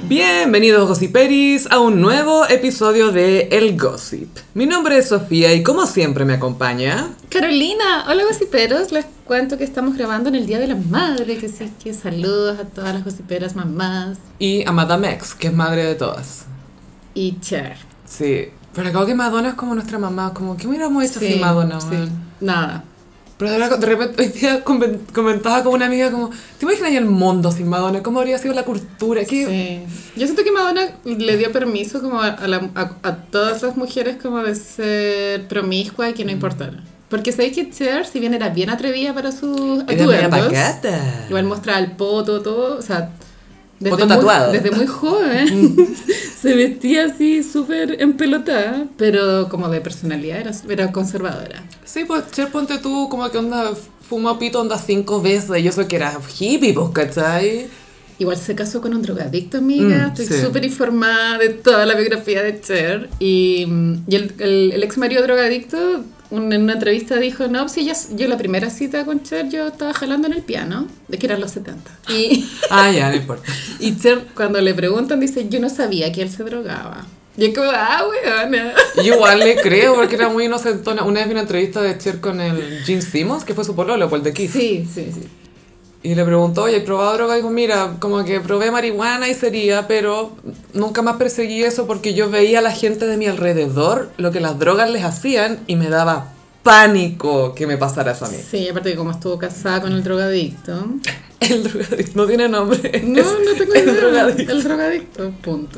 Bienvenidos Gossiperis a un nuevo episodio de El Gossip. Mi nombre es Sofía y como siempre me acompaña... Carolina, hola gossiperos, les cuento que estamos grabando en el Día de la Madre, que sí, que saludos a todas las gossiperas mamás. Y a Madame X, que es madre de todas. Y Cher. Sí, pero acabo que Madonna es como nuestra mamá, como que hubiéramos hecho sin Madonna. Sí, nada. Pero de repente hoy día comentaba con una amiga como, ¿te imaginas el mundo sin Madonna? ¿Cómo habría sido la cultura? ¿Qué? Sí. Yo siento que Madonna le dio permiso como a todas las mujeres como de ser promiscua y que no importara. Porque sabéis que Cher, si bien era bien atrevida para sus atuendos, igual mostraba el poto, todo, o sea... Desde muy joven se vestía así súper empelotada, pero como de personalidad era conservadora. Sí, pues Cher, ponte tú como que onda fumó pito onda 5 veces y eso que era hippie, pues, ¿cachai? Igual se casó con un drogadicto, amiga. Estoy súper informada de toda la biografía de Cher. Y el ex marido drogadicto en una entrevista dijo, no, si yo la primera cita con Cher yo estaba jalando en el piano, de que eran los 70. Ya, no importa. Y Cher, cuando le preguntan, dice, yo no sabía que él se drogaba. Y es como, weona. Yo igual le creo, porque era muy inocentona. Una vez vi una entrevista de Cher con el Gene Simmons, que fue su pololo, por el de Kiss. Sí. Y le preguntó, oye, ¿has probado droga? Y dijo, mira, como que probé marihuana y sería, pero nunca más perseguí eso porque yo veía a la gente de mi alrededor lo que las drogas les hacían y me daba pánico que me pasara eso a mí. Sí, aparte que como estuvo casada con el drogadicto. El drogadicto, no tiene nombre. No tengo idea. El drogadicto, punto.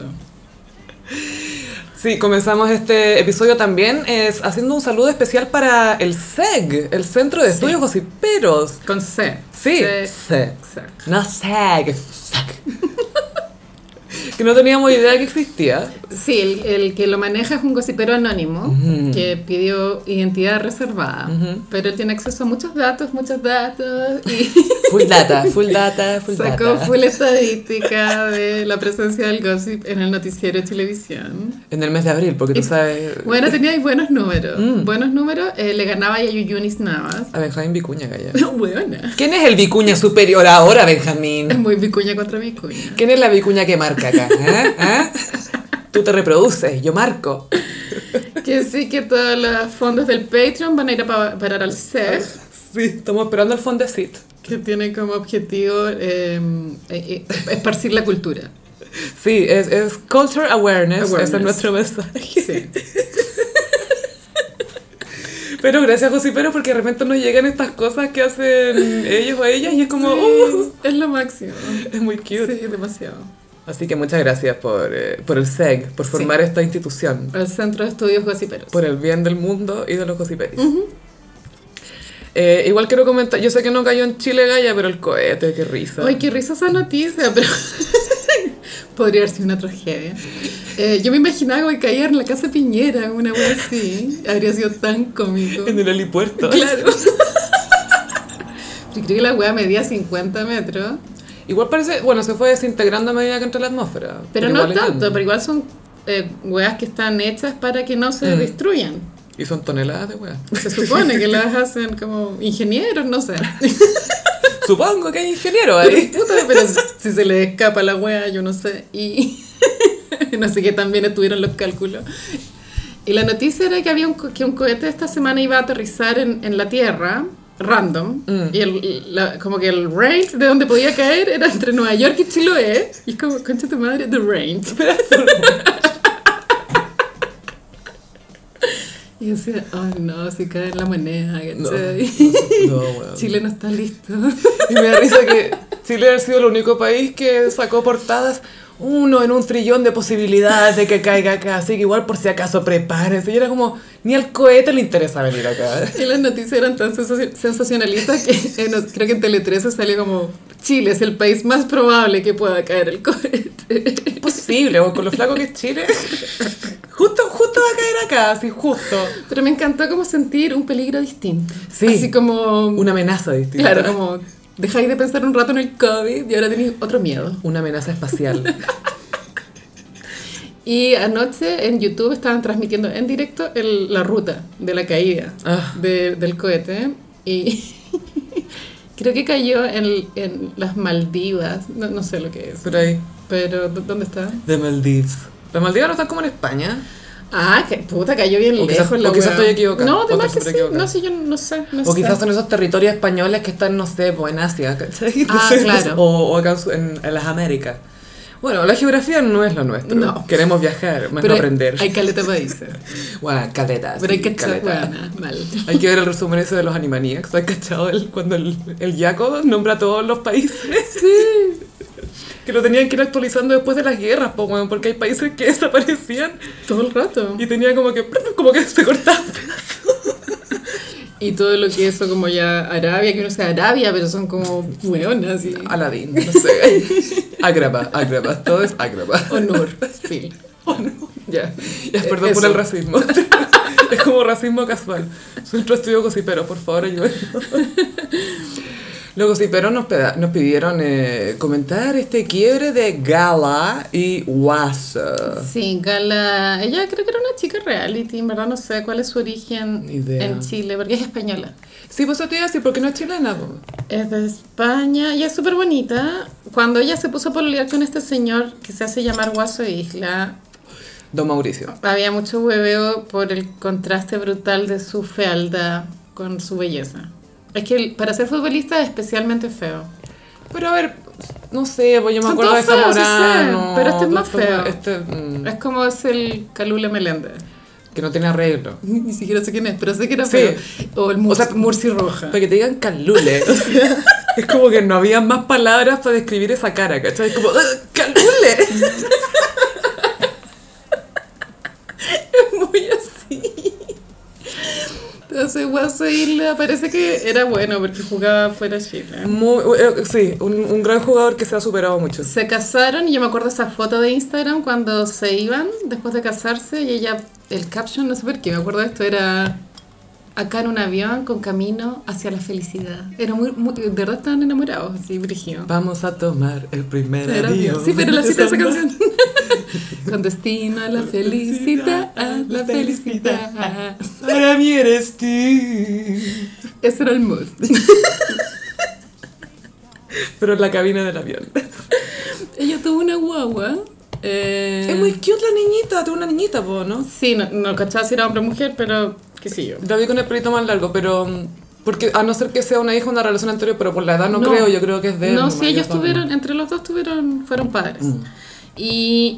Sí, comenzamos este episodio también haciendo un saludo especial para el CEG, el Centro de Estudios Gossiperos. Con C. Sí, CEG. No CEG. Que no teníamos idea que existía. Sí, el que lo maneja es un gossipero anónimo que pidió identidad reservada, pero él tiene acceso a muchos datos y Full data. Sacó full estadística de la presencia del gossip en el noticiero de televisión. En el mes de abril, porque tú sabes... Bueno, tenía buenos números. Le ganaba a Yuyunis Navas. A Benjamín Vicuña, calla. No, buena. ¿Quién es el Vicuña superior ahora, Benjamín? Es muy Vicuña contra Vicuña. ¿Quién es la Vicuña que marca acá? Tú te reproduces, yo marco. Que sí, que todos los fondos del Patreon van a ir a parar al CEG. Sí, estamos esperando el Fondesit. Que tiene como objetivo esparcir la cultura. Sí, es Culture Awareness. Ese es nuestro mensaje. Sí. Pero gracias, Josipero, porque de repente nos llegan estas cosas que hacen ellos o ellas y es como... Sí, es lo máximo. Es muy cute. Sí, demasiado. Así que muchas gracias por el SEG, por formar esta institución. El Centro de Estudios Gossiperos. Por el bien del mundo y de los gossiperis. Igual quiero comentar, yo sé que no cayó en Chile, Gaya, pero el cohete, qué risa. Ay, qué risa esa noticia, pero podría haber sido una tragedia. Yo me imaginaba que caía en la casa Piñera, una wea así. Habría sido tan cómico. En el helipuerto. Claro. Yo creo que la wea medía 50 metros. Igual parece, bueno, se fue desintegrando a medida que entra la atmósfera. Pero no tanto, pero igual son weas que están hechas para que no se destruyan. Y son toneladas de weas. Se supone que las hacen como ingenieros, no sé. Supongo que hay ingenieros ahí. Pero si se les escapa la wea, yo no sé. Y no sé qué tan bien estuvieron los cálculos. Y la noticia era que había que un cohete esta semana iba a aterrizar en la Tierra, random. Y como que el range de donde podía caer era entre Nueva York y Chiloé. Y es como, concha tu madre, the range. Y yo decía, ay no, si cae en la moneda, ¿cachai? No, bueno. Chile no está listo. Y me da risa que Chile ha sido el único país que sacó portadas 1 en 1 trillón de posibilidades de que caiga acá, así que igual por si acaso prepárense. Y era como, ni al cohete le interesa venir acá. Y las noticias eran tan sensacionalistas que creo que en Tele 13 salió como, Chile es el país más probable que pueda caer el cohete. Posible, o con lo flaco que es Chile. Justo va a caer acá, así justo. Pero me encantó como sentir un peligro distinto. Sí. Así como... Una amenaza distinta. Claro, como dejáis de pensar un rato en el COVID y ahora tenéis otro miedo. Una amenaza espacial. Y anoche en YouTube estaban transmitiendo en directo la ruta de la caída del cohete. Y Creo que cayó en las Maldivas, no sé lo que es. Pero ahí. Pero, ¿dónde está? The Maldives. ¿Las Maldivas no están como en España? Ah, que puta, cayó bien o lejos la O quizás estoy equivocada. No, además que sí. No sé, yo no sé. O quizás son esos territorios españoles que están, no sé, pues en Asia, ¿cachai? Ah, claro. O acá en las Américas. Bueno, la geografía no es lo nuestro. No. Queremos viajar, más no aprender. Hay caleta países. Bueno, caletas. Pero hay que echar mal. Hay que ver el resumen ese de los Animaniacs. ¿Has cachado cuando el Jaco nombra a todos los países? Sí. Que lo tenían que ir actualizando después de las guerras, porque hay países que desaparecían. Todo el rato. Y tenía como que se cortaba pedazos. Y todo lo que eso como ya Arabia, que uno sea Arabia, pero son como hueonas y... Aladín, no sé. Agrava, todo es Agrava. Honor, sí. Honor. Ya, perdón por el racismo. Es como racismo casual. Nuestro estudio Gossipero, por favor, ayúdenos. Los Gossiperos nos pidieron comentar este quiebre de Gala y Guaso. Sí, Gala, ella creo que era una chica reality, en verdad no sé cuál es su origen en Chile, porque es española. Sí, pues eso te iba a decir, porque no es chilena. Es de España y es súper bonita. Cuando ella se puso a pololear con este señor que se hace llamar Guaso Isla, Don Mauricio, había mucho hueveo por el contraste brutal de su fealdad con su belleza. Es que para ser futbolista es especialmente feo. Pero a ver, no sé, pues yo me Son acuerdo de Zamorano. Pero este es más feo. Es como es el Calule Meléndez. Que no tiene arreglo. Ni siquiera sé quién es, pero sé que era feo. O el Murci Roja. Para que te digan Calule. O sea, es como que no había más palabras para describir esa cara, ¿cachai? Es como, ¡Calule! Es muy así. Entonces Guaso Isla parece que era bueno porque jugaba fuera de Chile. Sí, un gran jugador que se ha superado mucho. Se casaron y yo me acuerdo esa foto de Instagram cuando se iban después de casarse y ella, el caption, no sé por qué, me acuerdo de esto, era acá en un avión con camino hacia la felicidad. Era muy de verdad estaban enamorados, así, brígido. Vamos a tomar el primer avión. Sí, pero la cita de esa canción. Con destino a la felicidad, a la felicidad. Para mí eres tú. Ese era el mood. Pero en la cabina del avión. Ella tuvo una guagua. Es muy cute la niñita, tuvo una niñita, ¿no? Sí, no cachaba si era hombre o mujer, pero qué sé yo. La vi con el pelito más largo, pero... Porque a no ser que sea una hija o una relación anterior, pero por la edad no creo, yo creo que es de él. No, sí, ellos tuvieron, entre los dos fueron padres. Y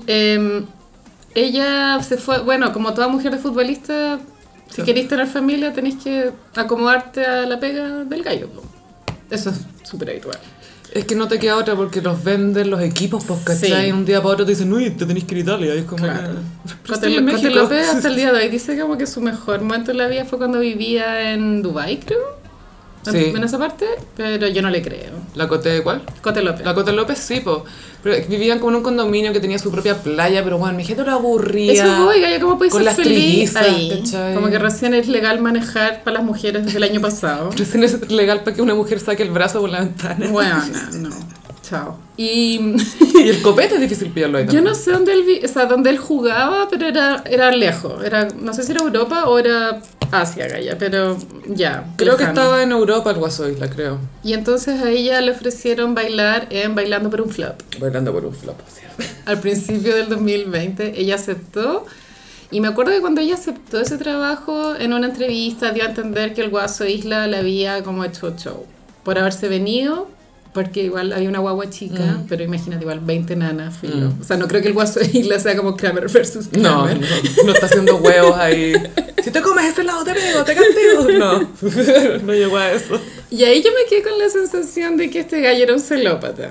ella se fue, bueno, como toda mujer de futbolista, si queréis tener familia tenéis que acomodarte a la pega del gallo. Eso es súper habitual. Es que no te queda otra porque los venden los equipos, pues, ¿cachai? Sí. Un día para otro te dicen, uy, te tenés que ir a Italia. Y es como claro. Cote López hasta el día de hoy dice como que su mejor momento en la vida fue cuando vivía en Dubái, creo. Sí. En esa parte, pero yo no le creo. ¿La Cote cuál? Cote López. La Cote López sí, po. Pero vivían como en un condominio que tenía su propia playa, pero bueno, mi gente lo aburría. Eso, oiga, ya cómo puedes ser feliz ahí. ¿Cachai? Como que recién es legal manejar para las mujeres desde el año pasado. Recién es legal para que una mujer saque el brazo por la ventana. Bueno, no. Chao. Y el copete es difícil pillarlo ahí también. Yo no sé dónde él jugaba, pero era lejos. No sé si era Europa o era Asia, Gaya, pero ya. Creo que estaba en Europa el Guaso Isla, creo. Y entonces a ella le ofrecieron bailar en Bailando por un Flop. Bailando por un Flop, sí. Al principio del 2020 ella aceptó. Y me acuerdo que cuando ella aceptó ese trabajo, en una entrevista dio a entender que el Guaso Isla le había como hecho show. Por haberse venido... Porque igual había una guagua chica, pero imagínate, igual 20 nanas, filo. O sea, no creo que el Guaso Isla sea como Kramer versus Kramer. No está haciendo huevos ahí. Si te comes ese lado te pego, te castigo. No llegó a eso. Y ahí yo me quedé con la sensación de que este gallo era un celópata.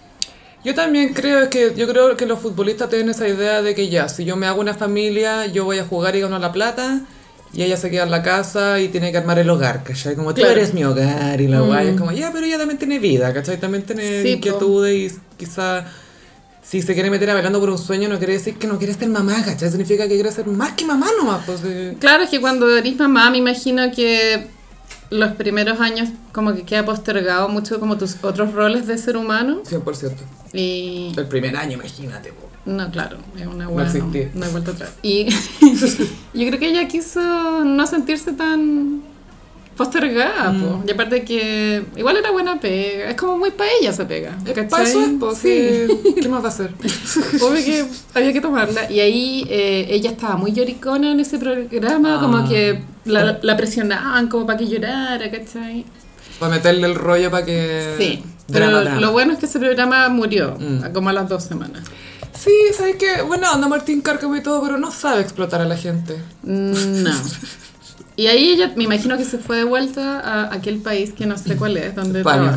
Yo también creo que los futbolistas tienen esa idea de que ya, si yo me hago una familia, yo voy a jugar y gano la plata... Y ella se queda en la casa y tiene que armar el hogar, ¿cachai? Como tú eres mi hogar y la guay es como, ya, pero ella también tiene vida, ¿cachai? También tiene inquietudes y quizá si se quiere meter a Bailando por un Sueño no quiere decir que no quiere ser mamá, ¿cachai? Significa que quiere ser más que mamá nomás, pues. Claro, es que cuando eres mamá me imagino que los primeros años como que queda postergado mucho como tus otros roles de ser humano. 100%. Y... El primer año, imagínate, po. No, claro, es una buena. No hay vuelta atrás. Y yo creo que ella quiso no sentirse tan postergada, po. Y aparte que igual era buena pega, es como muy paella esa pega, ¿Para eso es? Pues, sí. ¿Qué más va a hacer? Obvio que había que tomarla. Y ahí ella estaba muy lloricona en ese programa, como que la presionaban como para que llorara, ¿cachai? Para meterle el rollo para que... Sí, pero lo bueno es que ese programa murió, como a las 2 semanas. Sí, ¿sabes qué? Bueno, anda Martín Cárcamo y todo, pero no sabe explotar a la gente. No. Y ahí ella, me imagino que se fue de vuelta a aquel país que no sé cuál es, donde trabaja.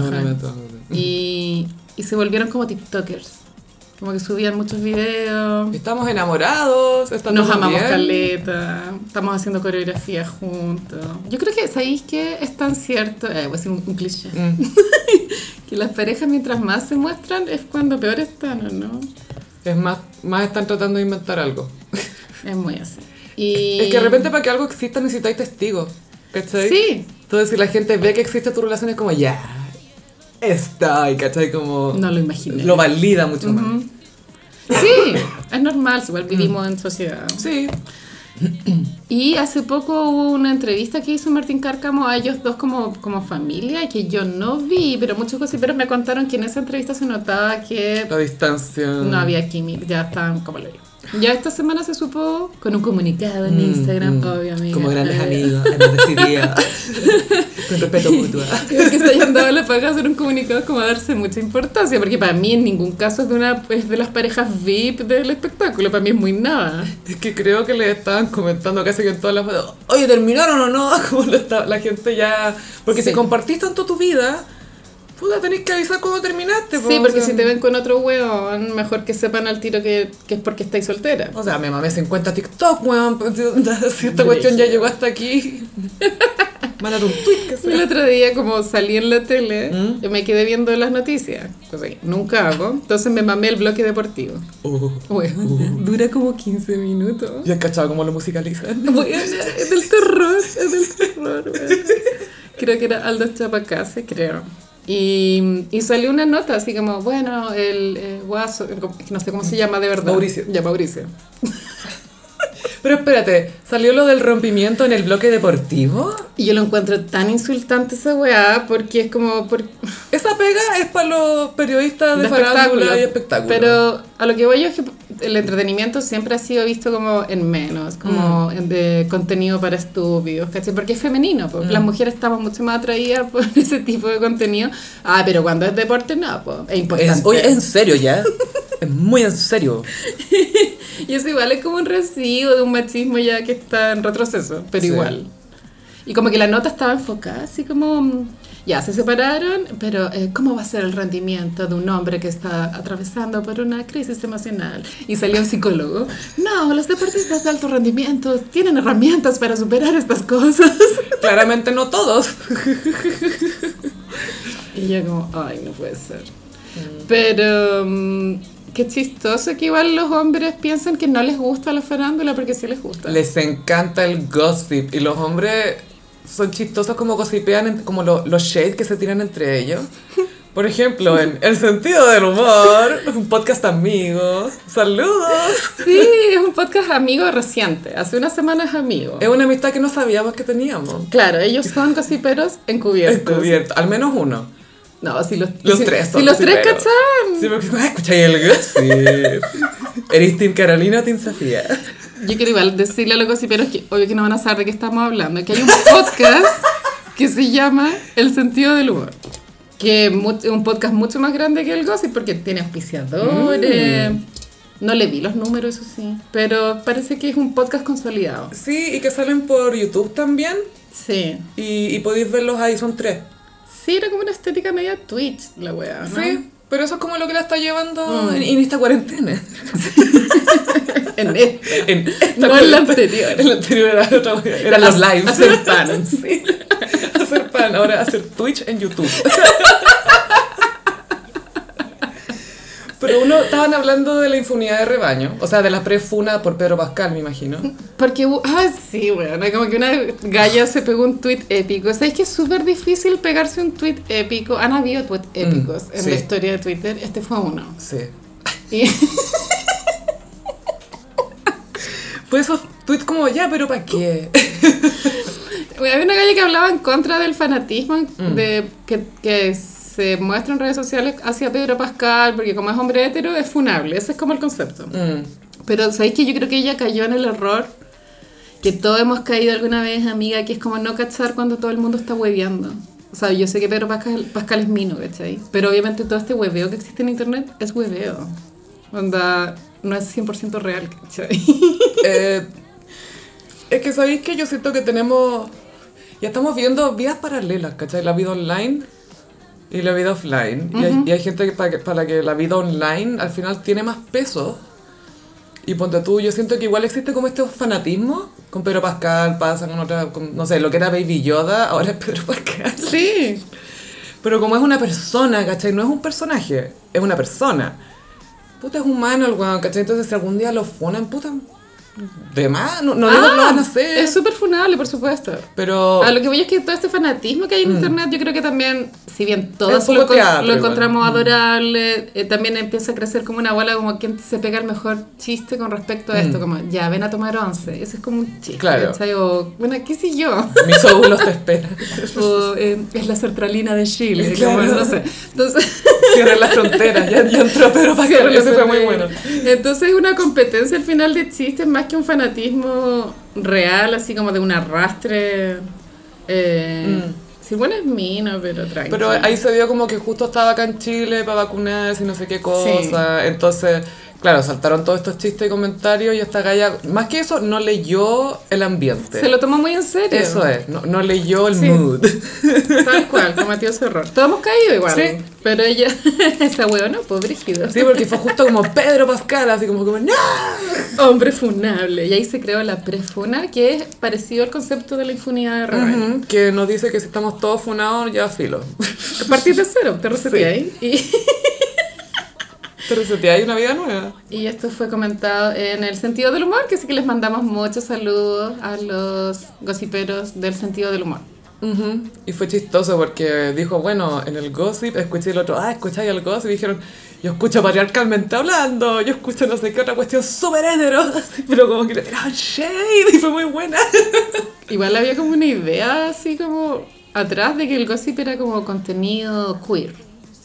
Y se volvieron como tiktokers. Como que subían muchos videos. Estamos enamorados, nos amamos caleta, estamos haciendo coreografía juntos. Yo creo que, ¿sabéis qué? Es tan cierto, voy a decir un cliché, que las parejas mientras más se muestran es cuando peor están, ¿o no? Es más están tratando de inventar algo. Es muy así. Y... Es que de repente para que algo exista necesitáis testigos, ¿cachai? Sí. Entonces si la gente ve que existe tu relación es como ya, estoy, ¿cachai? Como... No lo imaginé. Lo valida mucho más. Sí, es normal, igual vivimos en sociedad. Sí. Y hace poco hubo una entrevista que hizo Martín Cárcamo a ellos dos como familia, que yo no vi, pero muchos gossiperos me contaron que en esa entrevista se notaba que... La distancia. No había química, ya estaban como lo digo. Ya esta semana se supo con un comunicado en Instagram, obviamente. Como grandes amigos, hemos decidido, con respeto mutuo. Que se hayan dado la paga hacer un comunicado como a darse mucha importancia, porque para mí en ningún caso es de las parejas VIP del espectáculo, para mí es muy nada. Es que creo que le estaban comentando casi que en todas las fotos, oye, ¿terminaron o no? Como la gente ya... Porque si compartís tanto tu vida... Puta, tenés que avisar cuando terminaste. Sí, porque si te ven con otro weón, mejor que sepan al tiro que es porque estáis soltera. O sea, me mamé 50 TikTok, weón. Si esta cuestión ya llegó hasta aquí, mandar un tweet que sea. El otro día, como salí en la tele, me quedé viendo las noticias, cosa que nunca hago. Entonces me mamé el bloque deportivo. Dura como 15 minutos. ¿Y has cachado cómo lo musicalizan? Es del terror, weón. Creo que era Aldo Chapacase, creo. Y salió una nota así como, bueno, el guaso, no sé cómo se llama de verdad. Mauricio. Ya, Mauricio. Pero espérate, ¿salió lo del rompimiento en el bloque deportivo? Y yo lo encuentro tan insultante esa weá, porque es como... Esa pega es para los periodistas de farándula y espectáculo. Pero a lo que voy yo es que el entretenimiento siempre ha sido visto como en menos, como de contenido para estúpidos, ¿cachai? Porque es femenino, pues las mujeres estamos mucho más atraídas por ese tipo de contenido. Pero cuando es deporte, no, pues es importante. Oye, en serio ya, es muy en serio. Y eso igual es como un residuo de un machismo ya que está en retroceso, pero igual. Y como que la nota estaba enfocada así como... Ya, se separaron, pero ¿cómo va a ser el rendimiento de un hombre que está atravesando por una crisis emocional? Y salió un psicólogo. No, los deportistas de alto rendimiento tienen herramientas para superar estas cosas. Claramente no todos. Y yo como, ay, no puede ser. Pero... qué chistoso que igual los hombres piensan que no les gusta la farándula porque sí les gusta. Les encanta el gossip y los hombres son chistosos como gossipean, como los shades que se tiran entre ellos. Por ejemplo, en El Sentido del Humor, un podcast amigo. ¡Saludos! Sí, es un podcast amigo reciente. Hace unas semanas amigo. Es una amistad que no sabíamos que teníamos. Claro, ellos son gossiperos encubiertos. Encubiertos, al menos uno. No, si los tres son si los tres cachan. Sí, porque escucháis el gossip. ¿Eres Team Carolina o Team Sofía? Yo quiero igual decirle a los gossiperos que obvio que no van a saber de qué estamos hablando, que hay un podcast que se llama El Sentido del Humor, que es un podcast mucho más grande que el gossip porque tiene auspiciadores. No le vi los números, eso sí, pero parece que es un podcast consolidado. Sí, y que salen por YouTube también. Sí. Y podéis verlos ahí, son 3. Sí, era como una estética media Twitch la wea, ¿no? Sí, pero eso es como lo que la está llevando en esta cuarentena. en esta no en la anterior. En la anterior era otra wea. Eran los lives. Hacer pan. Sí. Hacer pan, ahora hacer Twitch en YouTube. Pero estaban hablando de la infunidad de rebaño, o sea, de la prefuna por Pedro Pascal, me imagino. Porque, sí, bueno, como que una galla se pegó un tweet épico. ¿Sabes que es súper difícil pegarse un tweet épico? Han habido tweets épicos en la historia de Twitter, este fue uno. Sí. Y... fue esos tweets como, ya, pero ¿para qué? Había una galla que hablaba en contra del fanatismo de que se muestra en redes sociales hacia Pedro Pascal, porque como es hombre hetero, es funable. Ese es como el concepto. Pero ¿sabéis que yo creo que ella cayó en el error que todos hemos caído alguna vez, amiga, que es como no cachar cuando todo el mundo está hueveando? O sea, yo sé que Pedro Pascal es mino, ¿cachai? Pero obviamente todo este hueveo que existe en internet es hueveo. Onda, no es 100% real, ¿cachai? Es que sabéis que yo siento que ya estamos viendo vidas paralelas, ¿cachai? La vida online y la vida offline. Y hay gente para que la vida online al final tiene más peso. Y ponte tú, yo siento que igual existe como este fanatismo. Con Pedro Pascal pasa no sé, lo que era Baby Yoda, ahora es Pedro Pascal. Sí. Pero como es una persona, ¿cachai? No es un personaje, es una persona. Puta, es humano el weón, ¿cachai? Entonces si algún día lo funan, puta... De más, no digo que lo van a hacer. Es súper funable, por supuesto. Pero a lo que voy es que todo este fanatismo que hay en internet, yo creo que también, si bien todos lo encontramos adorable, también empieza a crecer como una bola, como quien se pega el mejor chiste con respecto a esto, como ya ven a tomar 11. Ese es como un chiste, claro. ¿cachai? O, bueno, qué sé yo. Mis óvulos te esperan. O es la sertralina de Chile, claro. Como, no sé. Entonces, cierren las fronteras, ya entró Pedro Pascal, ese fue muy bueno. Entonces es una competencia al final de chistes más que un fanatismo real, así como de un arrastre. Sí, bueno, es mino, pero tranquilo. Pero ahí se dio como que justo estaba acá en Chile para vacunarse y no sé qué cosa. Sí. Entonces, claro, saltaron todos estos chistes y comentarios y esta galla, más que eso, no leyó el ambiente. Se lo tomó muy en serio. Eso es, no leyó el mood. Tal cual, cometió ese error. Todos hemos caído igual. Sí. Pero ella, esa huevona, pues brígido. Sí, porque fue justo como Pedro Pascal, así como ¡no! Hombre funable. Y ahí se creó la prefuna, que es parecido al concepto de la infunidad de rebaño. Que nos dice que si estamos todos funados, ya filo. A partir de cero, te reseteáis. Sí. Te reseteáis una vida nueva. Y esto fue comentado en el sentido del humor, que sí que les mandamos muchos saludos a los gossiperos del sentido del humor. Y fue chistoso porque dijo, bueno, en el gossip escuché el otro, escucháis el gossip, y dijeron, yo escucho patriarcalmente hablando, yo escucho no sé qué otra cuestión súper hetero, pero como que le tiraban shade y fue muy buena. Igual había como una idea así como atrás de que el gossip era como contenido queer.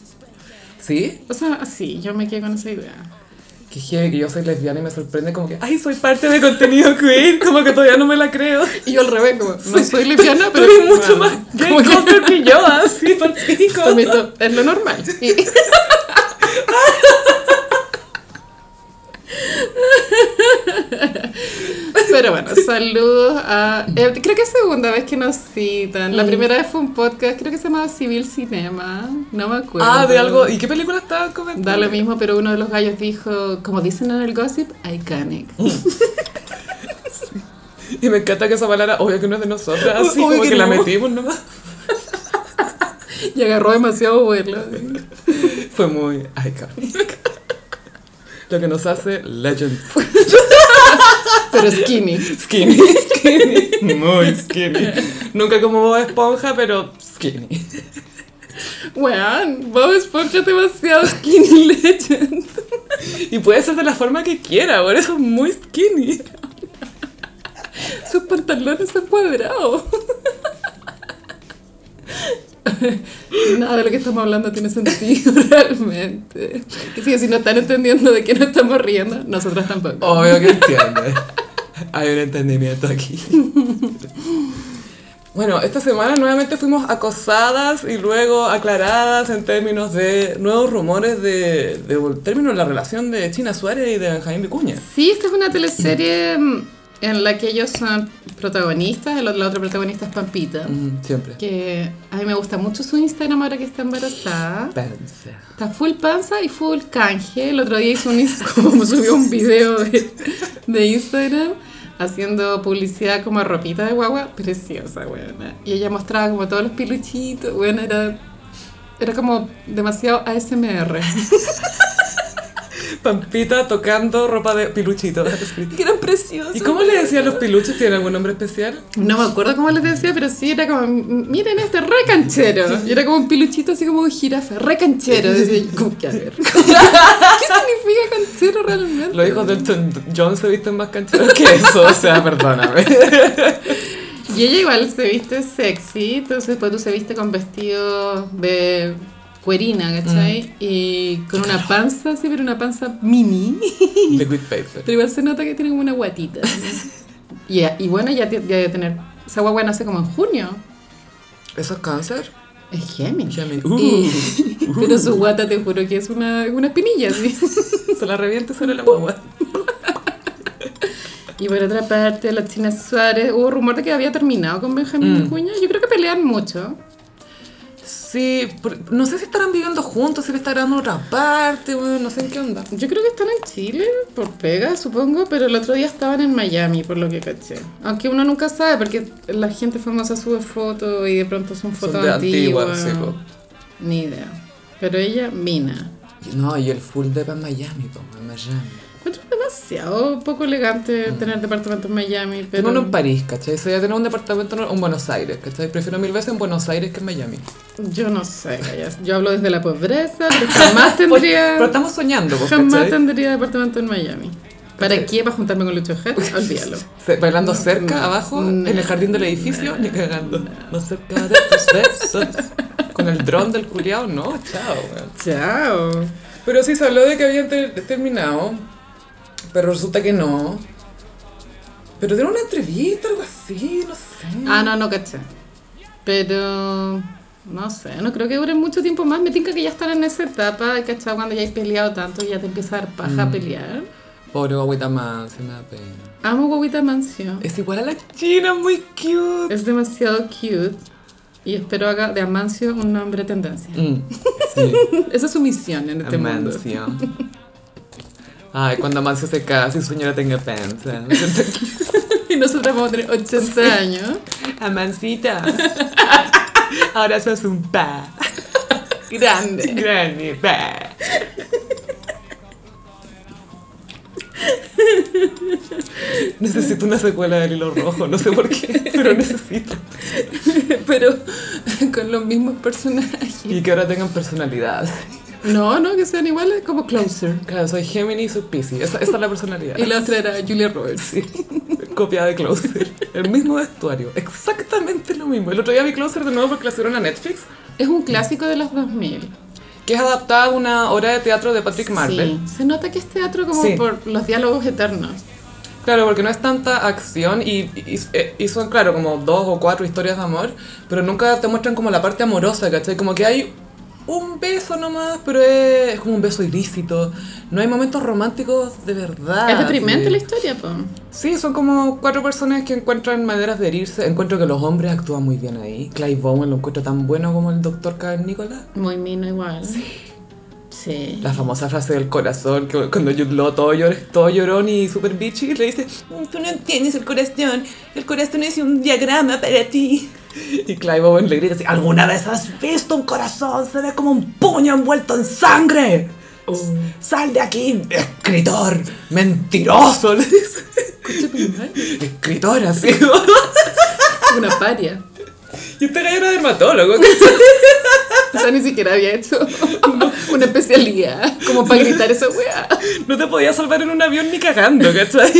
¿Sí? O sea, sí, yo me quedé con esa idea. Que heavy, que yo soy lesbiana y me sorprende como que, soy parte de contenido queer, como que todavía no me la creo. Y yo al revés, como, no soy lesbiana, pero... Tú eres mucho más gay culture que yo, así, por pico. Es lo normal. Pero bueno, saludos a... creo que es segunda vez que nos citan. La primera vez fue un podcast, creo que se llamaba Civil Cinema. No me acuerdo. De algo... ¿Y qué película estaban comentando? Da lo mismo, pero uno de los gallos dijo, como dicen en el gossip, iconic. Sí. Y me encanta que esa palabra, obvio que no es de nosotras, así como que la metimos nomás. Y agarró demasiado vuelo. Fue muy iconic. Lo que nos hace legends. Pero skinny. Skinny. Muy skinny. Nunca como Bob Esponja, pero skinny. Weón, Bob Esponja es demasiado skinny legend. Y puede ser de la forma que quiera, por eso es muy skinny. Sus pantalones son cuadrados. Nada de lo que estamos hablando tiene sentido realmente. Y si no están entendiendo de qué nos estamos riendo, nosotros tampoco. Obvio que entienden. Hay un entendimiento aquí. Bueno, esta semana nuevamente fuimos acosadas y luego aclaradas en términos de nuevos rumores de términos de la relación de China Suárez y de Benjamín Vicuña. Sí, esta es una teleserie en la que ellos son protagonistas, la otra protagonista es Pampita. Siempre. Que a mí me gusta mucho su Instagram ahora que está embarazada. Panza. Está full panza y full canje. El otro día como subió un video de Instagram haciendo publicidad como ropita de guagua. Preciosa, buena. Y ella mostraba como todos los piluchitos. Bueno, era como demasiado ASMR. Pampita tocando ropa de piluchito. Que eran preciosos. ¿Y cómo le decían los piluchos? ¿Tienen algún nombre especial? No me acuerdo cómo les decía, pero sí era como, miren re canchero. Y era como un piluchito así como un jirafa, re canchero. Decía, ¿cómo que a ver? ¿Qué significa canchero realmente? Los hijos de Elton John se visten más cancheros que eso, o sea, perdóname. Y ella igual se viste sexy, entonces después tú se viste con vestido de cuerina, ¿cachai? Y con una panza, sí, pero una panza mini. Liquid paper. Pero igual se nota que tiene como una guatita. Y bueno, ya debe tener... Esa guagua nace como en junio. ¿Eso es cáncer? Es Géminis. Géminis. Pero su guata, te juro que es una espinilla, ¿sí? Se la revienta sobre la guagua. Y por otra parte, la China Suárez, hubo rumor de que había terminado con Benjamín Vicuña. Yo creo que pelean mucho. Sí, no sé si estarán viviendo juntos, si le estarán en otra parte, bueno, no sé en qué onda. Yo creo que están en Chile, por pega, supongo, pero el otro día estaban en Miami, por lo que caché. Aunque uno nunca sabe, porque la gente famosa sube fotos y de pronto son fotos antiguas. Sí, po. Ni idea. Pero ella, mina. No, y el full depa en Miami, po, en Miami. Encuentro demasiado poco elegante tener departamento en Miami, pero... Tengo uno en París, ¿cachai? Si voy a tener un departamento en Buenos Aires, ¿cachai? Prefiero 1000 veces en Buenos Aires que en Miami. Yo no sé, Gaya. Yo hablo desde la pobreza, pero jamás tendría... Pero estamos soñando, ¿cachai? Jamás tendría departamento en Miami. ¿Para qué? ¿Para juntarme con Lucho Jara? Olvídalo. Bailando cerca, abajo, en el jardín del edificio, ni cagando. Más cerca de tus besos. Con el dron del culiao, no, chao, weón. Chao. Pero sí se habló de que habían terminado, pero resulta que no. Pero dieron una entrevista, algo así, no sé. Ah, no caché. Pero... no sé, no creo que dure mucho tiempo más. Me tinca que ya están en esa etapa, ¿cachai? Cuando ya has peleado tanto y ya te empieza a dar paja a pelear. Pobre guaguita Mancio, me da pena. Amo Guaguita Mancio. Es igual a la China, muy cute. Es demasiado cute. Y espero haga de Amancio un nombre tendencia. Sí. Esa es su misión en este mundo. Ay, cuando Amancio se case y su señora tenga panza. Y nosotros vamos a tener 80 años. Amancita. Ahora sos un pa. Grande, pa. Necesito una secuela del Hilo Rojo, no sé por qué, pero necesito. Pero con los mismos personajes. Y que ahora tengan personalidad. No, que sean iguales, como Closer. Claro, soy Gemini y soy Piscis, esa es la personalidad. Y la otra era Julia Roberts. Sí, copia de Closer. El mismo vestuario, exactamente lo mismo. El otro día vi Closer de nuevo porque la subieron a Netflix. Es un clásico de los 2000. Que es adaptada a una obra de teatro de Patrick Marvel. Sí, se nota que es teatro como por los diálogos eternos. Claro, porque no es tanta acción y son, claro, como 2 o 4 historias de amor, pero nunca te muestran como la parte amorosa, ¿cachai? Como que hay un beso nomás, pero es como un beso ilícito. No hay momentos románticos de verdad. Es deprimente la historia, po. Sí, son como 4 personas que encuentran maneras de herirse. Encuentro que los hombres actúan muy bien ahí. Clive Owen lo encuentro tan bueno como el Dr. Cavernícola. Muy mino igual. Sí. La famosa frase del corazón, que cuando Jude Law todo llorón y super bitchy, le dice: tú no entiendes el corazón es un diagrama para ti. Y Clive Owen le grita así: ¿alguna vez has visto un corazón? Se ve como un puño envuelto en sangre. ¡Sal de aquí, escritor! ¡Mentiroso! Le dice. Escritor, así. Una paria. Y este gallo era dermatólogo. O sea, ni siquiera había hecho una especialidad como para gritar esa weá. No te podías salvar en un avión ni cagando, ¿cachai?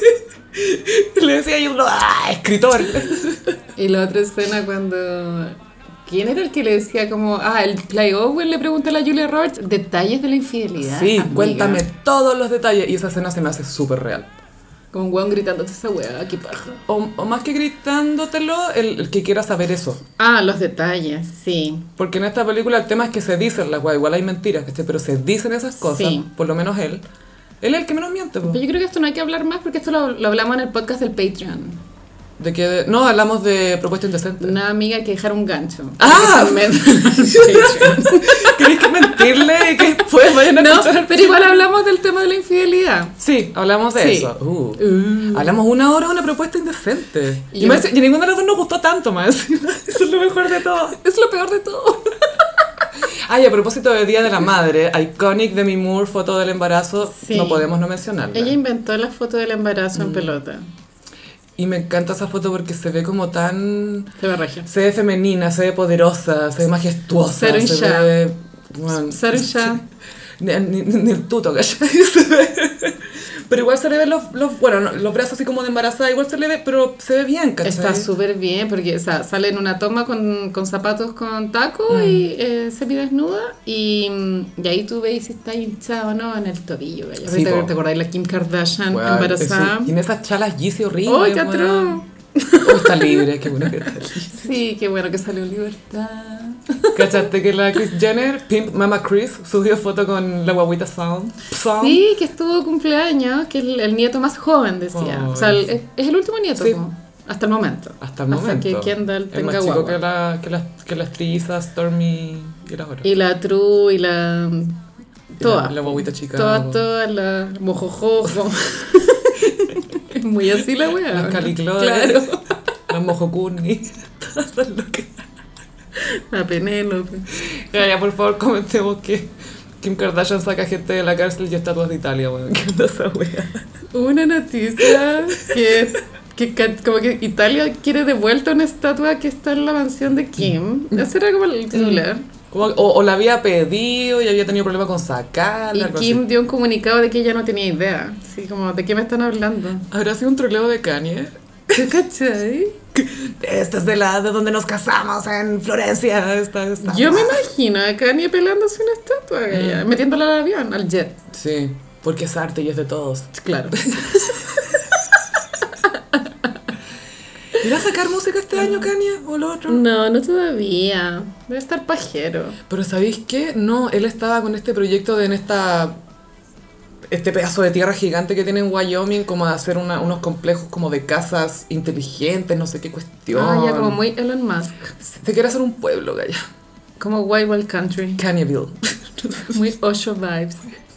Le decía yo: escritor. Y la otra escena cuando... ¿quién era el que le decía como... el Clive Owen le pregunta a la Julia Roberts detalles de la infidelidad? Sí, amiga. Cuéntame todos los detalles. Y esa escena se me hace súper real. Como un weón gritándote esa weá, qué paja. O más que gritándotelo, el que quiera saber eso. Los detalles, sí. Porque en esta película el tema es que se dicen las weas. Igual hay mentiras, ¿cachai? Pero se dicen esas cosas. Sí. Por lo menos él. Él es el que menos miente, po. Pero yo creo que esto no hay que hablar más porque esto lo hablamos en el podcast del Patreon. ¿De qué? No, hablamos de propuesta indecente. Una amiga que dejar un gancho. ¿Queréis que mentirle y que después vayan a escuchar? Pero igual hablamos del tema de la infidelidad. Sí, hablamos de eso. Hablamos 1 hora de una propuesta indecente. Y ninguno de los dos nos gustó tanto más. Eso es lo mejor de todo. Es lo peor de todo. Ay, a propósito del Día de la Madre, iconic Demi Moore, foto del embarazo, sí. No podemos no mencionarla. Ella inventó la foto del embarazo en pelota. Y me encanta esa foto porque se ve como tan... Se ve regia. Se ve femenina, se ve poderosa, se ve majestuosa. Ve... Cero ya. Ni el tuto, ¿cachai? Pero igual se le ven los brazos así como de embarazada, igual se le ve, pero se ve bien, ¿cachai? Está súper bien, porque o sea, sale en una toma con zapatos con taco y semidesnuda, y ahí tú ves si está hinchado o no en el tobillo. Sí, ¿Te acordás de la Kim Kardashian embarazada? Tiene esas chalas Yeezy horribles. ¡Ay, qué atroz! Está libre, qué bueno que está libre. Sí, qué bueno que salió en libertad. ¿Cachaste que la Kris Jenner, Pimp Mama Kris, subió foto con la guaguita Sound? Sí, que estuvo cumpleaños, que el nieto más joven, decía. Oh, o sea, es el último nieto, sí. hasta el momento. Hasta el momento. Hasta que Kendall tenga más chico guagua. que las trillizas, Stormy y las otras. Y la True y la... Todas. La guaguita chica. Todas, la mojojojo. Es muy así la wea. Las Caliclores. Claro. Las Mojocurni. Todas son lo que... La Penélope. Ya, por favor, comentemos que Kim Kardashian saca gente de la cárcel y estatuas de Italia, bueno. ¿Qué onda esa wea? Hubo una noticia que como que Italia quiere de vuelta una estatua que está en la mansión de Kim. Ese era como el titular. O la había pedido y había tenido problemas con sacarla. Y Kim dio un comunicado de que ella no tenía idea. Así como, ¿de qué me están hablando? ¿Habrá sido un troleo de Kanye? ¿Qué cachai? Esta es de donde nos casamos, en Florencia. Esta. Yo me imagino a Kanye pelándose una estatua, metiéndola al avión, al jet. Sí, porque es arte y es de todos. Claro. ¿Irá a sacar música este año, Kanye, o lo otro? No todavía. Debe estar pajero. Pero ¿sabéis qué? No, él estaba con este proyecto este pedazo de tierra gigante que tiene en Wyoming, como de hacer unos complejos como de casas inteligentes, no sé qué cuestión. Ah, ya, como muy Elon Musk. Se quiere hacer un pueblo, Gaya. Como Wild Wild Country. Kanyeville. Muy Osho vibes.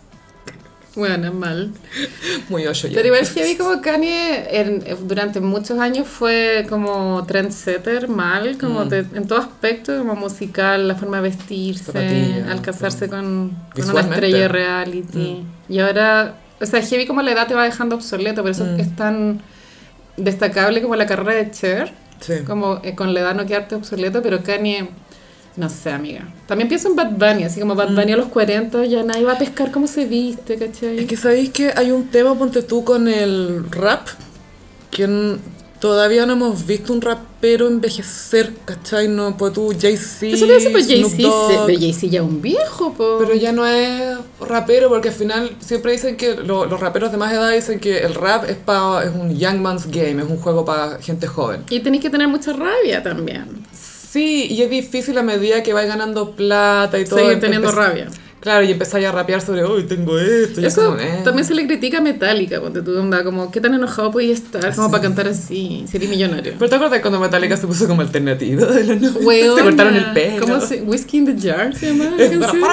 Bueno, mal. Muy Osho ya. Pero igual que vi como Kanye durante muchos años fue como trendsetter mal, como en todo aspecto, como musical, la forma de vestirse, Zapatilla, al casarse con una visualmente. estrella de reality. Y ahora, o sea, heavy como la edad te va dejando obsoleto, por eso es tan destacable como la carrera de Cher, Sí. como con la edad no quedarte obsoleto, pero Kanye... No sé, amiga. También pienso en Bad Bunny, así como Bad Bunny a los 40 ya nadie va a pescar cómo se viste, ¿cachai? Es que sabéis que hay un tema, ponte tú, con el rap, que todavía no hemos visto un rapero envejecer, ¿cachai? No, pues tú, Jay-Z, Eso te dice, pues Snoop Dogg, Pero Jay-Z ya es un viejo, po. pero ya no es rapero, porque al final siempre dicen que los raperos de más edad dicen que el rap es un young man's game, es un juego para gente joven. Y tenés que tener mucha rabia también. Sí, y es difícil a medida que vais ganando plata y todo. Seguir teniendo rabia. Claro, y empezáis a rapear sobre, uy, tengo esto. Y Eso como, también se le critica a Metallica, cuando tú onda como, ¿qué tan enojado podías estar como para cantar así, si eres millonario? ¿Pero te acuerdas cuando Metallica se puso como alternativa de los 90? Weona, Se cortaron el pelo. ¿Cómo se...? Whiskey in the Jar se llama la canción.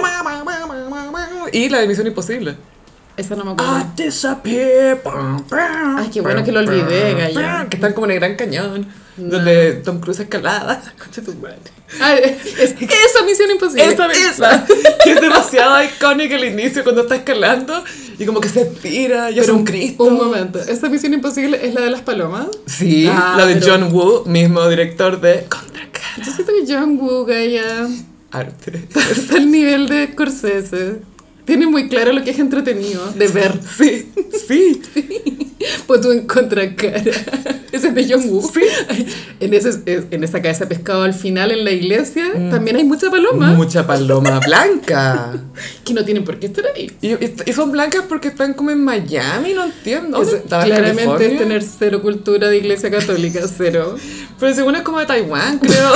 Y la de Misión Imposible. Esa no me acuerdo. I disappear. Ay, qué bueno que lo olvidé, Gaya. Que están como en el Gran Cañón. Donde Tom Cruise escalada. Concha tu madre. Ay, esa Misión Imposible. Esa. Que es demasiado icónica el inicio cuando está escalando. Y como que se estira y hace un Cristo. Un momento. ¿Esa Misión Imposible es la de las palomas? Sí, la de John Woo, mismo director de Contracara. Yo siento que John Woo, Gaya, Arte. está al nivel de Scorsese. Tiene muy claro lo que es entretenido de ver. Sí, sí. Pues tú en Contracara. Ese es de John Woo. Sí. En esa cabeza de pescado al final en la iglesia también hay mucha paloma. Mucha paloma blanca. Que no tienen por qué estar ahí. Y son blancas porque están como en Miami, no entiendo. Claramente es tener cero cultura de iglesia católica, cero. Pero según es como de Taiwán, creo.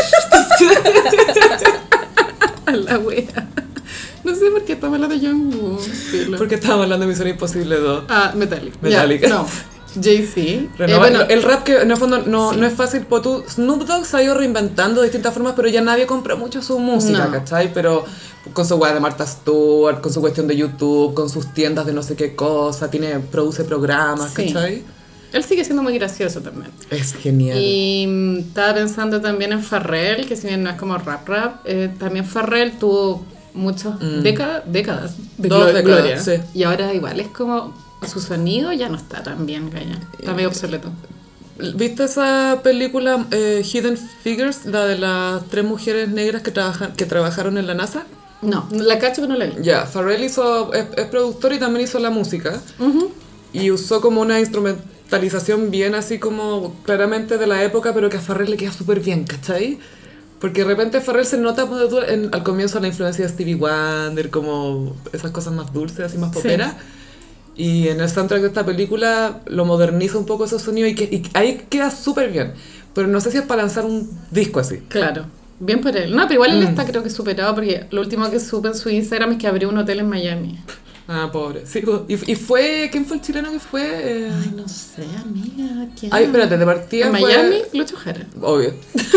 A la wea. No sé por qué estamos hablando de John Woo. Porque estábamos hablando de Misión Imposible 2. Ah, Metallica. Metallica. Ya, no. Jay-Z. Bueno, el rap que en el fondo no es fácil, pues tú, Snoop Dogg se ha ido reinventando de distintas formas, pero ya nadie compra mucho su música, No. ¿cachai? Pero con su weá de Martha Stewart, con su cuestión de YouTube, con sus tiendas de no sé qué cosa, produce programas, Sí. ¿cachai? Él sigue siendo muy gracioso también. Es genial. Y estaba pensando también en Pharrell, que si bien no es como rap, también Pharrell tuvo muchas décadas de Dos décadas, gloria. sí. Y ahora igual es como su sonido ya no está tan bien, Gaya. Está medio obsoleto. ¿Viste esa película Hidden Figures? La de las 3 mujeres negras que trabajaron en la NASA. No, la cacho pero no la vi. Ya, Pharrell es productor y también hizo la música. Y usó como una instrumentalización bien así como claramente de la época, pero que a Pharrell le queda súper bien, ¿cachai? Porque de repente Pharrell se nota al comienzo la influencia de Stevie Wonder, como esas cosas más dulces, así más poperas. Y en el soundtrack de esta película lo moderniza un poco esos sonidos y ahí queda súper bien. Pero no sé si es para lanzar un disco así. Claro, bien por él. No, pero igual él está creo que superado porque lo último que supe en su Instagram es que abrió un hotel en Miami. Ah, pobre. Sí, y fue... ¿Quién fue el chileno que fue? Ay, no sé, amiga. ¿Quién? Ay, espérate, de partida ¿En Miami? Lucho Jara. Obvio.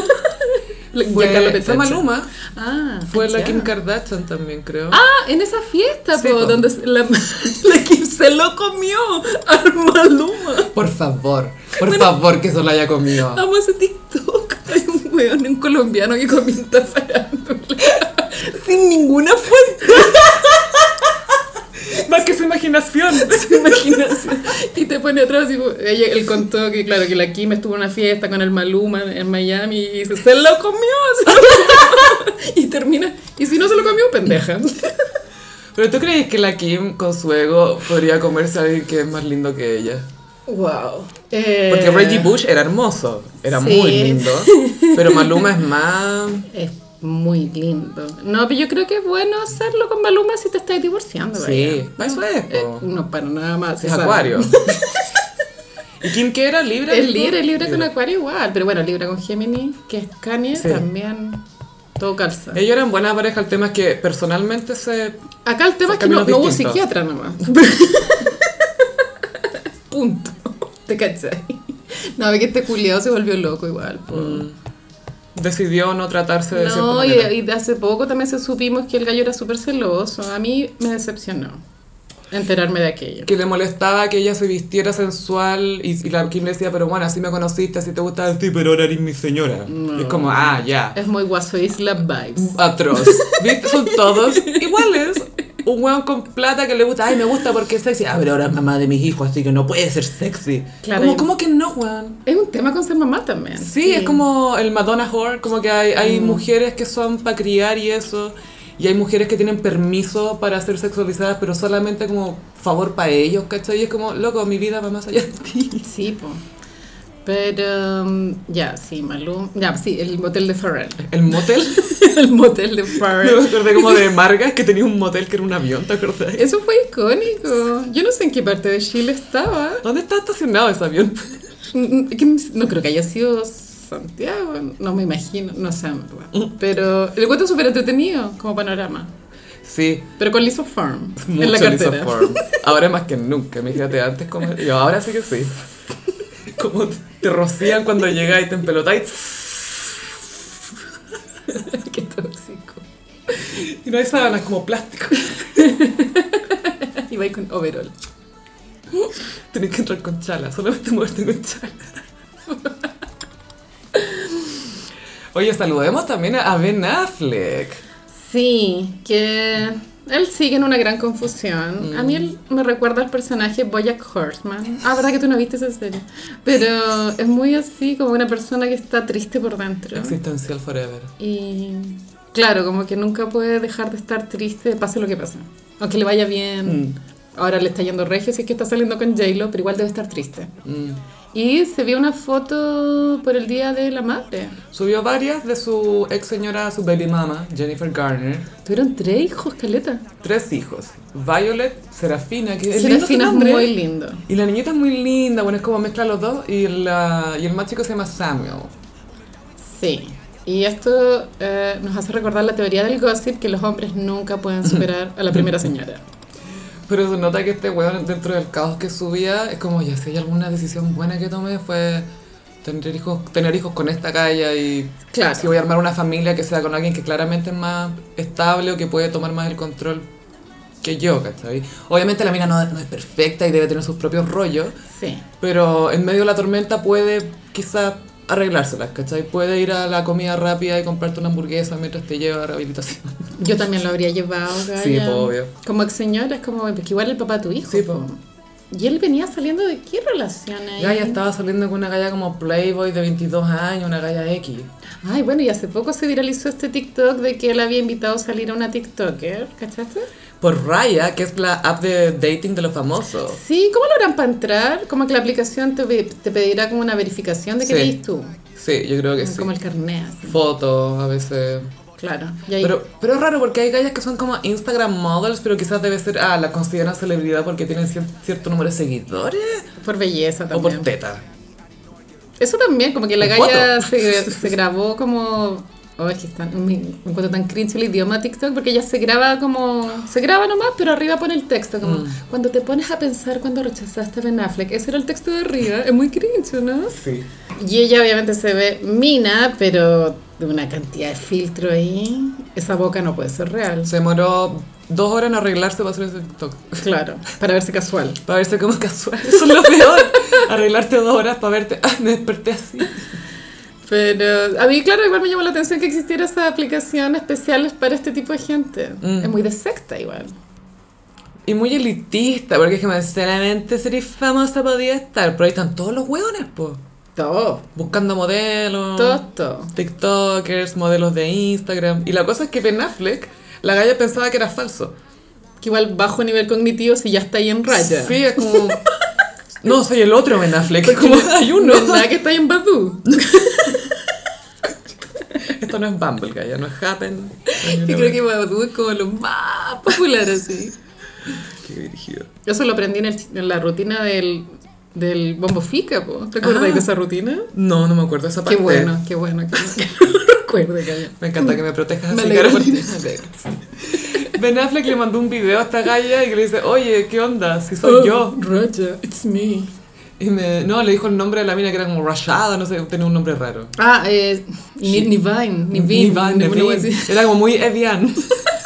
Fue Maluma. Fue la Kim Kardashian también, creo. En esa fiesta, sí, donde la Kim se lo comió al Maluma. Por favor, que eso lo haya comido. Amo ese TikTok. Hay un weón, un colombiano que comenta farándula sin ninguna fuente. Más que su imaginación. Y te pone atrás y él contó que claro que la Kim estuvo en una fiesta con el Maluma en Miami y dice, se lo comió. Y termina, y si no se lo comió, pendeja. ¿Pero tú crees que la Kim con su ego podría comerse a alguien que es más lindo que ella? Wow. Porque Reggie Bush era hermoso, era muy lindo, pero Maluma es más... Es muy lindo. No, pero yo creo que es bueno hacerlo con Maluma si te estás divorciando. Sí, eso es. No, para nada más. Es Acuario. ¿Y Kim qué era? ¿Libre? Es libre con Acuario igual, pero bueno, libre con Gemini, que es Kanye, también todo calza. Ellos eran buena pareja, el tema es que personalmente Acá el tema es que no hubo psiquiatra nomás. Punto. ¿Te cachai? No, ve que este culiao se volvió loco igual. Decidió no tratarse de cierta No, manera. y de hace poco también supimos que el gallo era súper celoso. A mí me decepcionó enterarme de aquello. Que le molestaba que ella se vistiera sensual y la Kim le decía, pero bueno, así me conociste, así te gustaba el tipo, pero ahora eres mi señora. No. Es como, ya. Es muy Guaso Isla vibes. Atroz. ¿Viste? Son todos iguales. Un weón con plata que le gusta, me gusta porque es sexy. Pero ahora es mamá de mis hijos, así que no puede ser sexy. Claro. ¿Cómo que no, weón? Es un tema con ser mamá también. Sí, es como el Madonna whore, como que hay mujeres que son para criar y eso. Y hay mujeres que tienen permiso para ser sexualizadas, pero solamente como favor para ellos, ¿cachai? Y es como, loco, mi vida va más allá de ti. Sí, po. Pero, Maluma. El motel de Pharrell. ¿El motel? El motel de Pharrell. Me acordé como de Margas, que tenía un motel que era un avión, ¿te acordás? Eso fue icónico. Yo no sé en qué parte de Chile estaba. ¿Dónde está estacionado ese avión? No creo que haya sido Santiago, no me imagino, no sé, pero el cuento es súper entretenido como panorama. Sí. Pero con Lisa Farm mucho en la cartera. Lisa Farm. Ahora más que nunca, fíjate, antes como... Yo ahora sí que sí. Como te rocían cuando llegáis y te empelotáis. Qué tóxico. Y no hay sábanas como plástico. Y vais con overall. Tenés que entrar con chala, solamente moverte con chala. Oye, saludemos también a Ben Affleck. Sí, que él sigue en una gran confusión. A mí él me recuerda al personaje BoJack Horseman. Verdad que tú no viste esa serie. Pero es muy así, como una persona que está triste por dentro. Existencial forever. Y claro, como que nunca puede dejar de estar triste, pase lo que pase. Aunque le vaya bien. Ahora le está yendo regio, si es que está saliendo con J-Lo, pero igual debe estar triste. Y se vio una foto por el Día de la Madre. Subió varias de su ex señora, su baby mama, Jennifer Garner. Tuvieron 3 hijos, caleta. 3 hijos. Violet, Serafina, que es Serafina es muy lindo. Y la niñita es muy linda, bueno, es como mezcla los dos. Y el más chico se llama Samuel. Sí. Y esto nos hace recordar la teoría del gossip, que los hombres nunca pueden superar a la primera señora. Pero se nota que este weón, dentro del caos que subía, es como, ya si hay alguna decisión buena que tomé fue tener hijos con esta calle y claro. Si voy a armar una familia que sea con alguien que claramente es más estable o que puede tomar más el control que yo, ¿cachai? Obviamente la mina no es perfecta y debe tener sus propios rollos, sí. Pero en medio de la tormenta puede quizás arreglárselas, ¿cachai? Puede ir a la comida rápida y comprarte una hamburguesa mientras te lleva a rehabilitación. Yo también lo habría llevado, Gaya. Sí, pues obvio. Como ex señora, es como, porque igual el papá de tu hijo. Sí, pues. ¿Y él venía saliendo de qué relación ahí? Gaya estaba saliendo con una galla como Playboy de 22 años, una galla X. Ay, bueno, y hace poco se viralizó este TikTok de que él había invitado a salir a una TikToker, ¿cachaste? Por Raya, que es la app de dating de los famosos. Sí, ¿cómo lo harán para entrar? Como que la aplicación te pedirá como una verificación de que eres tú. Sí, yo creo que sí. Como el carnet. Así. Fotos, a veces. Claro. Y ahí... pero es raro porque hay gallas que son como Instagram models, pero quizás debe ser, la consideran celebridad porque tienen cierto número de seguidores. Por belleza también. O por teta. Eso también, como que la galla se grabó como... Oh, es que me encuentro tan cringe el idioma TikTok porque ella se graba nomás, pero arriba pone el texto como cuando te pones a pensar cuando rechazaste a Ben Affleck. Ese era el texto de arriba. Es muy cringe, ¿no? Sí. Y ella obviamente se ve mina, pero de una cantidad de filtro ahí. Esa boca no puede ser real. Se demoró 2 horas en arreglarse para hacer ese TikTok. Claro, para verse casual. Para verse como casual. Eso es lo peor. Arreglarte 2 horas para verte. Me desperté así. Pero a mí, claro, igual me llamó la atención que existiera esa aplicación especial para este tipo de gente. Es muy de secta igual. Y muy elitista, porque es que sinceramente ser famosa podía estar, pero ahí están todos los hueones, po. Todo. Buscando modelos. Todo. TikTokers, modelos de Instagram. Y la cosa es que Ben Affleck, la galla pensaba que era falso. Que igual bajo nivel cognitivo si ya está ahí en raya. Sí, es como... No, soy el otro Ben Affleck. Es como hay uno. ¿Verdad que está ahí en Badoo? Esto no es Bumble, galla, no es Happen. Yo creo que Badoo es como lo más popular así. Qué dirigido. Eso lo aprendí en la rutina del Bombo Fica, po. ¿Te acuerdas de esa rutina? No me acuerdo de esa parte. Qué bueno que no recuerdo, Gaya. Me encanta que me protejas me así, alegro Carol. por ti, me alegro. Ben Affleck le mandó un video a esta galla y que le dice, oye, ¿qué onda? Si soy yo. Raja, it's me. Y le dijo el nombre de la mina que era como Rashada, no sé, tenía un nombre raro. Nivine. Era como muy Evian.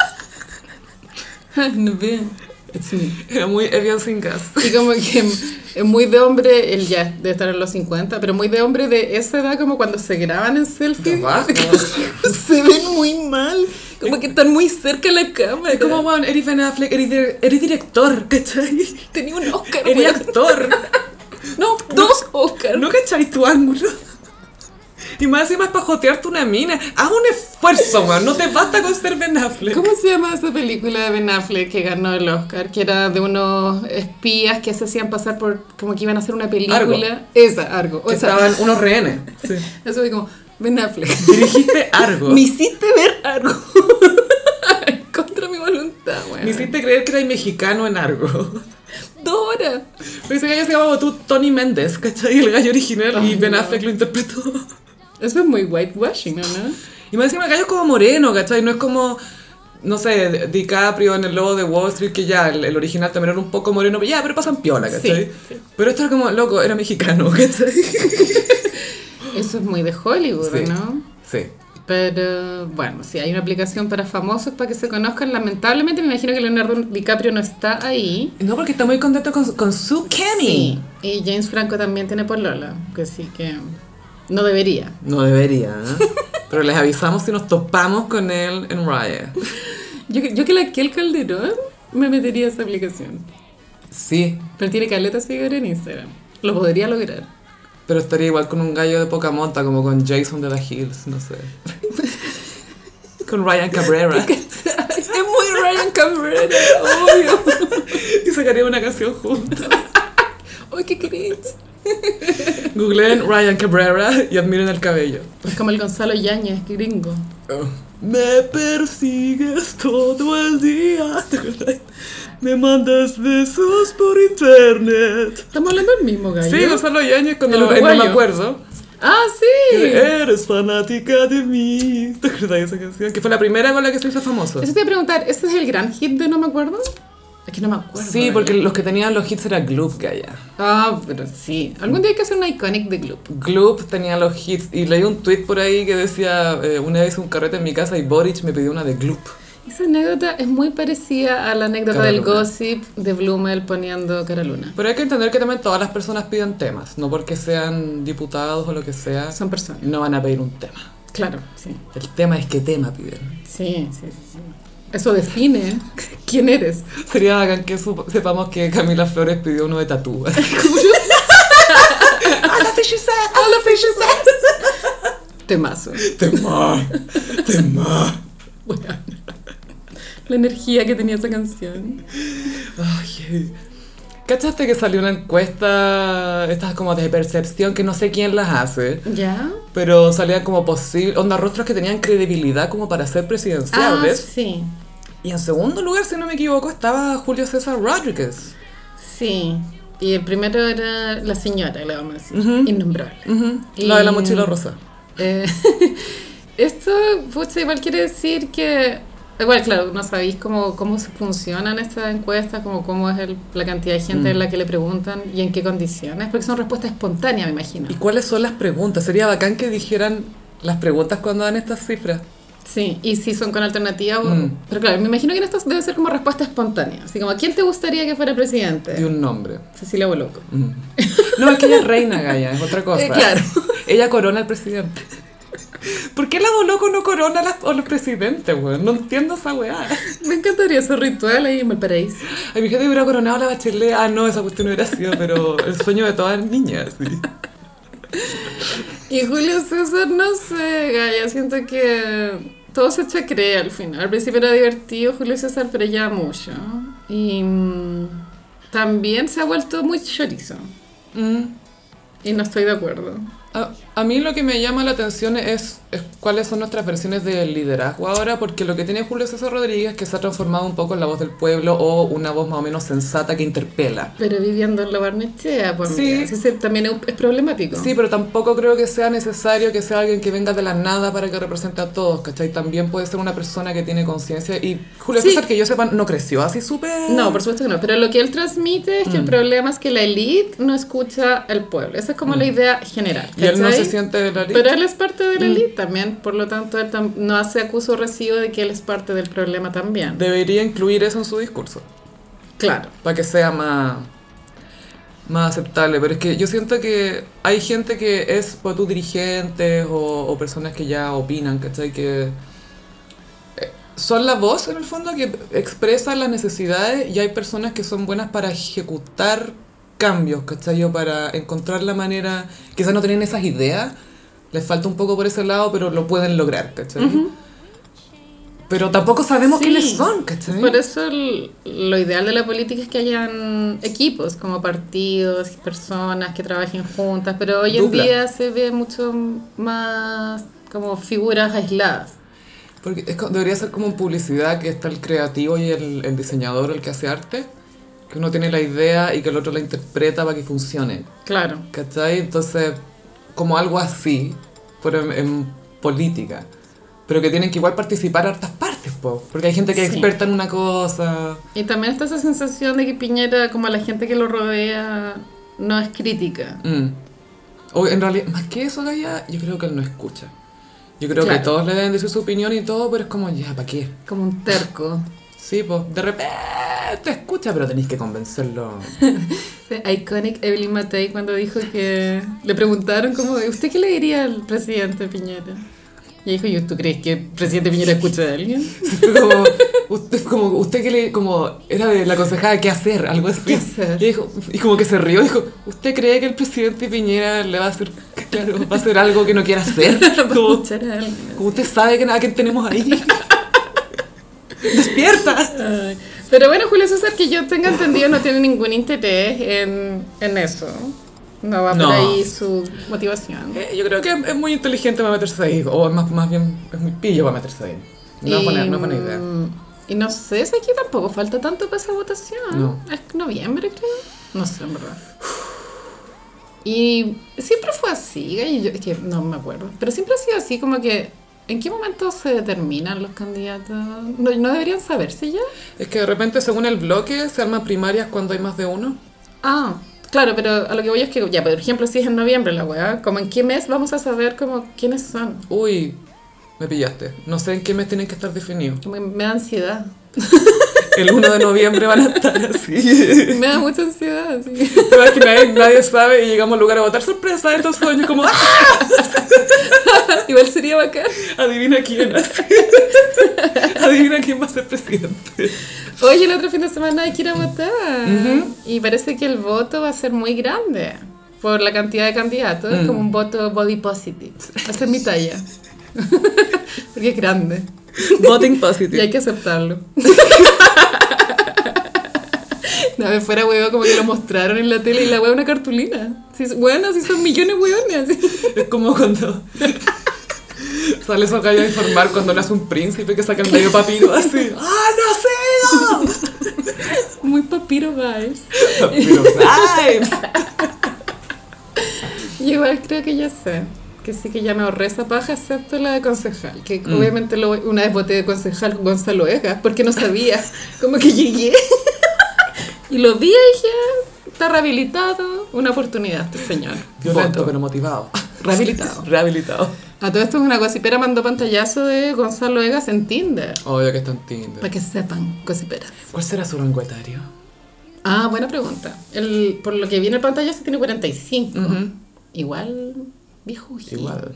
Nivine. It's me. Era muy Evian sin gas. Y como que es muy de hombre, él ya debe estar en los 50, pero muy de hombre de esa edad, como cuando se graban en selfie. Se ven muy mal. Como que están muy cerca de la cámara. Es como, bueno, eres Ben Affleck, eres director, ¿cachai? Tenía un Oscar. Eres actor. No, 2 Oscars. ¿No cachai tu ángulo? Y más encima es para jotearte una mina. Haz un esfuerzo, man. No te basta con ser Ben Affleck. ¿Cómo se llama esa película de Ben Affleck que ganó el Oscar? Que era de unos espías que se hacían pasar por como que iban a hacer una película. Argo. Argo. O sea, estaban unos rehenes. Sí. Eso fue como, Ben Affleck. Dirigiste Argo. Me hiciste ver Argo. Contra mi voluntad, güey. Me hiciste creer que eras mexicano en Argo. 2 horas. Pero ese gallo se llamaba tú Tony Méndez, ¿cachai? El gallo original. Y Ben Affleck lo interpretó. Eso es muy whitewashing, ¿no? Y más encima el gallo es como moreno, ¿cachai? No es como, no sé, DiCaprio en El Lobo de Wall Street, que ya el original también era un poco moreno, pero pero pasan piola, ¿cachai? Sí. Pero esto era como, loco, era mexicano, ¿cachai? Eso es muy de Hollywood, Sí. ¿no? Sí. Pero bueno, si hay una aplicación para famosos para que se conozcan, lamentablemente me imagino que Leonardo DiCaprio no está ahí. No, porque está muy contento con su Kemi. Sí. Y James Franco también tiene polola, que sí que no debería. No debería, ¿eh? Pero les avisamos si nos topamos con él en Raya. Yo que la Kel Calderón me metería a esa aplicación. Sí, Pero tiene caleta seguidor en Instagram. Lo podría lograr. pero estaría igual con un gallo de poca monta, como con Jason de The Hills, no sé. Con Ryan Cabrera. Es muy Ryan Cabrera, obvio. Y sacaría una canción juntos. ¡Ay, qué cringe! Googleen Ryan Cabrera y admiren el cabello. Es como el Gonzalo Yáñez, gringo. Me persigues todo el día. ¿Te acuerdas? Me mandas besos por internet. Estamos hablando del mismo gallo. Sí, Gonzalo Yáñez cuando El no me uruguayo. acuerdo. Ah, sí. Eres fanática de mí. ¿Te acuerdas de esa canción? Que fue la primera con la que se hizo famoso. Eso te iba a preguntar, ¿ese es el gran hit de No Me Acuerdo? Es que no me acuerdo. Sí, porque los que tenían los hits era Gloop, Gaya. Ah, pero sí. Algún día hay que hacer una iconic de Gloop. Gloop tenía los hits. Y leí un tweet por ahí que decía, una vez un carrete en mi casa y Boric me pidió una de Gloop. Esa anécdota es muy parecida a la anécdota Cara del Luna. gossip de Blumel poniendo Cara Luna. Pero hay que entender que también todas las personas piden temas. No porque sean diputados o lo que sea. Son personas. No van a pedir un tema. Claro, sí. El tema es qué tema piden. Sí. Eso define quién eres. Sería bacán que sepamos que Camila Flores pidió uno de tatú. Así como all the fish said. Temazo. Bueno, la energía que tenía esa canción. Ay, ¿cachaste que salió una encuesta, estas como de percepción, que no sé quién las hace? ¿Ya? Pero salían como rostros que tenían credibilidad como para ser presidenciables. Ah, sí. Y en segundo lugar, si no me equivoco, estaba Julio César Rodríguez. Sí. Y el primero era la señora, le vamos a decir. Innombrable. La de la mochila rosa. Esto, pucha, igual quiere decir que... Igual, claro, no sabéis cómo funcionan estas encuestas, cómo es la cantidad de gente en la que le preguntan y en qué condiciones, porque son respuestas espontáneas, me imagino. ¿Y cuáles son las preguntas? Sería bacán que dijeran las preguntas cuando dan estas cifras. Sí, y si son con alternativa, pero claro, me imagino que en esto debe ser como respuesta espontánea, así como, ¿a quién te gustaría que fuera presidente? Y un nombre. Cecilia Boloco. No, es que ella es reina, Gaya, es otra cosa. Claro. Ella corona al presidente. ¿Por qué la Boloco no corona a los presidentes, güey? No entiendo esa weá. Me encantaría ese ritual ahí en Valparaíso. Ay, mi gente hubiera coronado a la Bachelet. Ah, no, esa cuestión no hubiera sido, pero el sueño de todas las niñas, sí. Y Julio César, no sé, Gaya, siento que todo se chacrea al final. Al principio era divertido Julio César, pero ya mucho. Y también se ha vuelto muy chorizo. Y no estoy de acuerdo. A mí lo que me llama la atención es cuáles son nuestras versiones del liderazgo ahora, porque lo que tiene Julio César Rodríguez es que se ha transformado un poco en la voz del pueblo o una voz más o menos sensata que interpela. Pero viviendo en la Barnechea, pues sí. Mira, eso también es problemático. Sí, pero tampoco creo que sea necesario que sea alguien que venga de la nada para que represente a todos, ¿cachai? También puede ser una persona que tiene conciencia y Julio César, que yo sepa, no creció así súper... No, por supuesto que no, pero lo que él transmite es que el problema es que la élite no escucha al pueblo. Esa es como la idea general, ¿cachai? Y él no se siente de la élite. Pero él es parte de la élite también, por lo tanto él no hace acuso recibo de que él es parte del problema también. Debería incluir eso en su discurso. Claro. Para que sea más aceptable, pero es que yo siento que hay gente que es pues, dirigentes o personas que ya opinan, ¿cachai? Que son la voz en el fondo que expresa las necesidades y hay personas que son buenas para ejecutar cambios, ¿cachai? O para encontrar la manera, quizás no tienen esas ideas, les falta un poco por ese lado, pero lo pueden lograr, ¿cachai? Pero tampoco sabemos quiénes son, ¿cachai? Por eso lo ideal de la política es que hayan equipos, como partidos, personas que trabajen juntas, pero hoy en día se ve mucho más como figuras aisladas. Porque debería ser como en publicidad, que está el creativo y el diseñador, el que hace arte, que uno tiene la idea y que el otro la interpreta para que funcione. Claro. ¿Cachai? Entonces, como algo así, pero en política. Pero que tienen que igual participar a hartas partes, porque hay gente que es experta en una cosa. Y también está esa sensación de que Piñera, como la gente que lo rodea, no es crítica. O en realidad, más que eso, Gaya, yo creo que él no escucha. Yo creo que todos le deben decir su opinión y todo, pero es como, ya, ¿para qué? Como un terco. Sí, pues, de repente te escucha, pero tenéis que convencerlo. Iconic Evelyn Matei cuando dijo que... Le preguntaron como, ¿usted qué le diría al presidente Piñera? Y dijo, ¿tú crees que el presidente Piñera escucha a alguien? Usted que le... Como, era de la aconsejada ¿qué hacer? Algo así. ¿Qué hacer? Y como que se rió, dijo, ¿usted cree que el presidente Piñera le va a hacer... Claro, va a hacer algo que no quiera hacer? Como, escuchar a alguien. Como usted sabe a quién tenemos ahí. ¡Despierta! Ay. Pero bueno, Julio César, que yo tenga entendido, no tiene ningún interés en eso. No va por ahí su motivación. Yo creo que es muy inteligente para meterse ahí. O más bien es muy pillo para meterse ahí. No es buena idea. Y no sé, si aquí tampoco falta tanto para esa votación. No. Es noviembre, creo. No sé, en verdad. Y siempre fue así, es que no me acuerdo. Pero siempre ha sido así, como que... ¿En qué momento se determinan los candidatos? ¿No deberían saberse ya? Es que de repente, según el bloque, se arman primarias cuando hay más de uno. Ah, claro, pero a lo que voy es que, ya, por ejemplo, si es en noviembre la weá, como en qué mes vamos a saber como quiénes son. Uy, me pillaste. No sé en qué mes tienen que estar definidos. Me da ansiedad. El 1 de noviembre van a estar así. Me da mucha ansiedad, sí. Pero es que nadie sabe y llegamos al lugar a votar. ¡Sorpresa! Estos sueños como... ¡ah! Igual sería bacán. Adivina quién. Adivina quién va a ser presidente. Oye, el otro fin de semana hay que ir a votar. Y parece que el voto va a ser muy grande. Por la cantidad de candidatos. Es como un voto body positive. Esa es mi talla. Porque es grande. Voting positive. Y hay que aceptarlo. Una vez fuera huevo como que lo mostraron en la tele y la hueá una cartulina. Bueno, si son millones hueones. Es como cuando sale esos gallos a informar cuando nace un príncipe que saca el medio papiro así. ¡Ah, no sé! Muy papiro vibes. Papiro vibes. Yo igual creo que ya sé. Que sí que ya me ahorré esa paja, excepto la de concejal. Que obviamente una vez voté de concejal Gonzalo Egas porque no sabía. Como que llegué. Y lo vi y dije, está rehabilitado, una oportunidad este señor. Violento, pero motivado. Rehabilitado. Rehabilitado. A todo esto es una gossipera mandó pantallazo de Gonzalo Egas en Tinder. Obvio que está en Tinder. Para que sepan, gossiperas. ¿Cuál será su rango etario? Ah, buena pregunta. Por lo que vi en el pantallazo tiene 45. Igual viejo. Igual.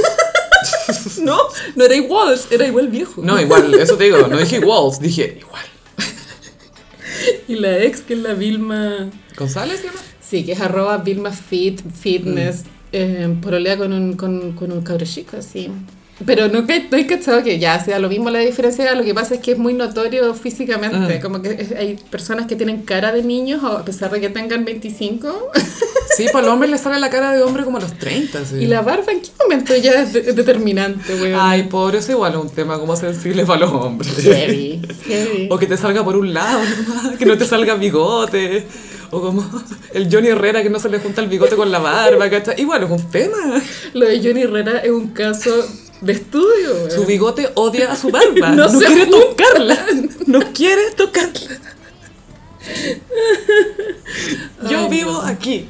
No era igual, era igual viejo. No, igual, eso te digo, no dije igual, dije igual. Y la ex, que es la Vilma... ¿González se llama? Sí, que es @Vilma Fitness. Pololea con un cabro chico, así. Pero no hay cachado que ya sea lo mismo la diferencia. Lo que pasa es que es muy notorio físicamente. Como que hay personas que tienen cara de niños a pesar de que tengan 25. Sí, para el hombre le sale la cara de hombre como a los 30. Sí. Y la barba, ¿en qué momento ya es determinante, weón? Ay, pobre, eso igual es un tema como sensible para los hombres. Heavy. O que te salga por un lado, que no te salga bigote. O como el Johnny Herrera que no se le junta el bigote con la barba, ¿cachai? Igual es un tema. Lo de Johnny Herrera es un caso de estudio, weón. Su bigote odia a su barba. No quiere juntan. tocarla. No quiere tocarla. Yo vivo aquí.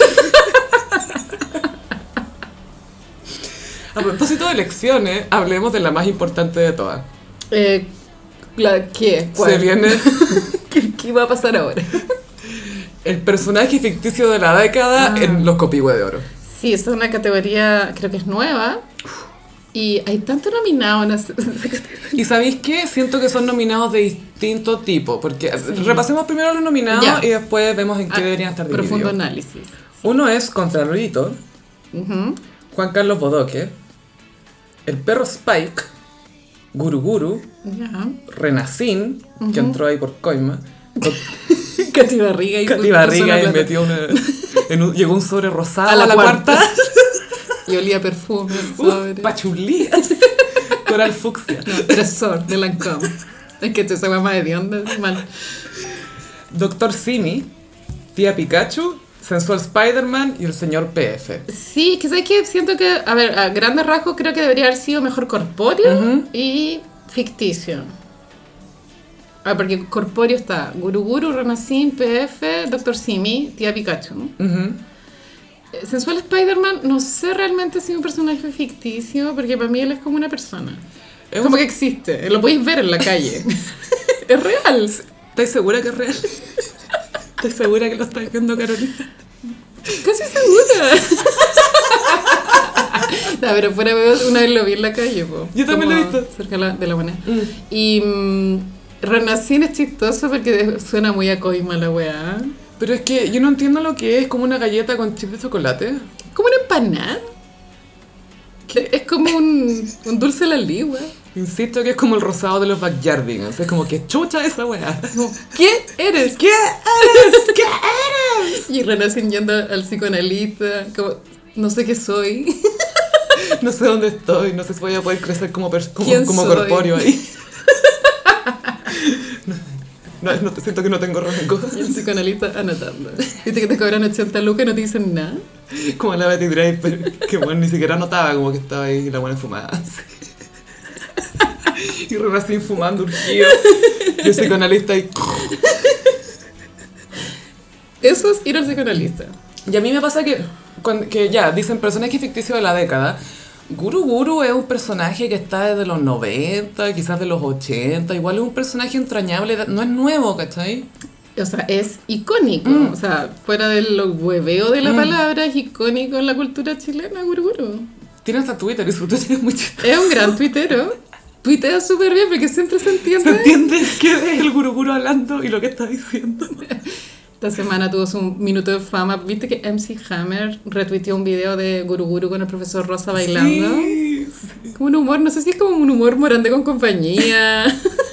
A propósito de elecciones, hablemos de la más importante de todas. ¿Qué? ¿Cuál? Se viene ¿Qué va a pasar ahora? el personaje ficticio de la década en los Copihue de Oro. Sí, esa es una categoría, creo que es nueva. Y hay tanto nominado en esa categoría. ¿Y sabéis qué? Siento que son nominados de distinto tipo. Porque repasemos primero los nominados y después vemos en qué deberían estar divididos. Profundo análisis. Uno es Contralorito, Juan Carlos Bodoque, El Perro Spike, Guru Guru, Renacín, que entró ahí por coima, Katy Barriga y metió llegó un sobre rosado a la cuarta. Y olía perfume el sobre. Pachulías. Coral fucsia. No, Tresor de Lancôme. Es que esa hueá más hedionda, es mal. Doctor Simi, Tía Pikachu, Sensual Spider-Man y el señor PF. Sí, que sabes que siento que, a ver, a grandes rasgos creo que debería haber sido mejor corpóreo y ficticio. Porque corpóreo está Guru Guru, Renacín, PF, Doctor Simi, Tía Pikachu. Sensual Spider-Man, no sé realmente si es un personaje ficticio, porque para mí él es como una persona. Es como que existe, lo podéis ver en la calle. Es real. ¿Estás segura que es real? ¿Estás segura que lo estás viendo, Carolina? Casi segura. No, pero fuera una vez lo vi en la calle, po. Yo también lo he visto. Cerca de la moneda. Y Renacín es chistoso porque suena muy a coima la weá. Pero es que yo no entiendo lo que es como una galleta con chip de chocolate. Como una empanada. Es como un dulce a la ligua. Insisto que es como el rosado de los Backyardigans. Es como que chucha esa weá. ¿Qué eres? ¿Qué eres? ¿Qué eres? Y Renacín yendo al psicoanalista. Como, no sé qué soy. No sé dónde estoy. No sé si voy a poder crecer como corpóreo ahí. No, te siento que no tengo rango. Y el psicoanalista anotando. Viste que te cobran 80 lucas y no te dicen nada. Como la Betty Draper, que bueno, ni siquiera notaba como que estaba ahí la buena fumada. Y Renacín fumando urgido. Y el psicoanalista ahí. Eso es ir al psicoanalista. Y a mí me pasa que ya, dicen personaje ficticio de la década. Guru Guru es un personaje que está desde los 90, quizás de los 80. Igual es un personaje entrañable, no es nuevo, ¿cachai? O sea, es icónico. O sea, fuera del hueveo de la palabra, es icónico en la cultura chilena, Guru Guru. Tiene hasta Twitter y su Twitter es muy chistoso. Es un gran tuitero. Tuitea súper bien porque siempre se entiende. Se entiende que es el guruguru hablando y lo que está diciendo. Esta semana tuvo su minuto de fama. ¿Viste que MC Hammer retuiteó un video de Guruguru con el profesor Rosa bailando? Sí. Como un humor, no sé si es como un humor Morandé con compañía.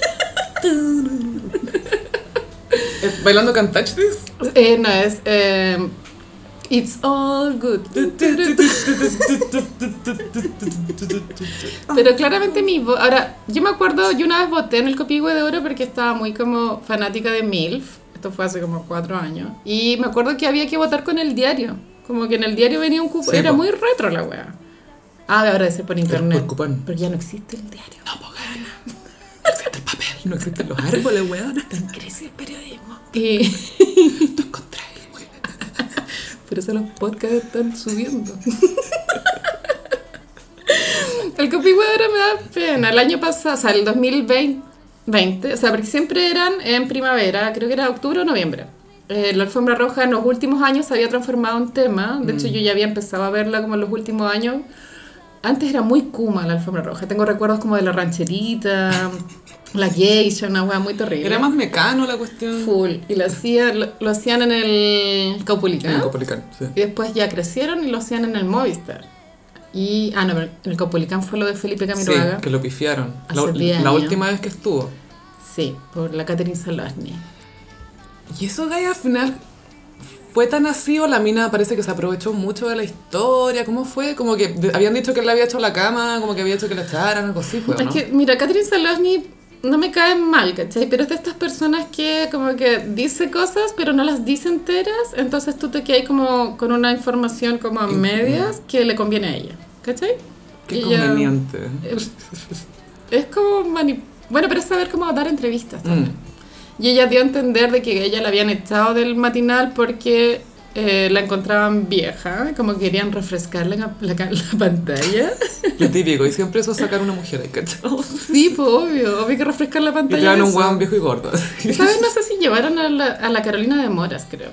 ¿Bailando Can't Touch This? No, es... It's all good. Pero claramente mi voz... Ahora, yo me acuerdo, yo una vez voté en el Copihue de Oro porque estaba muy como fanática de MILF. Esto fue hace como 4 años. Y me acuerdo que había que votar con el diario. Como que en el diario venía un cupón. Sí, era muy retro la wea. Ahora debe ser por internet. Por cupón. Pero ya no existe el diario. No, pues no existe el papel, no existen los árboles, weón. Crece el periodismo. Tú encontrás, weón. Por eso los podcasts están subiendo. El Copihue ahora me da pena. El año pasado, o sea, el 2020, o sea, porque siempre eran en primavera, creo que era octubre o noviembre. La alfombra roja en los últimos años se había transformado en tema. De hecho, yo ya había empezado a verla como en los últimos años. Antes era muy Kuma la alfombra roja. Tengo recuerdos como de la rancherita, la geisha, una hueá muy terrible. Era más mecano la cuestión. Full. Y lo hacían en el Caupolicán. En el Caupolicán, sí. Y después ya crecieron y lo hacían en el Movistar. Y, no, pero en el Caupolicán fue lo de Felipe Camiroaga. Sí, que lo pifiaron. La última vez que estuvo. Sí, por la Catherine Salosny. Y eso, Gaia, al final fue tan así, o la mina parece que se aprovechó mucho de la historia. ¿Cómo fue? Como que habían dicho que él le había hecho la cama, como que había hecho que la echaran, algo así, ¿fue, o no? Es que, mira, Catherine Salosny no me cae mal, ¿cachai? Pero es de estas personas que como que dice cosas, pero no las dice enteras. Entonces tú te quedas como con una información como a medias que le conviene a ella, ¿cachai? Qué conveniente. Es como bueno, pero es saber cómo dar entrevistas también. Y ella dio a entender de que ella la habían echado del matinal porque la encontraban vieja, como que querían refrescarle la pantalla. Lo típico, y siempre eso es sacar una mujer ahí, ¿cachai? Sí, pues obvio que refrescar la pantalla. Y te dan un hueón viejo y gordo. ¿Sabes? No sé si llevaron a la Carolina de Moras, creo.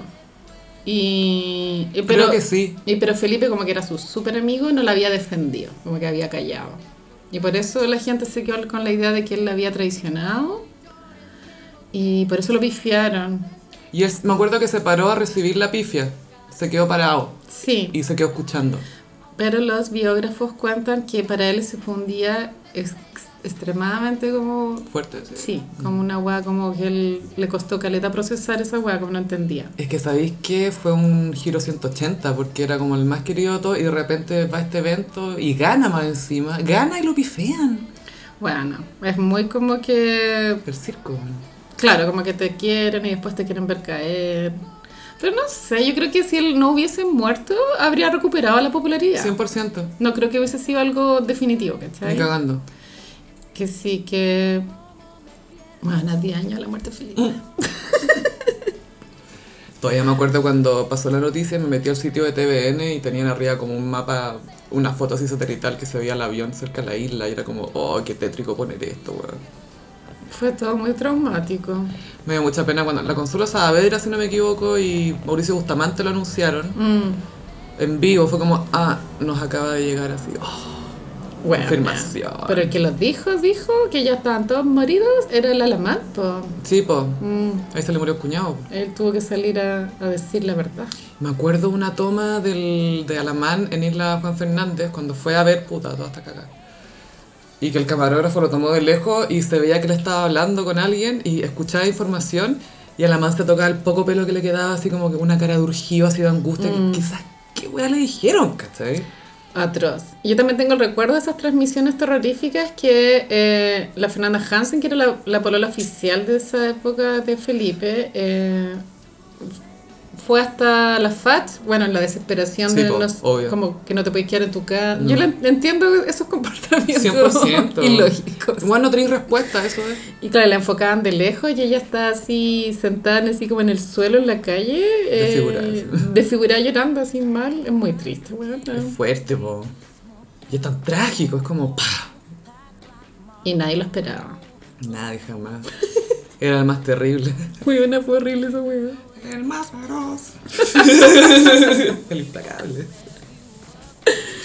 Creo que sí. Pero Felipe, como que era su súper amigo, no la había defendido, como que había callado. Y por eso la gente se quedó con la idea de que él la había traicionado. Y por eso lo pifiaron. Y él, me acuerdo que se paró a recibir la pifia. Se quedó parado. Sí. Y se quedó escuchando. Pero los biógrafos cuentan que para él ese fue un día extremadamente como... Fuerte, sí. Sí, como una hueá como que él le costó caleta procesar esa hueá, como no entendía. Es que sabéis que fue un giro 180, porque era como el más querido de todo, y de repente va a este evento y gana más encima. Gana y lo pifean. Bueno, es muy como que... El circo, bueno. Claro, como que te quieren y después te quieren ver caer. Pero no sé, yo creo que si él no hubiese muerto, habría recuperado la popularidad. 100%. No creo que hubiese sido algo definitivo, ¿cachai? Ni cagando. Que sí, que... Bueno, 10 años a la muerte de Felipe. Todavía me acuerdo cuando pasó la noticia, me metí al sitio de TVN y tenían arriba como un mapa, una foto así satelital que se veía el avión cerca de la isla y era como, oh, qué tétrico poner esto, weón. Fue todo muy traumático. Me dio mucha pena cuando la Consuelo Saavedra, si no me equivoco, y Mauricio Bustamante lo anunciaron en vivo. Fue como, nos acaba de llegar así. Bueno, confirmación. Pero el que los dijo que ya estaban todos moridos, era el Alamán, po. Sí, po. Ahí se le murió el cuñado. Él tuvo que salir a decir la verdad. Me acuerdo una toma de Alamán en Isla Juan Fernández cuando fue a ver, puta, toda esta cagada. Y que el camarógrafo lo tomó de lejos y se veía que le estaba hablando con alguien y escuchaba información y Alamán se tocaba el poco pelo que le quedaba así como que una cara de urgido, así de angustia, que quizás, ¿qué weá le dijeron, cachai? Atroz. Yo también tengo el recuerdo de esas transmisiones terroríficas que la Fernanda Hansen, que era la polola oficial de esa época de Felipe, fue hasta la FAT, bueno, en la desesperación de como que no te puedes quedar en tu casa. Yo entiendo esos comportamientos 100% ilógicos. Igual no tenéis respuesta a eso, Y claro, la enfocaban de lejos y ella está así sentada así como en el suelo en la calle, desfigurada llorando así mal. Es muy triste, bueno, Es fuerte, po. Y es tan trágico, es como ¡pah! Y nadie lo esperaba. Nadie jamás. Era el más terrible. Muy buena, fue horrible esa weá. El más feroz. El implacable.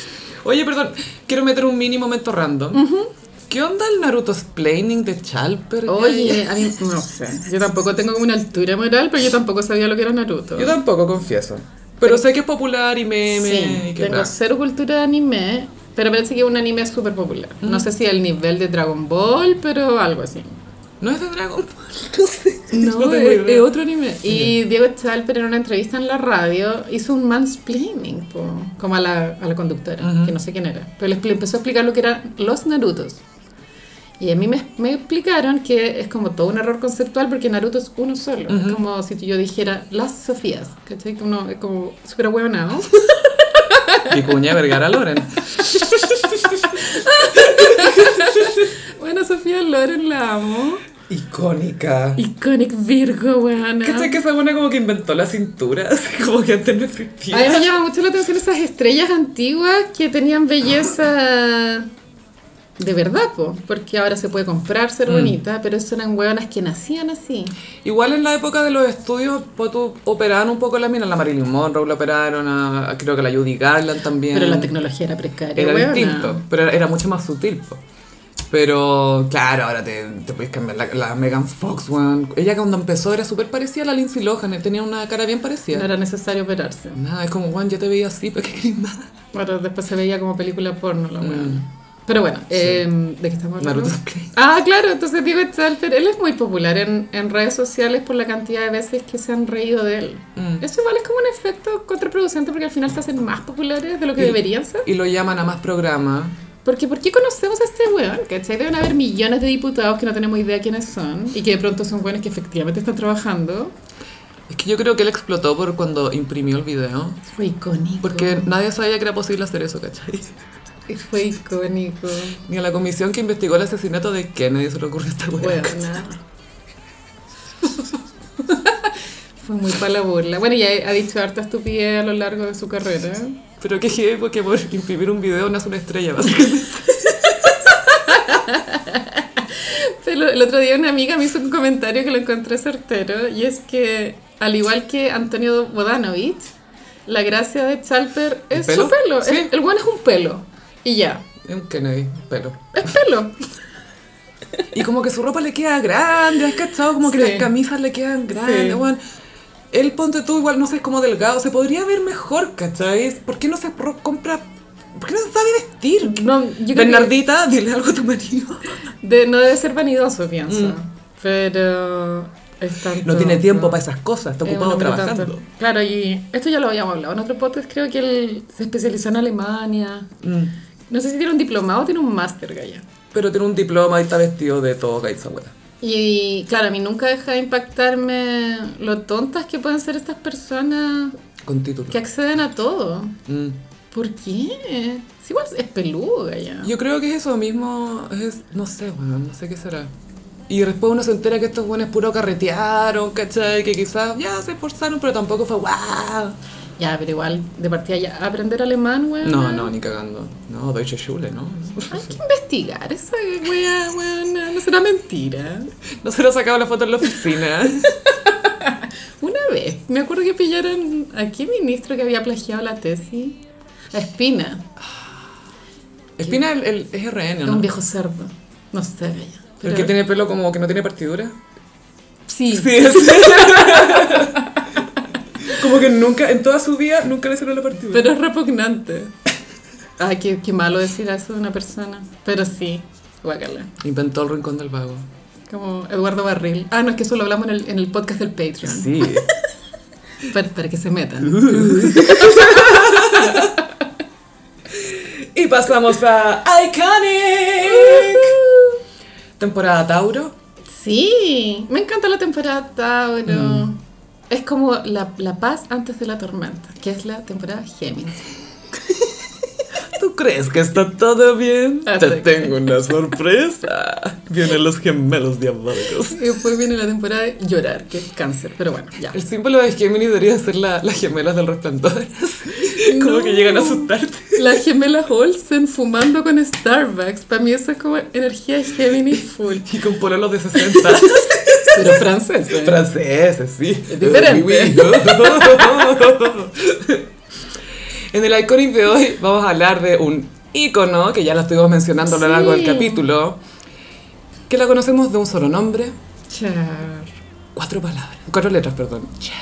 Oye, perdón, quiero meter un mini momento random. ¿Qué onda el Naruto-splaining de Chalper? Oye, a mí no sé. Yo tampoco tengo como una altura moral, pero yo tampoco sabía lo que era Naruto. Yo tampoco, confieso. Pero sé que es popular y meme. Sí, y que tengo cero cultura de anime, pero parece que es un anime súper popular. No sé si al nivel de Dragon Ball, pero algo así. No es de Dragon Ball, no sé. No, es otro anime. Y Diego Chalper en una entrevista en la radio hizo un mansplaining, como a la conductora, que no sé quién era. Pero le empezó a explicar lo que eran los Narutos. Y a mí me explicaron que es como todo un error conceptual porque Naruto es uno solo. Es como si yo dijera las Sofías, ¿cachai? Que uno es como súper ahueonado. Vicuña Vergara Loren. Bueno, Sofía Loren la amo. Icónica. Iconic Virgo, weona. ¿Cachai que esa buena como que inventó la cintura? Así como que antes no existía. A mí me llama mucho la atención esas estrellas antiguas que tenían belleza de verdad, porque ahora se puede comprar ser bonita, pero eso eran hueonas que nacían así. Igual en la época de los estudios, operaban un poco las minas. La Marilyn Monroe la operaron, creo que la Judy Garland también. Pero la tecnología era precaria, era distinto, pero era mucho más sutil, Pero, claro, ahora te puedes cambiar la Megan Fox, weón. Ella cuando empezó era súper parecida a la Lindsay Lohan, tenía una cara bien parecida. No era necesario operarse. Nada, es como, weón, ya te veía así, ¿para qué querés más? Bueno, después se veía como película porno, la weón. Pero bueno, sí. ¿De qué estamos hablando? Naruto. Claro, entonces Diego Chalper, él es muy popular en redes sociales por la cantidad de veces que se han reído de él. Eso igual es como un efecto contraproducente porque al final se hacen más populares de lo que deberían ser. Y lo llaman a más programas. Porque ¿por qué conocemos a este weón? ¿Cachai? Deben haber millones de diputados que no tenemos idea quiénes son y que de pronto son weones que efectivamente están trabajando. Es que yo creo que él explotó por cuando imprimió el video. Fue icónico. Porque nadie sabía que era posible hacer eso, ¿cachai? Fue icónico. Ni a la comisión que investigó el asesinato de Kennedy se le ocurrió esta weá. Nada. Fue muy para la burla. Bueno, ya ha dicho harta estupidez a lo largo de su carrera. Pero qué heavy, porque por imprimir un video nace una estrella, básicamente. Pero el otro día una amiga me hizo un comentario que lo encontré certero, y es que, al igual que Antonio Bodanovich, la gracia de Chalper es su pelo. ¿Sí? El bueno es un pelo. Y ya. Es un Kennedy, pelo. Es pelo. Y como que su ropa le queda grande, ¿has cachado? Como que las camisas le quedan grandes, bueno. Él, ponte tú, igual no sé, es como delgado. Se podría ver mejor, ¿cachai? ¿Por qué no se compra? ¿Por qué no se sabe vestir? No, Bernardita, dile algo a tu marido. No debe ser vanidoso, pienso. Pero... no tiene tiempo para esas cosas, está ocupado trabajando. Tanto. Claro, y esto ya lo habíamos hablado en otro podcast, creo que él se especializó en Alemania. No sé si tiene un diplomado o tiene un máster, Gaya. Pero tiene un diploma y está vestido de todo, Gaya, esa weá. Y claro, a mí nunca deja de impactarme lo tontas que pueden ser estas personas con título que acceden a todo. ¿Por qué? Si igual es peludo, Gaya. Yo creo que es eso mismo, no sé, bueno, no sé qué será. Y después uno se entera que estos buenos puro carretearon, ¿cachai? Que quizás ya se esforzaron, pero tampoco fue ¡guau! Ya, pero igual, de partida ya, aprender alemán, weón. No, ni cagando. No, Deutsche Schule, ¿no? Hay que investigar esa weá, weón. No será mentira. No se lo sacaba la foto en la oficina. Una vez, me acuerdo que pillaron a qué ministro que había plagiado la tesis. A Espina. Espina es RN, ¿no? Es un viejo cerdo. No sé, ella. ¿El que tiene pelo como que no tiene partidura? Sí. Como que nunca, en toda su vida, nunca le salió la partidura. Pero es repugnante. Ay, qué malo decir eso de una persona. Pero sí, guácala. Inventó el rincón del vago. Como Eduardo Barril. No, es que eso lo hablamos en el podcast del Patreon. Sí. para que se metan. Y pasamos a Iconic. ¿Temporada Tauro? Sí, me encanta la temporada Tauro. Es como la paz antes de la tormenta, que es la temporada Géminis. ¿Tú crees que está todo bien? Te tengo una sorpresa. Vienen los gemelos diabólicos. Y después viene la temporada de llorar, que es Cáncer, pero bueno, ya. El símbolo de Géminis debería ser las gemelas del Resplandor. Como que llegan a asustarte. Las gemelas Olsen fumando con Starbucks. Para mí eso es como energía de Géminis full. Y con pololos de 60. Pero franceses. Franceses, sí. Es diferente. En el Iconic de hoy vamos a hablar de un ícono, que ya lo estuvimos mencionando a lo largo del capítulo, que la conocemos de un solo nombre. Cher. 4 letras, perdón. Cher.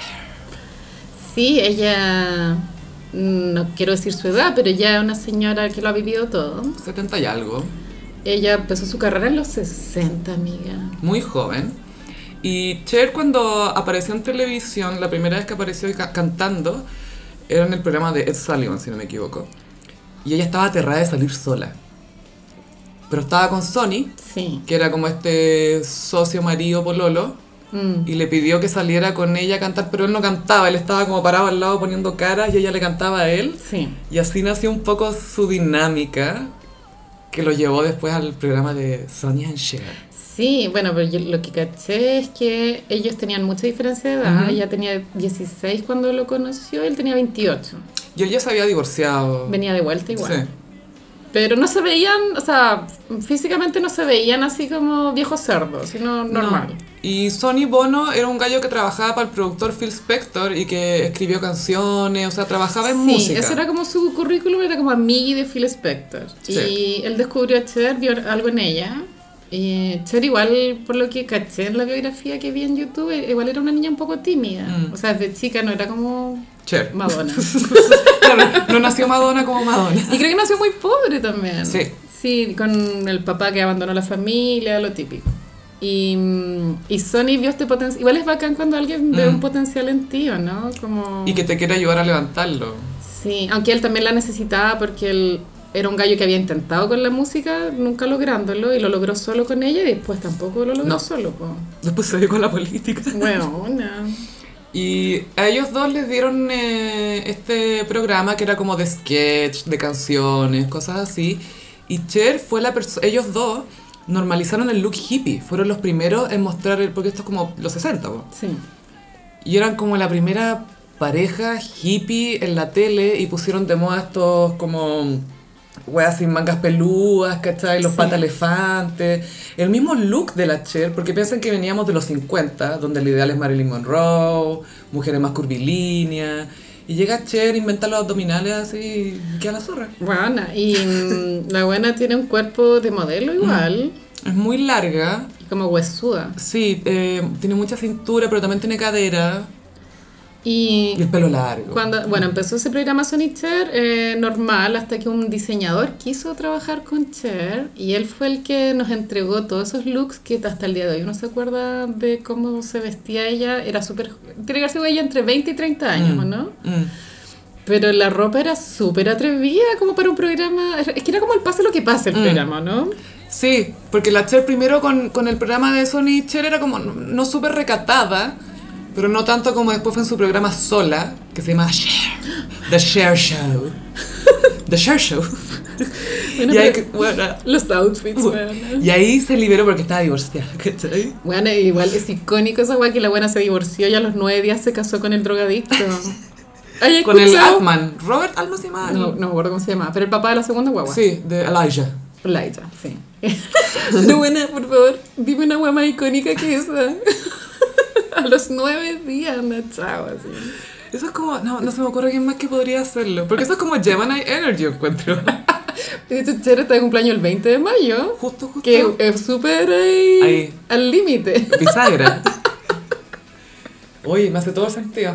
Sí, ella... No quiero decir su edad, pero ella es una señora que lo ha vivido todo. 70 y algo. Ella empezó su carrera en los 60, amiga. Muy joven. Y Cher, cuando apareció en televisión, la primera vez que apareció cantando, era en el programa de Ed Sullivan, si no me equivoco. Y ella estaba aterrada de salir sola. Pero estaba con Sonny, Sí. que era como este socio marido pololo, y le pidió que saliera con ella a cantar, pero él no cantaba, él estaba como parado al lado poniendo caras y ella le cantaba a él. Sí. Y así nació un poco su dinámica, que lo llevó después al programa de Sonny and Cher. Sí, bueno, pero yo lo que caché es que ellos tenían mucha diferencia de edad. Ella tenía 16 cuando lo conoció, él tenía 28. Y él ya se había divorciado. Venía de vuelta igual. Sí. Pero no se veían, o sea, físicamente no se veían así como viejos cerdos, sino normal. No. Y Sonny Bono era un gallo que trabajaba para el productor Phil Spector y que escribió canciones, o sea, trabajaba en música. Sí, ese era como su currículum, era como amigo de Phil Spector. Sí. Y él descubrió a Cher, vio algo en ella. Y Cher igual, por lo que caché en la biografía que vi en YouTube, igual era una niña un poco tímida. O sea, desde chica no era como Cher. Madonna. Claro, no nació Madonna como Madonna. Y creo que nació muy pobre también. Sí. Sí, con el papá que abandonó la familia, lo típico. Y Sonny vio este potencial. Igual es bacán cuando alguien ve un potencial en ti, ¿o no? Como... Y que te quiere ayudar a levantarlo. Sí, aunque él también la necesitaba porque él era un gallo que había intentado con la música, nunca lográndolo, y lo logró solo con ella, y después tampoco lo logró solo. Po. Después se dio con la política. Bueno, no. Y a ellos dos les dieron este programa que era como de sketch, de canciones, cosas así. Y Cher fue ellos dos normalizaron el look hippie. Fueron los primeros en mostrar, porque esto es como los 60, po. Sí. Y eran como la primera pareja hippie en la tele y pusieron de moda estos como weas sin mangas peludas, ¿cachai? Los patas elefantes. El mismo look de la Cher, porque piensan que veníamos de los 50, donde el ideal es Marilyn Monroe, mujeres más curvilíneas. Y llega Cher, inventa los abdominales así y queda la zorra. Bueno, y la buena tiene un cuerpo de modelo igual. Es muy larga. Y como huesuda. Sí, tiene mucha cintura, pero también tiene cadera. Y el pelo largo. Cuando, bueno, empezó ese programa Sonny Cher, normal, hasta que un diseñador quiso trabajar con Cher y él fue el que nos entregó todos esos looks que hasta el día de hoy uno se acuerda de cómo se vestía ella. Era súper... Tiene que haber sido ella entre 20 y 30 años, ¿no? Pero la ropa era súper atrevida como para un programa... Es que era como el pase lo que pase el programa, ¿no? Sí, porque la Cher primero con el programa de Sonny Cher era como no súper recatada, pero no tanto como después fue en su programa sola, que se llama Cher, The Cher Show. The Cher Show. Bueno, y ahí, los outfits, bueno. Y ahí se liberó porque estaba divorciada, ¿cachai? Bueno, igual es icónico esa weá que la buena se divorció y a los 9 días se casó con el drogadicto. Con el Altman. Robert Altman se llama. No me acuerdo cómo se llama, pero el papá de la segunda guagua. Sí, de Elijah. Elijah, sí. No, buena, por favor, dime una weá más icónica que esa. A los 9 días, una chava, así. Eso es como, no se me ocurre quién más que podría hacerlo. Porque eso es como Gemini Energy, encuentro. De hecho, Cher está de cumpleaños el 20 de mayo. Justo. Que es súper ahí, al límite. Bisagra. Oye, me hace todo sentido.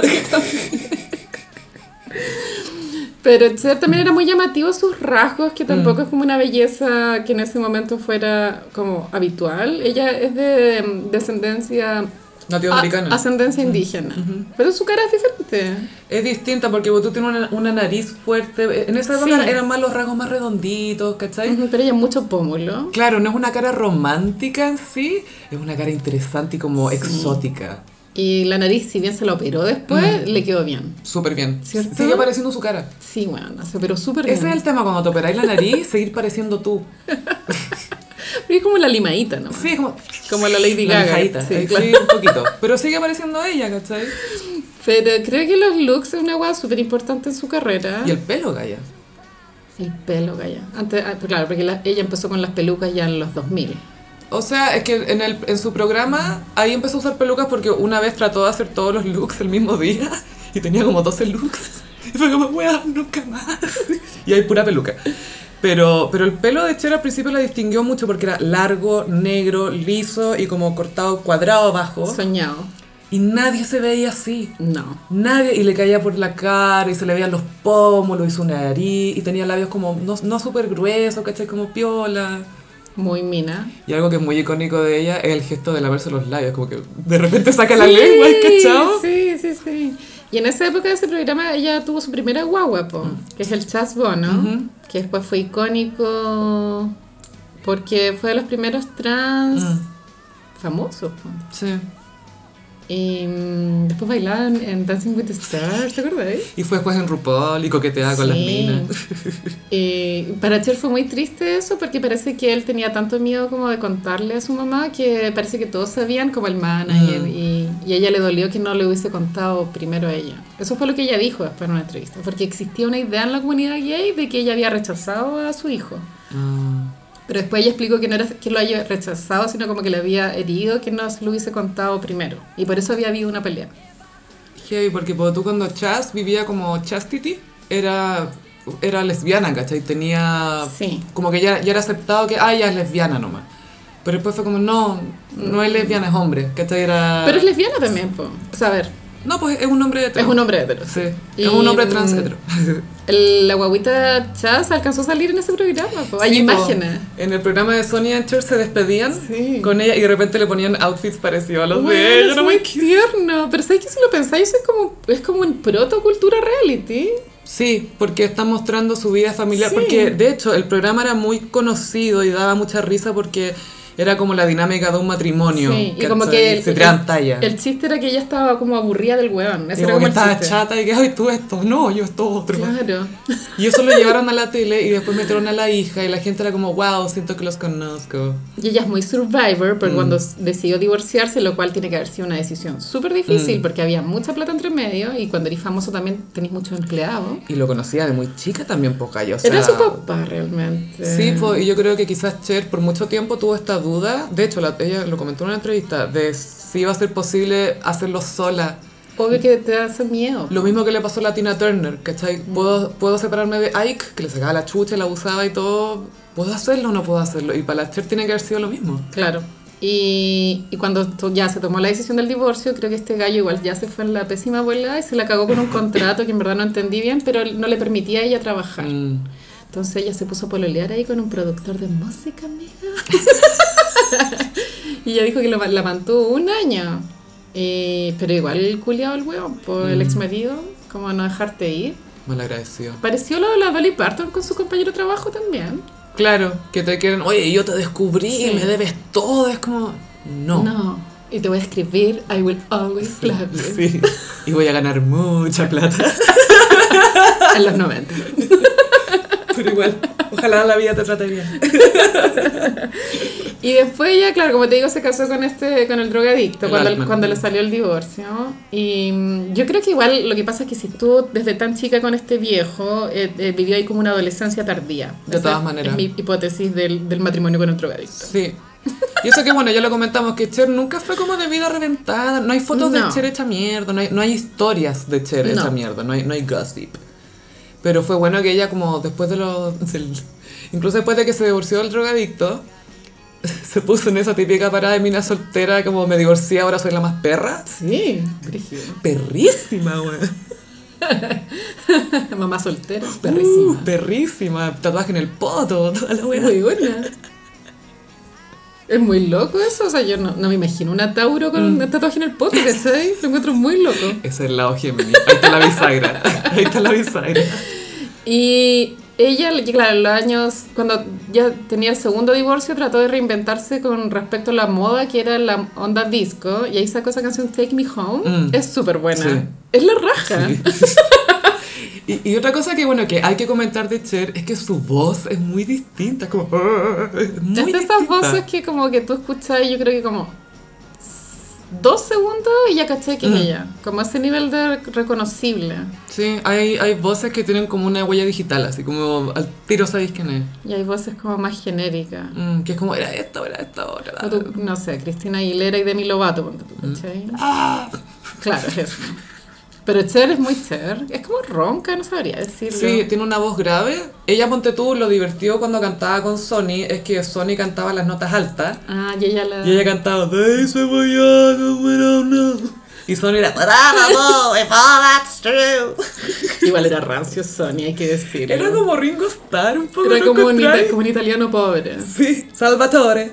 Pero Cher también era muy llamativo sus rasgos, que tampoco es como una belleza que en ese momento fuera como habitual. Ella es de descendencia... Nativoamericana. Ascendencia indígena. Pero su cara es diferente. Es distinta porque tú tienes una nariz fuerte. En esa época eran más los rasgos más redonditos, ¿cachai? Pero ella es mucho pómulo. Claro, no es una cara romántica en sí, es una cara interesante y como exótica. Y la nariz, si bien se la operó después, le quedó bien. Súper bien. ¿Cierto? Sigue pareciendo su cara. Sí, bueno, se operó súper bien. Ese es el tema, cuando te operáis la nariz, seguir pareciendo tú. Pero es como la limadita, ¿no? Sí, como la Lady Gaga. Sí, claro. Sí, un poquito. Pero sigue apareciendo ella, ¿cachai? Pero creo que los looks es una hueá súper importante en su carrera. Y el pelo, Gaya. El pelo, Gaya. Antes, claro, porque ella empezó con las pelucas ya en los 2000. O sea, es que en su programa ahí empezó a usar pelucas porque una vez trató de hacer todos los looks el mismo día y tenía como 12 looks. Y fue como, weón, nunca más. Y hay pura peluca. Pero el pelo de Cher al principio la distinguió mucho porque era largo, negro, liso y como cortado cuadrado abajo. Soñado. Y nadie se veía así. No. Nadie. Y le caía por la cara y se le veían los pómulos y su nariz. Y tenía labios como, no súper gruesos, ¿cachai? Como piola. Muy mina. Y algo que es muy icónico de ella es el gesto de lavarse los labios. Como que de repente saca la lengua, ¿cachao? Sí. Y en esa época de ese programa ella tuvo su primera guagua, que es el Chaz Bono, que después fue icónico porque fue de los primeros trans famosos. Sí. Y después bailaba en Dancing with the Stars, ¿te acuerdas? Y fue después en RuPaul y coqueteaba con las minas. Para Cher fue muy triste eso porque parece que él tenía tanto miedo como de contarle a su mamá que parece que todos sabían, como el manager, y a ella le dolió que no le hubiese contado primero a ella. Eso fue lo que ella dijo después en una entrevista, porque existía una idea en la comunidad gay de que ella había rechazado a su hijo. Pero después ella explicó que no era que lo haya rechazado, sino como que le había herido, que no se lo hubiese contado primero. Y por eso había habido una pelea. Heavy, porque tú cuando Chas vivía como Chastity, era lesbiana, ¿cachai? Tenía... Sí. Como que ya era aceptado que, ya es lesbiana nomás. Pero después fue como, no es lesbiana, es hombre, ¿cachai? Pero es lesbiana también, po. O sea, a ver... No, pues es un hombre hetero. Es un hombre hetero. Sí. Es un hombre trans hetero. La guaguita Chaz alcanzó a salir en ese programa, po. Hay imágenes. En el programa de Sonny and Cher se despedían con ella y de repente le ponían outfits parecidos a los de ella. Es muy tierno. Pero ¿sabes que si lo pensáis? Es como en protocultura reality. Sí, porque está mostrando su vida familiar. Sí. Porque de hecho el programa era muy conocido y daba mucha risa porque... Era como la dinámica de un matrimonio. Sí, y como que se tiraban tallas. El chiste era que ella estaba como aburrida del hueón. Ese era como que estaba chata y que, ay, tú esto, no, yo esto otro. Claro. Y eso lo llevaron a la tele y después metieron a la hija y la gente era como, wow, siento que los conozco. Y ella es muy survivor, porque cuando decidió divorciarse, lo cual tiene que haber sido una decisión súper difícil, porque había mucha plata entre medio y cuando eres famoso también tenés muchos empleados. Y lo conocía de muy chica también, poca yo. Era su papá realmente. Sí, y yo creo que quizás Cher por mucho tiempo tuvo esta duda. De hecho, ella lo comentó en una entrevista de si iba a ser posible hacerlo sola. Obvio que te hace miedo. Lo mismo que le pasó a la Tina Turner, ¿cachai? ¿Puedo separarme de Ike, que le sacaba la chucha, la abusaba y todo? ¿Puedo hacerlo o no puedo hacerlo? Y para la Cher tiene que haber sido lo mismo. Claro. Y cuando ya se tomó la decisión del divorcio, creo que este gallo igual ya se fue en la pésima bola y se la cagó con un contrato que en verdad no entendí bien, pero no le permitía a ella trabajar. Entonces ella se puso a pololear ahí con un productor de música, amiga. Y ella dijo que la mantuvo un año. Pero igual el culiao el hueón, por el ex marido, como no dejarte ir. Malagradecido. Pareció lo de la Dolly Parton con su compañero de trabajo también. Claro, que te quieren, oye, yo te descubrí, me debes todo. Es como, no. Y te voy a escribir, I will always love you. Sí. Y voy a ganar mucha plata. En los 90. Pero igual, ojalá la vida te trate bien. Y después ella, claro, como te digo, se casó con el drogadicto cuando le salió el divorcio. Y yo creo que igual lo que pasa es que si estuvo desde tan chica con este viejo, vivió ahí como una adolescencia tardía. De todas maneras. Es mi hipótesis del matrimonio con el drogadicto. Sí. Y eso que bueno, ya lo comentamos, que Cher nunca fue como de vida reventada. No hay fotos de Cher hecha mierda, no hay historias de Cher hecha mierda, no hay gossip. Pero fue bueno que ella como después incluso después de que se divorció del drogadicto, se puso en esa típica parada de mina soltera como me divorcié, ahora soy la más perra. Sí, brígido. Perrísima, güey. Mamá soltera, perrísima. Perrísima, tatuaje en el poto, toda la weá. Muy buena. Es muy loco eso, o sea, yo no me imagino una Tauro con un tatuaje en el poto, ¿cachai? Lo encuentro muy loco. Ese es el lado Gemini, ahí está la bisagra. Y ella, claro, en los años, cuando ya tenía el segundo divorcio, trató de reinventarse con respecto a la moda, que era la onda disco, y ahí sacó esa canción Take Me Home, es súper buena, sí. Es la raja. Sí. Y otra cosa que bueno que hay que comentar de Cher es que su voz es muy distinta, es como es muy distinta. Esas voces que como que tú escuchas y yo creo que como 2 segundos y ya caché que es ella, como ese nivel de reconocible. Sí, hay voces que tienen como una huella digital, así como al tiro sabéis quién es. Y hay voces como más genéricas. Que es como, era esta otra. No sé, Cristina Aguilera y Demi Lovato, ¿cachai? Ah. Claro, es eso. Pero Cher es muy Cher. Es como ronca, no sabría decirlo. Sí, tiene una voz grave. Ella, ponte tú, lo divertido cuando cantaba con Sony es que Sony cantaba las notas altas. Ah, y ella Y ella cantaba They say my young, we don't know. Y Sony era But I don't know if all that's true. Igual era rancio Sony, hay que decirlo. Era como Ringo Starr un poco. Era como un italiano pobre. Sí, Salvatore.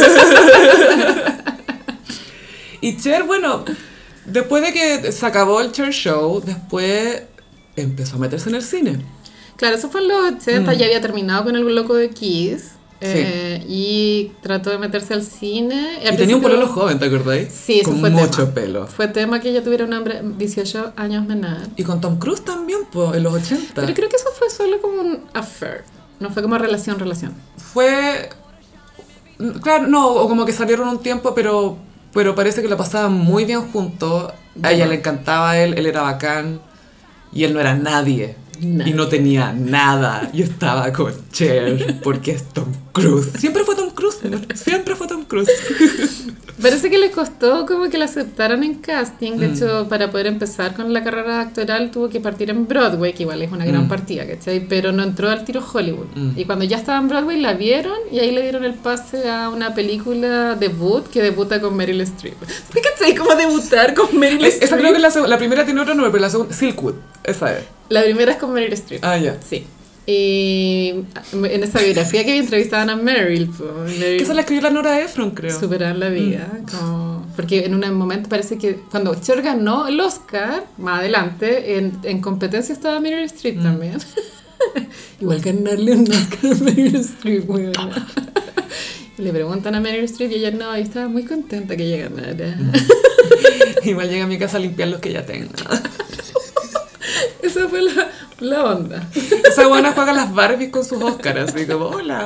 Y Cher, bueno, después de que se acabó el Cher Show, después empezó a meterse en el cine. Claro, eso fue en los 80, ya había terminado con el loco de Kiss. Sí. Y trató de meterse al cine. Y tenía un pololo joven, ¿te acordáis? Sí, eso con fue mucho tema. pelo. Fue tema que ella tuviera un hombre 18 años menor. Y con Tom Cruise también, pues, en los 80. Pero creo que eso fue solo como un affair. No fue como relación. Fue... Claro, no, o como que salieron un tiempo, pero parece que lo pasaban muy bien juntos. A ella le encantaba él era bacán. Y él no era nadie. Y no tenía nada. Y estaba con Cher, porque es Tom Cruise. Siempre fue Tom Cruise. Siempre fue Tom Cruise. Parece que le costó como que la aceptaran en casting. De hecho, para poder empezar con la carrera actoral tuvo que partir en Broadway, que igual es una gran partida, ¿cachai? Pero no entró al tiro Hollywood. Y cuando ya estaba en Broadway la vieron y ahí le dieron el pase a una película debut que debuta con Meryl Streep. ¿Sí, cachai? ¿Cómo debutar con Meryl Streep? Esa creo que la primera tiene otro nombre, pero la segunda... Silkwood, esa es. La primera es con Meryl Streep. Ah, ya. Sí. Y en esa biografía que entrevistaban a Meryl, Que esa la escribió la Nora Ephron, creo. Superar la vida. Porque en un momento parece que cuando Cher ganó el Oscar, más adelante, en competencia estaba Meryl Streep también. Igual ganarle un Oscar a Meryl Streep, muy buena. Y le preguntan a Meryl Streep y ella no, y estaba muy contenta que ella ganara. Igual llega a mi casa a limpiar los que ya tenga. Esa fue la onda. Esa buena juega las Barbies con sus Oscars, así como, hola.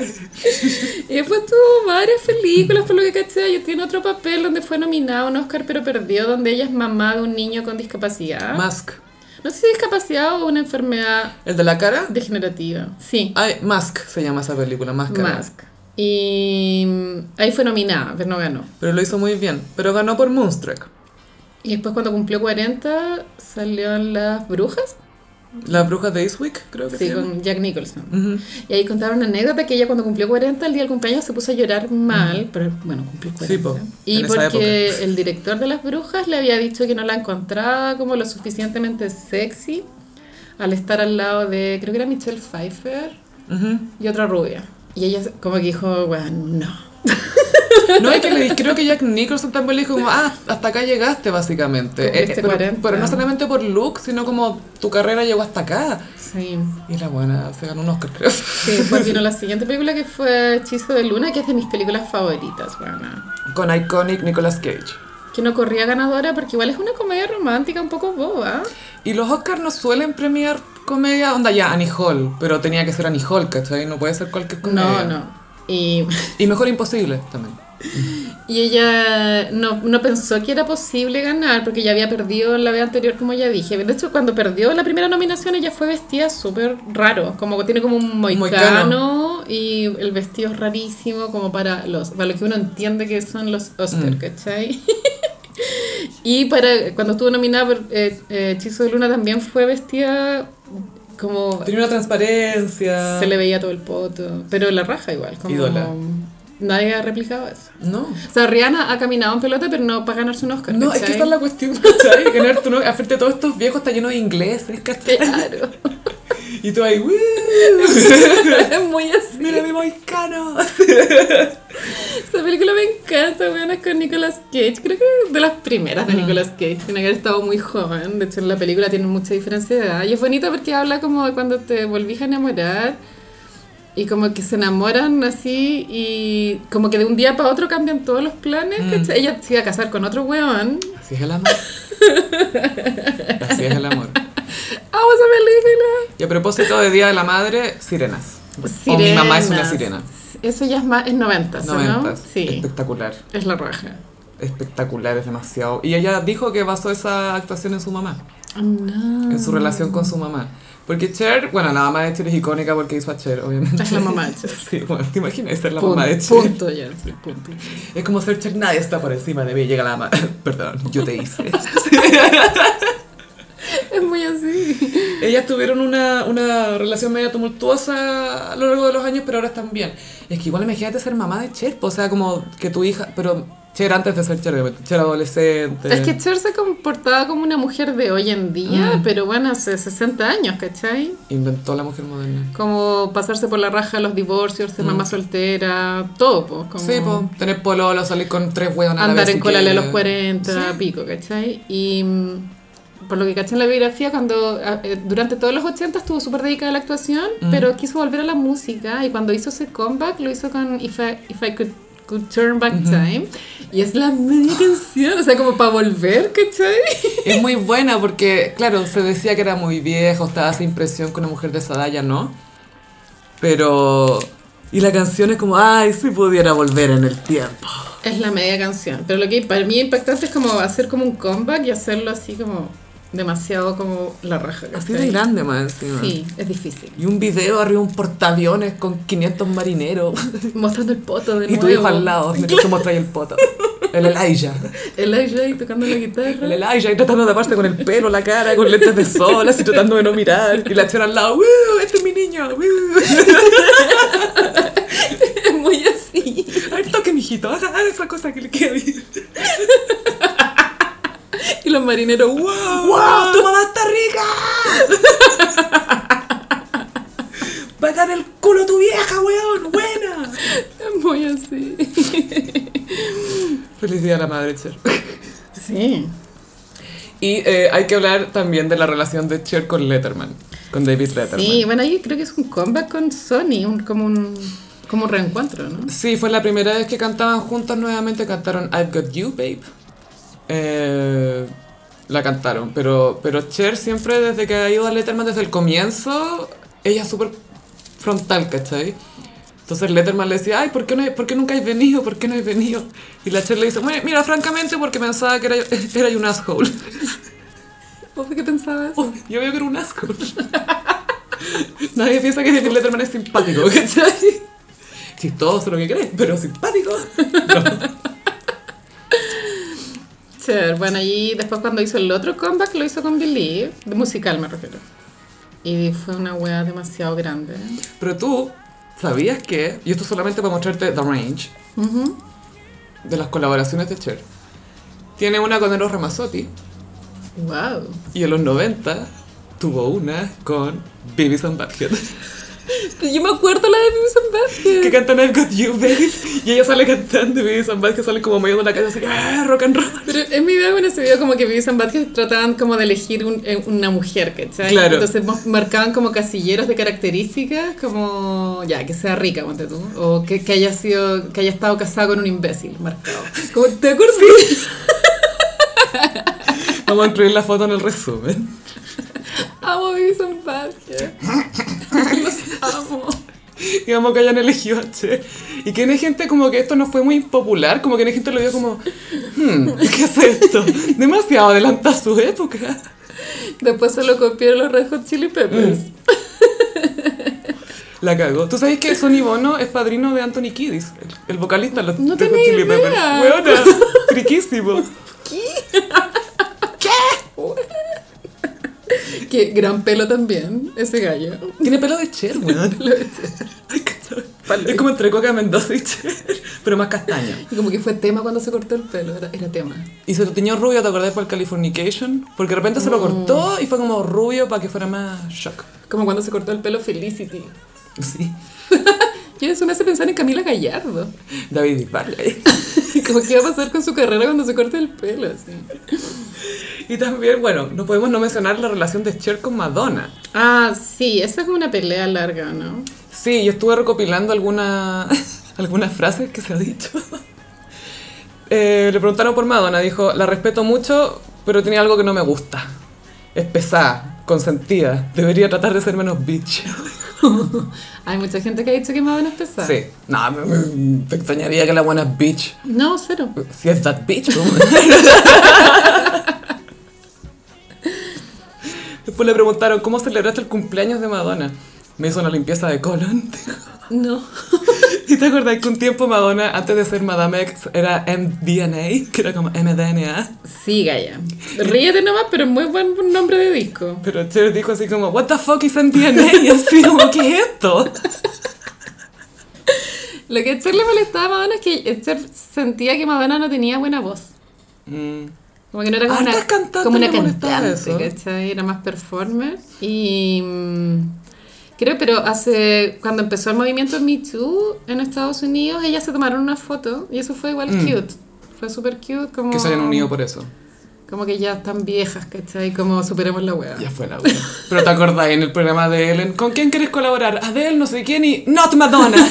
Y después tuvo varias películas, por lo que caché. Ella tiene otro papel donde fue nominada a un Oscar, pero perdió, donde ella es mamá de un niño con discapacidad. Mask. No sé si discapacidad o una enfermedad ¿El de la cara? degenerativa. Sí. Ay, Mask se llama esa película, Máscara. Mask. Y ahí fue nominada, pero no ganó. Pero lo hizo muy bien. Pero ganó por Moonstruck. Y después cuando cumplió 40 salió en Las Brujas. Las Brujas de Eastwick, creo que sí. Sí, con Jack Nicholson. Y ahí contaron una anécdota que ella cuando cumplió 40, el día del cumpleaños se puso a llorar mal, pero bueno, cumplió 40. Sí, po, y porque el director de Las Brujas le había dicho que no la encontraba como lo suficientemente sexy al estar al lado de, creo que era Michelle Pfeiffer y otra rubia. Y ella como que dijo, bueno, no. No, es que creo que Jack Nicholson también le dijo como, hasta acá llegaste básicamente. Pero no solamente por look, sino como tu carrera llegó hasta acá. Sí. Y la buena, se ganó un Oscar, creo. Sí, después vino la siguiente película que fue Hechizo de Luna, que es de mis películas favoritas, bueno. Con iconic Nicolas Cage. Que no corría ganadora porque igual es una comedia romántica un poco boba. Y los Oscars no suelen premiar comedia, onda ya, Annie Hall, pero tenía que ser Annie Hall, ¿cachai? No puede ser cualquier comedia. No. Y Mejor Imposible también. Y ella no pensó que era posible ganar porque ya había perdido la vez anterior, como ya dije. De hecho, cuando perdió la primera nominación, ella fue vestida súper raro. Como que tiene como un moicano y el vestido es rarísimo, como para lo que uno entiende que son los Oscars, ¿cachai? Y cuando estuvo nominada por Hechizo de Luna también fue vestida como... Tenía una transparencia. Se le veía todo el poto, pero la raja igual. Como, ídola. Nadie ha replicado eso. No. O sea, Rihanna ha caminado en pelota, pero no para ganarse un Oscar. No, ¿cachai? es que esa es la cuestión, ¿cachai? Ganar tu Oscar. Frente a todos estos viejos está lleno de ingleses, ¿cachai? Claro. Y tú ahí, ¡woo! Es muy así. ¡Mira mi moicano! Esa película me encanta, weón, es con Nicolas Cage. Creo que es de las primeras de Nicolas Cage. Tiene que haber estado muy joven. De hecho, en la película tiene mucha diferencia de edad. Y es bonita porque habla como de cuando te volvís a enamorar. Y como que se enamoran así y como que de un día para otro cambian todos los planes, ¿cachai? Ella se iba a casar con otro weón. Así es el amor. Así es el amor. ¡Amo esa película! Y a propósito de Día de la Madre, sirenas. O mi mamá es una sirena. Eso ya es 90s, ¿no? Sí. Espectacular. Es la raja. Espectacular, es demasiado. Y ella dijo que basó esa actuación en su mamá. Oh, no. En su relación con su mamá. Porque Cher, bueno, la mamá de Cher es icónica porque hizo a Cher, obviamente. Es la mamá de Cher. Sí, bueno, te imaginas ser la mamá de Cher. Punto ya, sí, punto. Es como ser Cher, nadie está por encima de mí, llega la mamá. Perdón, yo te hice. Es muy así. Ellas tuvieron una relación media tumultuosa a lo largo de los años, pero ahora están bien. Es que igual imagínate ser mamá de Cher, o sea, como que tu hija... Pero Cher antes de ser Cher, Cher adolescente. Es que Cher se comportaba como una mujer de hoy en día, pero bueno, hace 60 años, ¿cachai? Inventó la mujer moderna. Como pasarse por la raja de los divorcios, ser mamá soltera, todo, pues. Como Sí, pues, tener pololo, salir con 3 huevos a la andar vez en si colale a quieres. los 40, pico, ¿cachai? Y por lo que caché en la biografía, cuando durante todos los 80 estuvo súper dedicada a la actuación, pero quiso volver a la música, y cuando hizo ese comeback lo hizo con If I Could Turn Back Time, y es la media canción, o sea, como para volver, ¿cachai? Es muy buena porque, claro, se decía que era muy viejo, estaba esa impresión que una mujer de esa edad ya no. Pero... Y la canción es como, ay, si pudiera volver en el tiempo. Es la media canción, pero lo que para mí es impactante es como hacer como un comeback y hacerlo así como demasiado como la raja, Así ¿cachai? de grande más encima. Sí, es difícil. Y un video arriba de un portaaviones con 500 marineros. Mostrando el poto de Y tu hijo al lado, mientras tú mostras el poto. El Elijah. El AJ tocando la guitarra. El Elijah ahí tratando de taparse con el pelo, la cara, con lentes de sol, así tratando de no mirar. Y la Cher al lado, ¡Woo! ¡Este es mi niño! ¡Woo! Es muy así. ¡Ay, toque, mijito! Haga esa cosa que le queda bien. Y los marineros, ¡wow! ¡Wow! ¡Tu mamá está rica! ¡Bacán el culo tu vieja, weón! ¡Buena! Es muy así. Feliz día a la madre, Cher. Sí. Y hay que hablar también de la relación de Cher con Letterman, con David Letterman. Sí, bueno, ahí creo que es un comeback con Sony, como un reencuentro, ¿no? Sí, fue la primera vez que cantaban juntas nuevamente, cantaron I've Got You, Babe. La cantaron, pero Cher siempre, desde que ha ido a Letterman, desde el comienzo, ella es súper frontal, ¿cachai? Entonces Letterman le decía, ay, ¿por qué nunca has venido? ¿Por qué no has venido? Y la Cher le dice, bueno, mira, francamente, porque pensaba que era un asshole. ¿Vos qué pensabas? Oh, yo veo que era un asshole. Nadie piensa que David Letterman es simpático, ¿cachai? Chistoso lo que crees, pero simpático. No. Cher, bueno, y después cuando hizo el otro comeback lo hizo con Believe, de musical me refiero. Y fue una wea demasiado grande. Pero tú, ¿sabías que, y esto solamente para mostrarte the range de las colaboraciones de Cher, tiene una con Eros Ramazzotti, Wow. y en los 90 tuvo una con Beavis and Butthead, Yo me acuerdo la de Beavis and Butthead. que cantan I've Got You, baby, y ella sale cantando y Beavis and Butthead sale como medio de la calle así, rock and roll. Pero en mi vida, bueno, se vio como que Beavis and Butthead trataban como de elegir una mujer, ¿cachai? Claro. Entonces marcaban como casilleros de características, como, ya, que sea rica, ponte tú, o que haya estado casada con un imbécil, marcado. Como, ¿te acuerdas? Vamos a incluir la foto en el resumen. Amo a Beavis and Butthead. Los amo. Digamos que hayan elegido a Cher. Y que hay gente como que esto no fue muy popular, como que hay gente lo vio como, ¿qué es esto? Demasiado adelanta a su época. Después se lo copiaron los Red Hot Chili Peppers. La cagó. ¿Tú sabes que Sonny Bono es padrino de Anthony Kiedis? El vocalista de los No Red Hot tenía Chili idea. Peppers. Weona, friquísimo. Que gran pelo también, ese gallo. Tiene pelo de Cher, weón. Pelo de Cher. Ay, cacho. Es como entre Coca Mendoza y Cher, pero más castaño. Y como que fue tema cuando se cortó el pelo, era tema. Y se lo teñió rubio, ¿te acordás por el Californication? Porque de repente se lo cortó y fue como rubio para que fuera más shock. Como cuando se cortó el pelo Felicity. Sí. Y eso me hace pensar en Camila Gallardo. David Barley. Como qué va a pasar con su carrera cuando se corte el pelo, así. Y también, bueno, no podemos no mencionar la relación de Cher con Madonna. Ah, sí, esa es como una pelea larga, ¿no? Sí, yo estuve recopilando algunas frases que se ha dicho. Le preguntaron por Madonna, dijo, la respeto mucho, pero tiene algo que no me gusta. Es pesada, consentida, debería tratar de ser menos bitch. Hay mucha gente que ha dicho que Madonna es pesada. Sí, no, me extrañaría que la buena es bitch. No, cero. Si es that bitch, ¿cómo? Después le preguntaron, ¿cómo celebraste el cumpleaños de Madonna? Me hizo una limpieza de colon. No. ¿Y te acordás que un tiempo Madonna, antes de ser Madame X, era MDNA, que era como MDNA? Sí, Gaia. Ríete nomás, pero es muy buen nombre de disco. Pero Cher dijo así como, what the fuck is MDNA? Y así como, ¿qué es esto? Lo que a Cher le molestaba a Madonna es que Cher sentía que Madonna no tenía buena voz. Como que no era como una cantante, ¿cachai? Era más performer. Y creo, pero cuando empezó el movimiento Me Too en Estados Unidos, ellas se tomaron una foto y eso fue igual cute. Fue súper cute. Como, que se hayan unido por eso. Como que ya están viejas, ¿cachai? Como superemos la wea. Ya fue la wea. Pero te acordás en el programa de Ellen, ¿con quién querés colaborar? Adele, no sé quién y Not Madonna.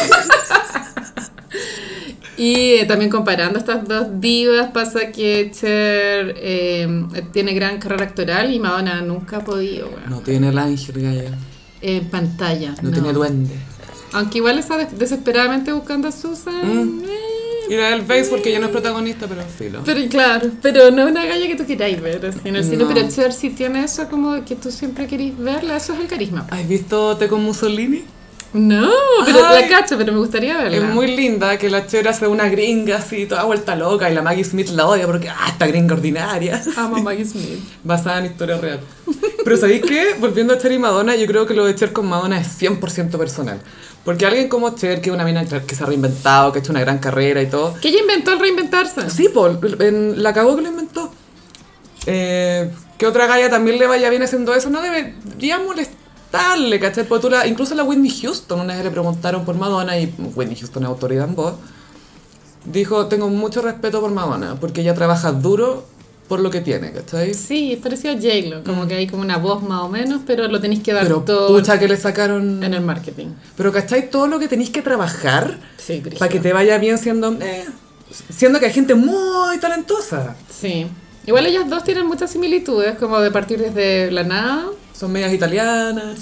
Y también comparando estas dos divas, pasa que Cher tiene gran carrera actoral y Madonna nunca ha podido. Bueno. No tiene el ángel, Gaia. En pantalla. No tiene duende. Aunque igual está desesperadamente buscando a Susan. Y la del Bates porque ella no es protagonista, pero filo. Pero claro, pero no es una galla que tú queráis ver así en el cine. Pero Cher sí tiene eso como que tú siempre querís verla, eso es el carisma. ¿Has visto Te con Mussolini? No, pero la cacho, pero me gustaría verla. Es muy linda que la Cher hace una gringa así, toda vuelta loca, y la Maggie Smith la odia porque, esta gringa ordinaria. Amo a Maggie Smith. Basada en historia real. Pero ¿sabéis qué? Volviendo a Cher y Madonna, yo creo que lo de Cher con Madonna es 100% personal. Porque alguien como Cher, que es una mina que se ha reinventado, que ha hecho una gran carrera y todo... Que ella inventó el reinventarse. Sí, la cagó que lo inventó. Que otra galla también le vaya bien haciendo eso, no debería molestarle, ¿cachai? Porque incluso la Whitney Houston, una vez le preguntaron por Madonna, y Whitney Houston es autoridad en voz, dijo, tengo mucho respeto por Madonna, porque ella trabaja duro por lo que tiene, ¿cachai? Sí, es parecido a J-Lo, como que hay como una voz más o menos, pero lo tenéis que dar pero todo pucha que le sacaron en el marketing. Pero ¿cachai? Todo lo que tenéis que trabajar sí, para que te vaya bien siendo que hay gente muy talentosa. Sí. Igual ellas dos tienen muchas similitudes, como de partir desde la nada. Son medias italianas.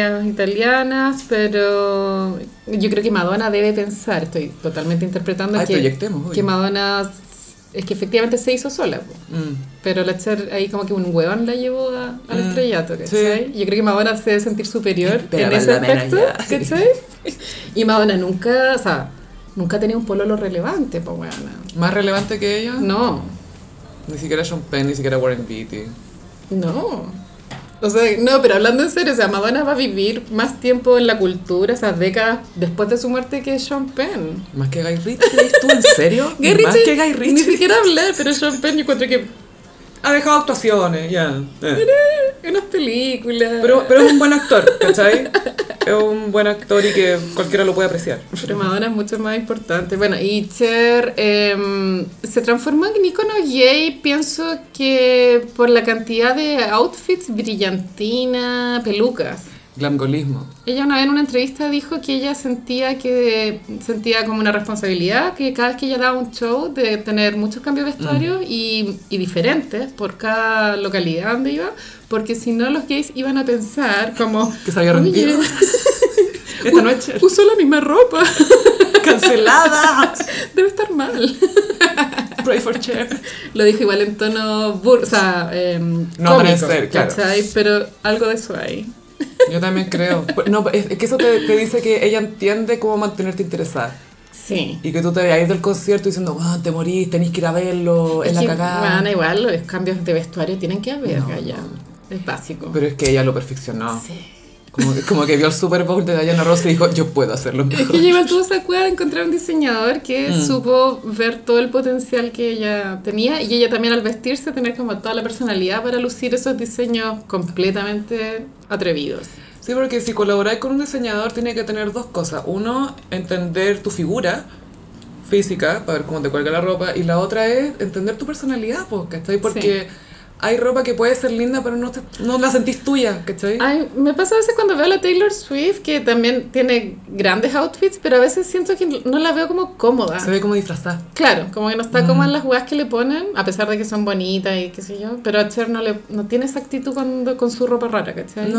Pero yo creo que Madonna debe pensar, estoy totalmente interpretando que Madonna es que efectivamente se hizo sola, pero la Cher ahí como que un hueón la llevó al estrellato, ¿cachai? Sí. Yo creo que Madonna se debe sentir superior en ese aspecto, ¿cachai? Y Madonna nunca ha tenido un pololo relevante, pues bueno. ¿Más relevante que ella? No. Ni siquiera Sean Penn, ni siquiera Warren Beatty. No. O sea, no, pero hablando en serio, o sea, Madonna va a vivir más tiempo en la cultura, esas décadas después de su muerte que Sean Penn. ¿Más que Guy Ritchie? ¿Tú en serio? Guy Ritchie, ¿Más que Guy Ritchie? Ni siquiera hablé, pero Sean Penn yo encuentro que... ha dejado actuaciones, ya. Unas películas. Pero es un buen actor, ¿cachai? Es un buen actor y que cualquiera lo puede apreciar. Pero Madonna es mucho más importante. Bueno, y Cher se transformó en icono gay, pienso que por la cantidad de outfits, brillantina, pelucas. Glamgolismo. Ella una vez en una entrevista dijo que ella sentía como una responsabilidad, que cada vez que ella daba un show de tener muchos cambios de vestuario y diferentes por cada localidad donde iba, porque si no los gays iban a pensar como... que se había rendido. Esta noche usó la misma ropa. ¡Cancelada! Debe estar mal. Pray for Cher. Lo dijo igual en tono no cómico, ser, claro. ¿cachai? Pero algo de eso hay. Yo también creo. No, es que eso te dice que ella entiende cómo mantenerte interesada. Sí. Y que tú te veas del concierto diciendo, te morís, tenés que ir a verlo, es la cagada. Bueno, igual los cambios de vestuario tienen que haber, ya. Es básico. Pero es que ella lo perfeccionó. Sí. Como que vio el Super Bowl de Diana Ross y dijo, yo puedo hacerlo mejor. Es que igual tuvo esa cueva de encontrar un diseñador que supo ver todo el potencial que ella tenía, y ella también al vestirse tener como toda la personalidad para lucir esos diseños completamente atrevidos. Sí, porque si colaboráis con un diseñador tiene que tener dos cosas. Uno, entender tu figura física para ver cómo te cuelga la ropa, y la otra es entender tu personalidad, ¿cachai? Porque... sí. Hay ropa que puede ser linda, pero no la sentís tuya, ¿cachai? Ay, me pasa a veces cuando veo a la Taylor Swift, que también tiene grandes outfits, pero a veces siento que no la veo como cómoda. Se ve como disfrazada. Claro, como que no está como en las huevas que le ponen, a pesar de que son bonitas y qué sé yo. Pero a Cher no tiene esa actitud con su ropa rara, ¿cachai?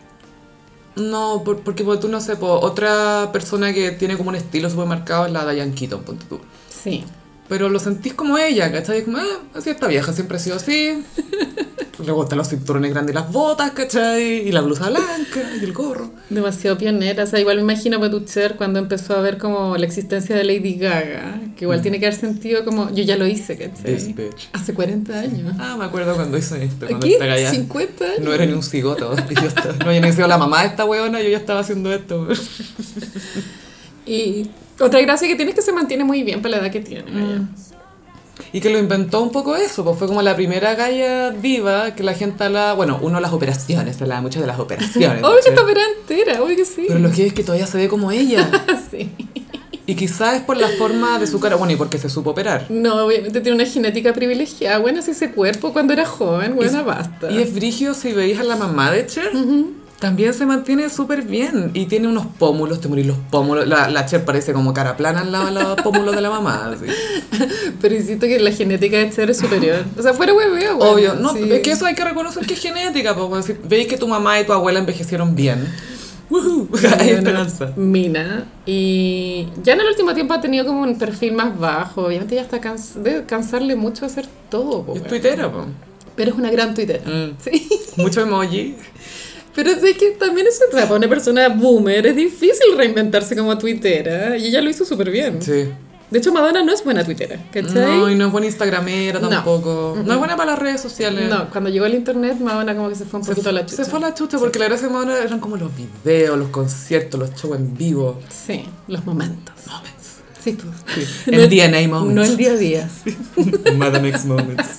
No, porque tú no sé, otra persona que tiene como un estilo súper marcado es la Diane Keaton, ponte tú. Sí. pero lo sentís como ella, ¿cachai? Es como, así esta vieja siempre ha sido así. Le gustan los cinturones grandes y las botas, ¿cachai? Y la blusa blanca y el gorro. Demasiado pionera, o sea, igual me imagino que Cher cuando empezó a ver como la existencia de Lady Gaga, que igual tiene que haber sentido como, yo ya lo hice, ¿cachai? This bitch. Hace 40 años. Me acuerdo cuando hizo esto. ¿Aquí? 50 años. No era ni un cigoto. No había ni sido la mamá de esta weona, yo ya estaba haciendo esto. Y otra gracia que tiene es que se mantiene muy bien para la edad que tiene. Y que lo inventó un poco eso, pues fue como la primera galla diva que la gente hablaba, bueno, uno las operaciones, hablaba mucho de las operaciones. Obvio que está operada entera, obvio que sí. Pero lo que es que todavía se ve como ella. Sí. Y quizás es por la forma de su cara, bueno, y porque se supo operar. No, obviamente tiene una genética privilegiada. Bueno, si ese cuerpo cuando era joven, bueno, basta. Y es brigio si veis a la mamá de Cher. También se mantiene súper bien. Y tiene unos pómulos, te morís los pómulos. La Cher parece como cara plana al lado de los pómulos de la mamá. Así. Pero insisto que la genética de Cher es superior. O sea, fuera hueveo, güey. Obvio. No, sí. es que eso hay que reconocer que es genética. Porque si veis que tu mamá y tu abuela envejecieron bien. Hay esperanza. Mina. Y ya en el último tiempo ha tenido como un perfil más bajo. Obviamente ya está de cansarle mucho hacer todo. Es tuitera, po. Pero es una gran tuitera. Sí. Mucho emoji. Pero es que también eso, o sea, para una persona boomer es difícil reinventarse como tuitera. Y ella lo hizo súper bien. Sí. De hecho, Madonna no es buena tuitera, ¿cachai? No, y no es buena instagramera tampoco. No es buena para las redes sociales. No, cuando llegó el internet, Madonna como que se fue un poquito a la chucha. Se fue a la chucha porque la gracia de Madonna eran como los videos, los conciertos, los shows en vivo. Sí, los momentos. Sí, pues. Sí. El DNA moments. No el día a día. Madonna X moments.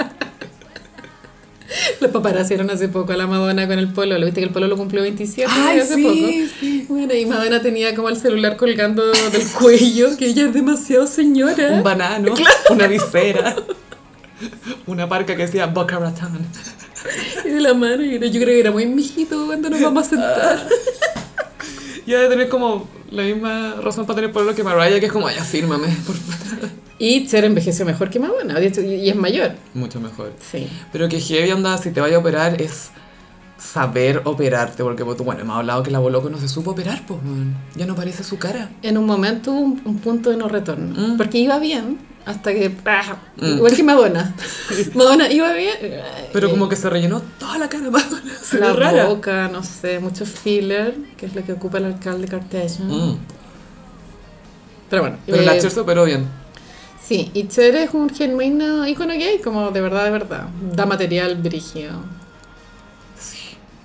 Los paparazzi hicieron hace poco a la Madonna con el polo. ¿Lo viste que el polo lo cumplió 27 hace sí, poco? Sí. Bueno, y Madonna tenía como el celular colgando del cuello, que ella es demasiado señora. Un banano, claro. Una visera, una parca que decía Boca Raton. Y de la mano, y yo creo que era muy mijito cuando nos vamos a sentar. Y ha de tener como la misma razón para tener polo que Mariah, que es como, ya fírmame, por favor. Y Cher envejeció mejor que Madonna, de hecho, y es mayor. Mucho mejor. Sí. Pero que heavy onda, si te vaya a operar, es saber operarte, porque bueno, hemos hablado que la Boloco no se supo operar, pues, ya no parece su cara. En un momento hubo un punto de no retorno, porque iba bien, hasta que... igual que Madonna. Madonna iba bien. Pero como que se rellenó toda la cara, Madonna. Se la ve rara. boca, no sé, mucho filler, que es lo que ocupa el alcalde Kardashian. Pero bueno. Pero la Cher se operó bien. Sí, y Cher es un genuino ícono gay, como de verdad, de verdad. Da material brígido. Sí.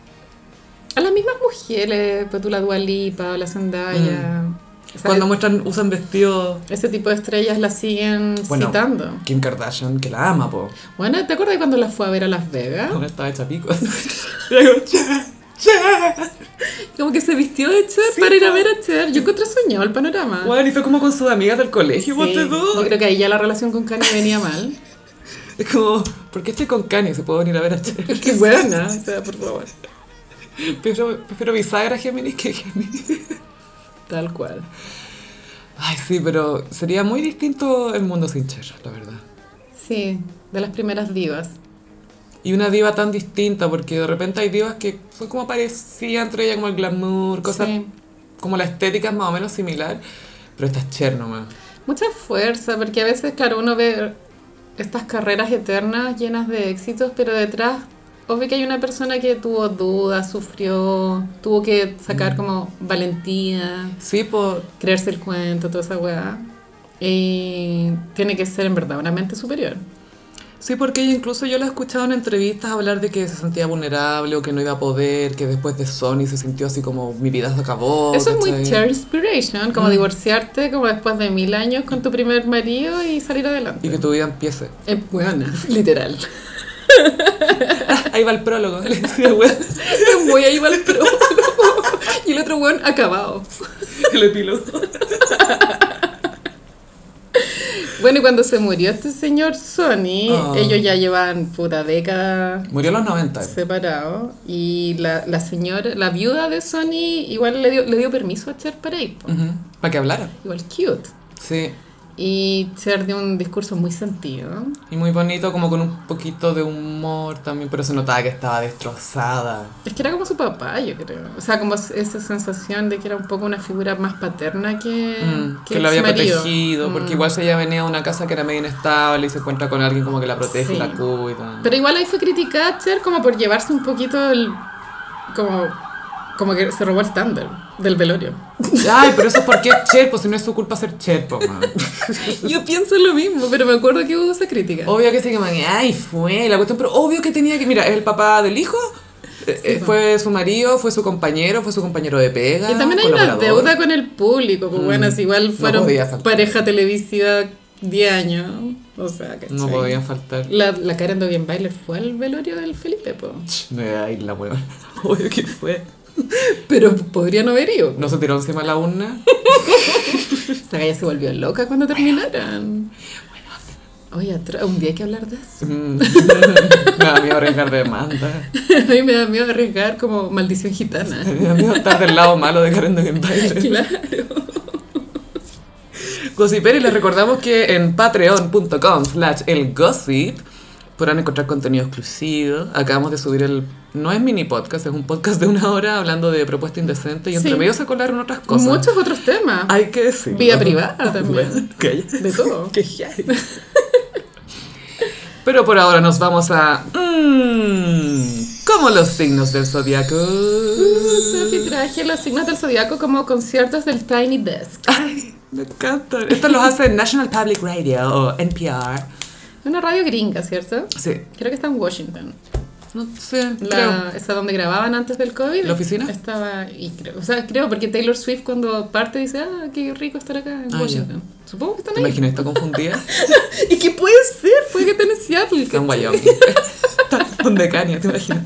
A las mismas mujeres, pues tú la Dua Lipa o la Zendaya. O sea, cuando usan vestidos... Ese tipo de estrellas la siguen citando. Kim Kardashian, que la ama, po. Bueno, ¿te acuerdas de cuando la fue a ver a Las Vegas? Ahora estaba hecha pico. Y digo, Cher. Como que se vistió de Cher para ir a ver a Cher. Yo encontré soñado el panorama. Bueno, y fue como con sus amigas del colegio, Sí. Yo creo que ahí ya la relación con Kanye venía mal. Es como, ¿por qué estoy con Kanye? ¿Se puedo venir a ver a Cher? Qué buena, o sea, por favor. Prefiero bisagra Géminis que Géminis. Tal cual. Ay, sí, pero sería muy distinto el mundo sin Cher, la verdad. Sí, de las primeras divas. Y una diva tan distinta, porque de repente hay divas que son como parecidas entre ellas, como el glamour, cosas como la estética es más o menos similar, pero esta es Cher nomás. Mucha fuerza, porque a veces, claro, uno ve estas carreras eternas llenas de éxitos, pero detrás, obvio que hay una persona que tuvo dudas, sufrió, tuvo que sacar como valentía, sí, por creerse el cuento, toda esa weá. Y tiene que ser en verdad una mente superior. Sí, porque ella incluso yo la he escuchado en entrevistas hablar de que se sentía vulnerable o que no iba a poder, que después de Sony se sintió así como mi vida se acabó. Eso ¿cachai? es muy Cher Inspiration, como divorciarte como después de 1000 años con tu primer marido y salir adelante. Y que tu vida empiece. Es buena, literal. Ahí va el prólogo, le decía, weón. Voy ahí va el prólogo. Y el otro weón acabado. El epílogo. Bueno, y cuando se murió este señor Sony, ellos ya llevan puta década. Murió en los 90. Separados. Y la señora, la viuda de Sony, igual le dio permiso a Cher para ir. Para que hablara. Igual cute. Sí. Y Cher dio un discurso muy sentido. Y muy bonito, como con un poquito de humor también, pero se notaba que estaba destrozada. Es que era como su papá, yo creo. O sea, como esa sensación de que era un poco una figura más paterna que lo había marido. Protegido, porque igual ella venía de una casa que era medio inestable y se encuentra con alguien como que la protege y la cuida. Pero igual ahí fue criticada Cher como por llevarse un poquito como que se robó el tándem del velorio. Ay, pero eso es porque es Cher, pues si no es su culpa ser Cher, po, man. Yo pienso lo mismo, pero me acuerdo que hubo esa crítica. Obvio que sí, que man, ay, fue la cuestión, pero obvio que tenía que... Mira, es el papá del hijo, fue su marido, fue su compañero de pega. Y también hay una deuda con el público, pues bueno, igual fueron pareja televisiva 10 años. O sea, que no podían faltar. La Karen Dogenbailer fue al velorio del Felipe, po. Ay, la hueva. Obvio que fue. Pero podría no haber ido. ¿No se tiró encima de la urna? Esa galla se volvió loca cuando terminaran. Oye, un día hay que hablar de eso. Me da miedo arriesgar demanda. A mí me da miedo arriesgar como maldición gitana. Me da miedo estar del lado malo de Karen Dogenbailer. Claro. Gossiperi, les recordamos que en patreon.com/elgossip podrán encontrar contenido exclusivo. Acabamos de subir no es mini podcast, es un podcast de 1 hora hablando de propuesta indecente y entre medio se colaron otras cosas. Muchos otros temas. Hay que decir. Vida privada también. Bueno, de todo. Pero por ahora nos vamos a... como los signos del zodiaco. Sophie, traje los signos del zodiaco como conciertos del Tiny Desk. Ay, me encanta. Esto los hace National Public Radio o NPR. Una radio gringa, ¿cierto? Sí. Creo que está en Washington. No sé, Esa donde grababan antes del COVID. ¿La oficina? Estaba, creo, porque Taylor Swift cuando parte dice, qué rico estar acá en Washington. Ya. Supongo que están ahí. ¿Te imaginas está confundida? ¿Y qué puede ser? Puede que estén en Seattle. Está en Wyoming. Donde Kanye, ¿te imaginas?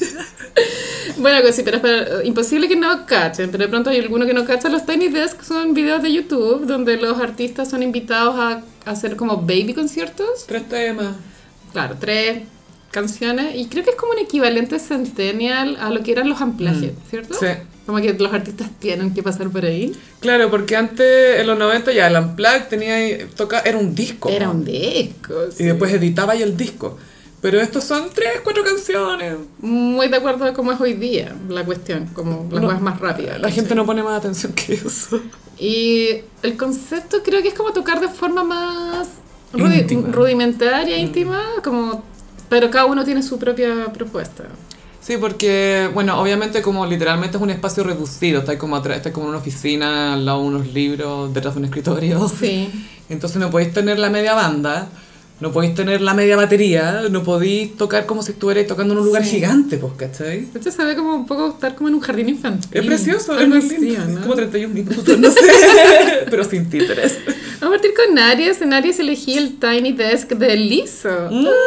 Bueno, sí, pero es imposible que no cachen, pero de pronto hay alguno que no cacha. Los Tiny Desk son videos de YouTube donde los artistas son invitados a hacer como baby conciertos. 3 temas. Claro, 3 canciones, y creo que es como un equivalente centennial a lo que eran los unplugged, ¿cierto? Sí. Como que los artistas tienen que pasar por ahí. Claro, porque antes, en los 90 ya el unplugged era un disco. Era un disco, sí. Y después editaba ya el disco. Pero estos son 3, 4 canciones. Muy de acuerdo a cómo es hoy día la cuestión, como las cosas más rápidas. La gente no pone más atención que eso. Y el concepto creo que es como tocar de forma más rudimentaria, íntima, como... Pero cada uno tiene su propia propuesta. Sí, porque, bueno, obviamente como literalmente es un espacio reducido, está como en una oficina, al lado de unos libros, detrás de un escritorio. Sí. Entonces no podéis tener la media banda, no podéis tener la media batería, no podéis tocar como si estuvierais tocando en un lugar gigante, pues, ¿cachai? De hecho se ve como un poco estar como en un jardín infantil. Es precioso, es muy lindo, ¿no? Como 31 minutos, no sé, pero sin títeres. Vamos a partir con Aries. En Aries elegí el Tiny Desk de Lizzo.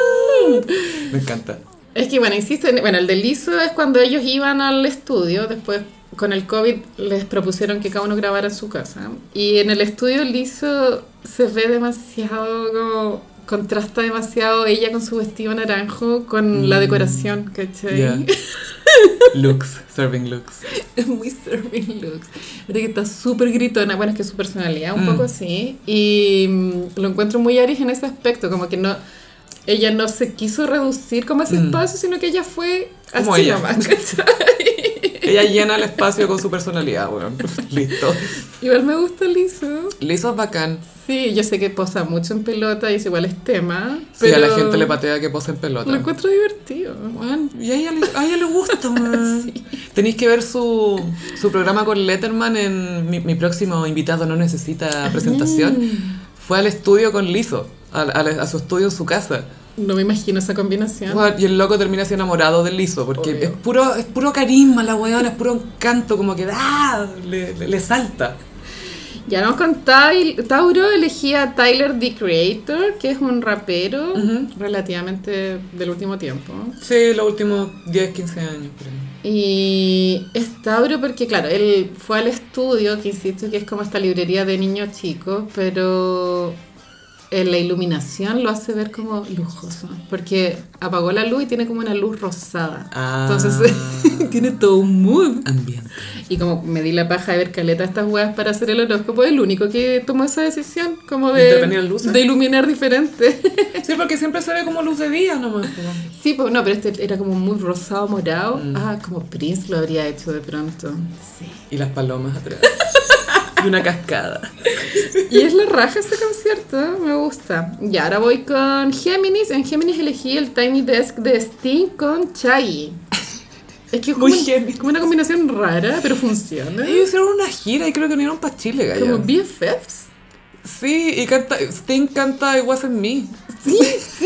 Me encanta. Es que, bueno, insisto, el de Lizzo es cuando ellos iban al estudio, después con el COVID les propusieron que cada uno grabara en su casa. Y en el estudio Lizzo se ve demasiado, como contrasta demasiado ella con su vestido naranjo con la decoración, ¿cachai? Yeah. Looks, serving looks. Es muy serving looks. De que está súper gritona. Bueno, es que es su personalidad un poco así. Y lo encuentro muy Aries en ese aspecto, como que no... Ella no se quiso reducir como ese espacio, sino que ella fue como así ella. Nomás, ¿cachai? Ella llena el espacio con su personalidad, bueno, listo. Igual me gusta Lizzo. Lizzo es bacán. Sí, yo sé que posa mucho en pelota y es igual es tema. Sí, pero a la gente le patea que posa en pelota. Lo encuentro divertido. Bueno, y a ella le gusta, man. Sí. Tenéis que ver su programa con Letterman en mi próximo invitado no necesita presentación. Fue al estudio con Lizzo, a su estudio en su casa. No me imagino esa combinación. Bueno, y el loco termina así enamorado de Lizzo, porque es puro carisma la weona, es puro encanto, como que le salta. Ya vamos con Tauro. Elegí a Tyler, the Creator, que es un rapero relativamente del último tiempo. Sí, los últimos 10, 15 años, creo. Y es Tauro porque, claro, él fue al estudio, que insisto que es como esta librería de niños chicos, pero la iluminación lo hace ver como lujoso, porque apagó la luz y tiene como una luz rosada. Entonces tiene todo un mood. Ambiente. Y como me di la paja de ver caleta estas weas para hacer el horóscopo, es el único que tomó esa decisión, como de iluminar diferente. Sí, porque siempre se ve como luz de día nomás. Sí, pues no, pero este era como muy rosado, morado. Como Prince lo habría hecho de pronto. Sí. Y las palomas atrás. Y una cascada. Y es la raja ese concierto, me gusta. Y ahora voy con Géminis. En Géminis elegí el Tiny Desk de Sting con Shaggy. Es que es como una combinación rara, pero funciona. Ellos hicieron una gira y creo que vinieron para Chile, gallo. Como BFFs. Sí, y Sting canta It Wasn't Me. Sí.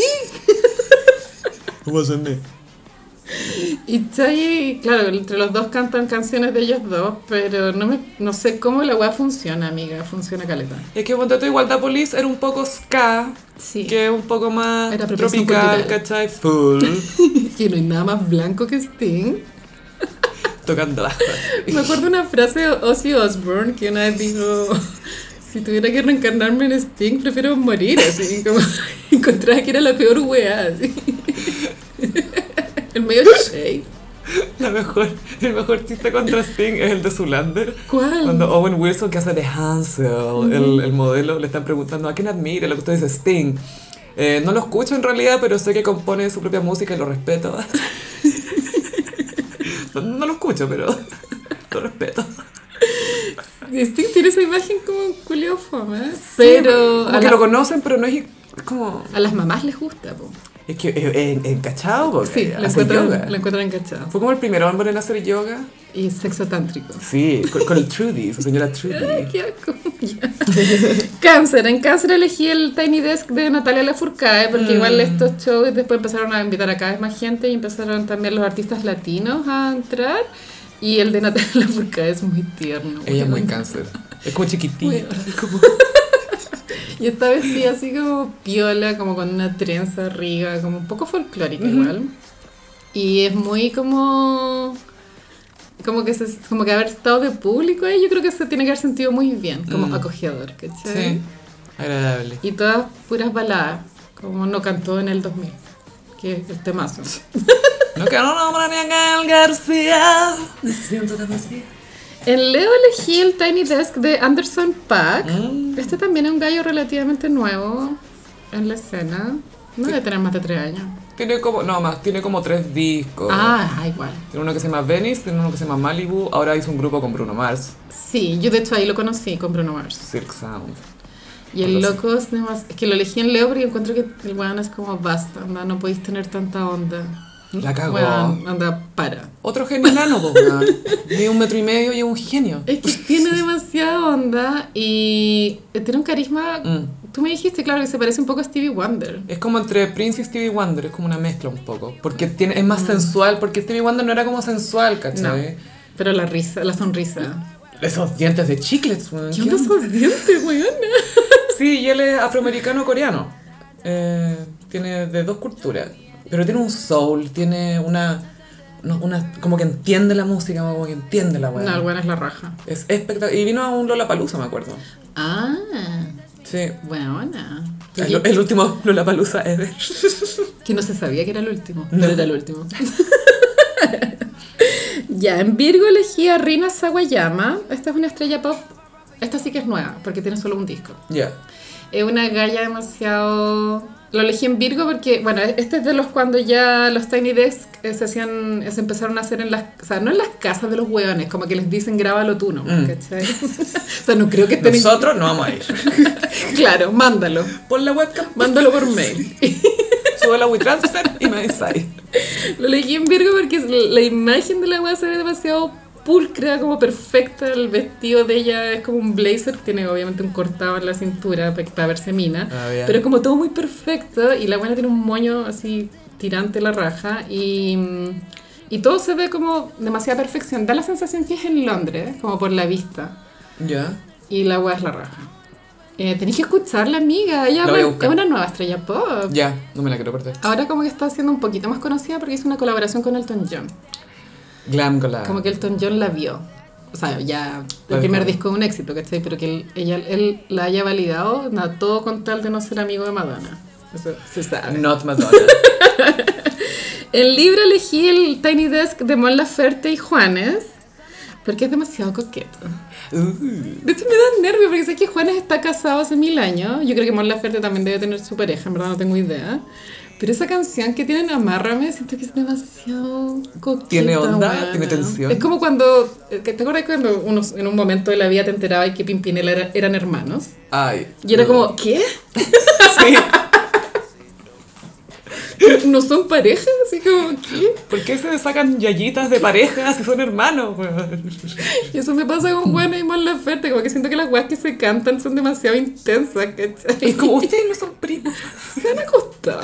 It Wasn't Me. Y Shaggy, claro, entre los dos cantan canciones de ellos dos, pero no sé cómo la weá funciona, amiga, funciona caleta. Es que cuando igual Da Police era un poco ska, sí, que es un poco más era tropical, ¿cachai? Full. Que no hay nada más blanco que Sting. Tocando las cosas. Me acuerdo una frase de Ozzy Osbourne que una vez dijo: si tuviera que reencarnarme en Sting, prefiero morir, así, como encontraba que era la peor weá, así. El medio shade. El mejor chiste contra Sting es el de Zoolander. ¿Cuál? Cuando Owen Wilson, que hace de Hansel, el modelo, le están preguntando ¿a quién admira? Lo que usted dice, Sting. No lo escucho en realidad, pero sé que compone su propia música y lo respeto. No lo escucho, pero lo respeto. Sting tiene esa imagen como culiao fome, pero... Como que lo conocen, pero no es como... A las mamás les gusta, po. Es que encachado, porque sí, lo encuentran encachado. Fue como el primer hombre en hacer yoga. Y sexo tántrico. Sí, con el Trudy, su señora Trudy. Ay, qué asco. Cáncer. En Cáncer elegí el Tiny Desk de Natalia Lafourcade, porque igual estos shows después empezaron a invitar a cada vez más gente y empezaron también los artistas latinos a entrar. Y el de Natalia Lafourcade es muy tierno. Ella es muy Cáncer. Es como chiquitita. Y está vestida así como piola, como con una trenza arriba, como un poco folclórica igual. Y es muy como que haber estado de público ahí, yo creo que se tiene que haber sentido muy bien, como acogedor, ¿cachai? Sí, agradable. Y todas puras baladas, como no cantó en el 2000, que es el temazo. No quiero nombrar ni a Gael García. Me siento tan vacía. En Leo elegí el Tiny Desk de Anderson .Paak. Este también es un gallo relativamente nuevo en la escena. No debe tener más de 3 años. Tiene como 3 discos. Igual. Tiene uno que se llama Venice, tiene uno que se llama Malibu. Ahora hizo un grupo con Bruno Mars. Sí, yo de hecho ahí lo conocí con Bruno Mars. Silk Sound. Y el loco es que lo elegí en Leo porque encuentro que el weón es como basta, no podéis tener tanta onda. La cagó. Weón, anda, para. Otro genio enano, pues, weón. Mide 1,5 metros y es un genio. Es que tiene demasiada onda y tiene un carisma. Tú me dijiste, claro, que se parece un poco a Stevie Wonder. Es como entre Prince y Stevie Wonder, es como una mezcla un poco. Porque es más sensual, porque Stevie Wonder no era como sensual, ¿cachai? No, pero la sonrisa. Esos dientes de chiclets, weón. ¿Qué onda esos dientes, weón? Sí, y él es afroamericano-coreano. Tiene de 2 culturas. Pero tiene un soul, tiene una como que entiende la música, como que entiende la weá. No, el weón es la raja. Es espectacular. Y vino a un Lollapalooza, me acuerdo. Sí. Buena. El último Lollapalooza ever. Que no se sabía que era el último. No era el último. Ya, en Virgo elegí a Rina Sawayama. Esta es una estrella pop. Esta sí que es nueva, porque tiene solo un disco. Ya. Es una galla demasiado... Lo elegí en Virgo porque, bueno, este es de los cuando ya los Tiny Desk se empezaron a hacer en las... O sea, no en las casas de los hueones, como que les dicen grábalo tú, ¿no? ¿Cachai? O sea, no creo que estén... Nosotros no vamos a ir. Claro, mándalo. Pon la webcam. Mándalo por mail. Sube la WeTransfer y me avisáis. Lo elegí en Virgo porque la imagen de la wea se ve demasiado pulcra, como perfecta. El vestido de ella es como un blazer, tiene obviamente un cortado en la cintura para verse mina, pero es como todo muy perfecto y la buena tiene un moño así tirante la raja y todo se ve como demasiada perfección. Da la sensación que es en Londres, como por la vista. Ya. Y la wea es la raja. Tenéis que escucharla, amiga. Ella es una nueva estrella pop. Ya, no me la quiero perder. Ahora como que está siendo un poquito más conocida porque hizo una colaboración con Elton John. Glam collab. Como que Elton John la vio. o sea, ya el primer disco es un éxito, ¿cachai? Pero que él la haya validado, nada, todo con tal de no ser amigo de Madonna. Eso se sabe. Not Madonna. En libro elegí el Tiny Desk de Mon Laferte y Juanes, porque es demasiado coqueto. De hecho me da nervio porque sé que Juanes está casado hace 1000 años. Yo creo que Mon Laferte también debe tener su pareja, en verdad no tengo idea. Pero esa canción que tienen Amárrame, siento que es demasiado coqueta. Tiene onda, buena. tiene tensión. Es como cuando, ¿te acuerdas cuando uno en un momento de la vida te enterabas que Pimpinela eran hermanos? Ay. Y era como, ¿qué? Sí. ¿No son parejas? Así como, ¿qué? ¿Por qué se sacan yayitas de pareja si son hermanos? Y eso me pasa con Juana y Mon Laferte, como que siento que las weas que se cantan son demasiado intensas, ¿cachai? Es como, ustedes no son primos. Se han acostado.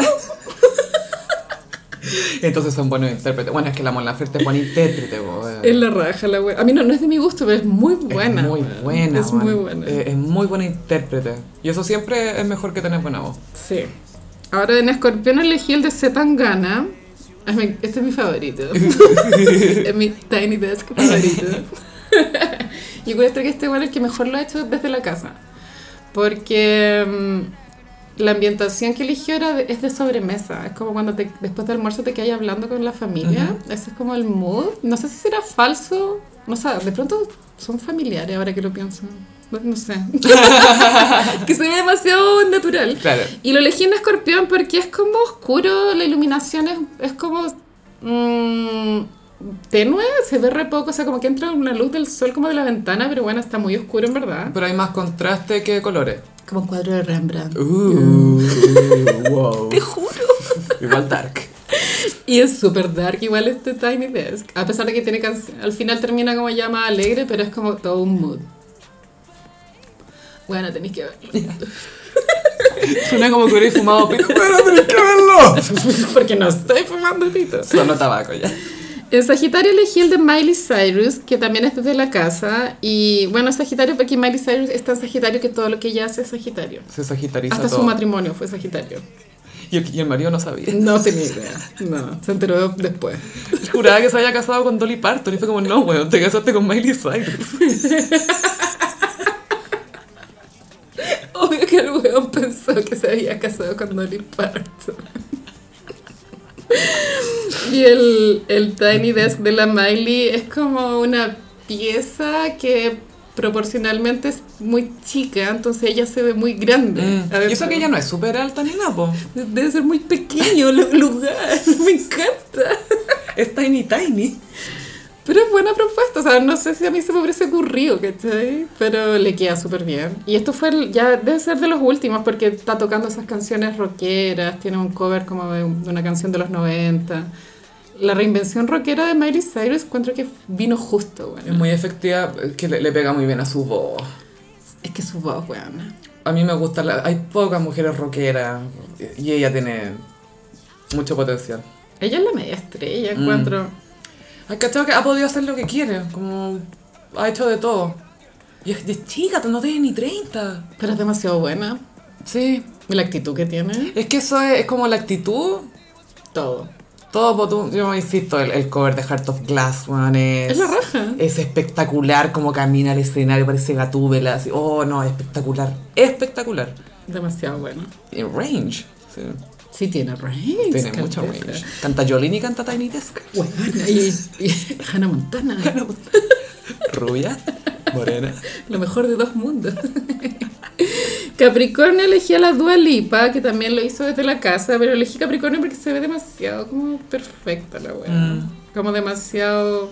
Entonces son buenos intérpretes. Bueno, es que la Mon Laferte es buena intérprete. Es la raja la wea. A mí no es de mi gusto, pero es muy buena. Es muy buena. Es muy buena. Es muy buena intérprete. Y eso siempre es mejor que tener buena voz. Sí. Ahora en Escorpión elegí el de C. Tangana. Este es mi favorito. Es mi Tiny Desk favorito. Y encuentro que este bueno es el que mejor lo ha hecho desde la casa. Porque la ambientación que eligió es de sobremesa. Es como cuando después del almuerzo te quedas hablando con la familia. Ese es como el mood. No sé si será falso. No sé, de pronto son familiares ahora que lo pienso. No sé. Que se ve demasiado natural. Claro. Y lo elegí en Escorpión porque es como oscuro, la iluminación es como tenue, se ve re poco, o sea, como que entra una luz del sol como de la ventana, pero bueno, está muy oscuro en verdad. Pero hay más contraste que colores. Como un cuadro de Rembrandt. Wow. Te juro. Igual dark. Y es súper dark igual este Tiny Desk. A pesar de que tiene al final termina como ya más alegre, pero es como todo un mood. Bueno, tenéis que verlo. Suena como que hubierais fumado pito. Pero tenéis que verlo. Porque no estoy fumando pito. Solo tabaco ya. En Sagitario elegí el de Miley Cyrus, que también es desde la casa. Y bueno, Sagitario, porque Miley Cyrus es tan Sagitario que todo lo que ella hace es Sagitario. Se sagitariza Hasta todo. su matrimonio fue Sagitario. Y el marido no sabía. No tenía idea. No, se enteró después. Juraba que se había casado con Dolly Parton. Y fue como, no, weón, te casaste con Miley Cyrus. Obvio que el weón pensó que se había casado con Dolly Parton. Y el Tiny Desk de la Miley es como una pieza que proporcionalmente es muy chica, entonces ella se ve muy grande. Y eso que ella no es súper alta ni nada, po. Debe ser muy pequeño el lugar, me encanta. Es tiny. Pero es buena propuesta, o sea, no sé si a mí se me hubiese ocurrido, ¿cachai? Pero le queda súper bien. Y esto ya debe ser de los últimos, porque está tocando esas canciones rockeras, tiene un cover como de una canción de los 90. La reinvención rockera de Miley Cyrus encuentro que vino justo, bueno. Es muy efectiva, que le pega muy bien a su voz. Es que su voz, buena. A mí me gusta, hay pocas mujeres rockeras y ella tiene mucho potencial. Ella es la media estrella, encuentro. Hay cachado que ha podido hacer lo que quiere, como ha hecho de todo. Y es chica, no tiene ni 30. Pero es demasiado buena. Sí. Y la actitud que tiene. Es que eso es como la actitud. Todo. Todo, yo insisto, el cover de Heart of Glass, man, es la raja. Es espectacular como camina al escenario, parece Gatúbela, así. Oh, no, espectacular. Espectacular. Demasiado bueno. Y range. Sí. Sí, tiene range. Tiene mucho range. Canta Jolene y canta Tiny Desk. Bueno, y Hannah Montana. Rubia, morena. Lo mejor de dos mundos. Capricornio elegí a la Dua Lipa, que también lo hizo desde la casa, pero elegí Capricornio porque se ve demasiado como perfecta la wea. Como demasiado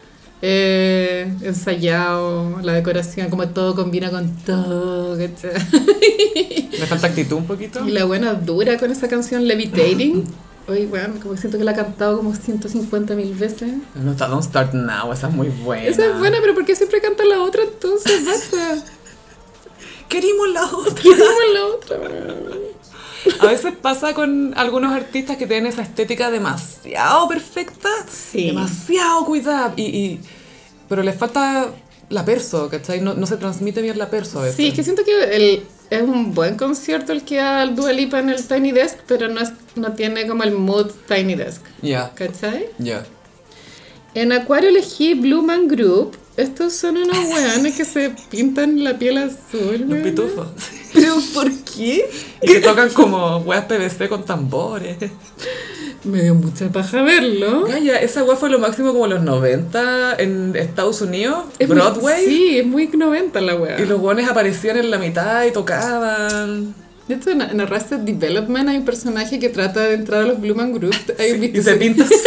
ensayado, la decoración, como todo combina con todo, ¿cachai? Le falta actitud un poquito. Y la buena dura con esa canción Levitating. Oye, bueno, como siento que la ha cantado como 150.000 veces. No, Don't Start Now, esa es muy buena. Esa es buena, pero ¿por qué siempre canta la otra entonces? Basta. Queremos la otra. Queremos la otra. A veces pasa con algunos artistas que tienen esa estética demasiado perfecta, sí. Demasiado cuidada, pero les falta la perso, ¿cachai? No se transmite bien la perso a veces. Sí, es que siento que es un buen concierto el que da el Dua Lipa en el Tiny Desk, pero no tiene como el mood Tiny Desk. Ya. ¿Cachai? Ya. En Acuario elegí Blue Man Group, Estos son unos weones que se pintan la piel azul, Los weón. pitufos. ¿Pero por qué? Y que tocan como weas PVC con tambores. Me dio mucha paja verlo. Gaya, esa wea fue lo máximo como los 90 en Estados Unidos, Es Broadway. Sí, es muy 90 la wea. Y los weones aparecían en la mitad y tocaban. De hecho, en Arrested Development hay un personaje que trata de entrar a los Blue Man Group. ¿Has visto Y se ese- pinta azul.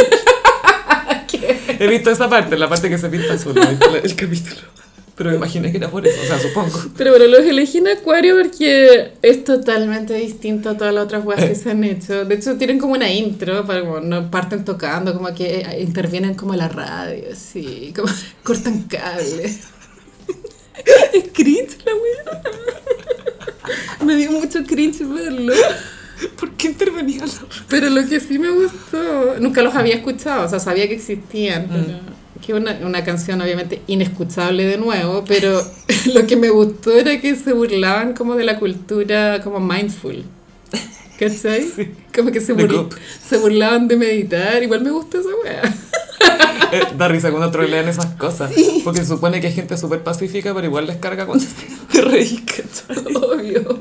¿Qué? He visto esa parte, la parte que se pinta azul, he visto el capítulo. Pero me imaginé que era por eso, o sea, supongo. Pero bueno, los elegí en Acuario porque es totalmente distinto a todas las otras weas que se han hecho. De hecho, tienen como una intro, para como no parten tocando, como que intervienen como la radio, así, como cortan cables. Es cringe la wea. Me dio mucho cringe verlo. ¿Por qué intervenía la Pero lo que sí me gustó, nunca los había escuchado, o sea, sabía que existían, pero que una canción obviamente inescuchable de nuevo, pero lo que me gustó era que se burlaban como de la cultura como mindful. ¿Cachai? Sí. Como que se burlaban de meditar, igual me gustó esa wea. Da risa cuando trolean esas cosas. Porque se supone que hay gente súper pacífica, pero igual les carga cuando te reís, ¿cachai? Obvio.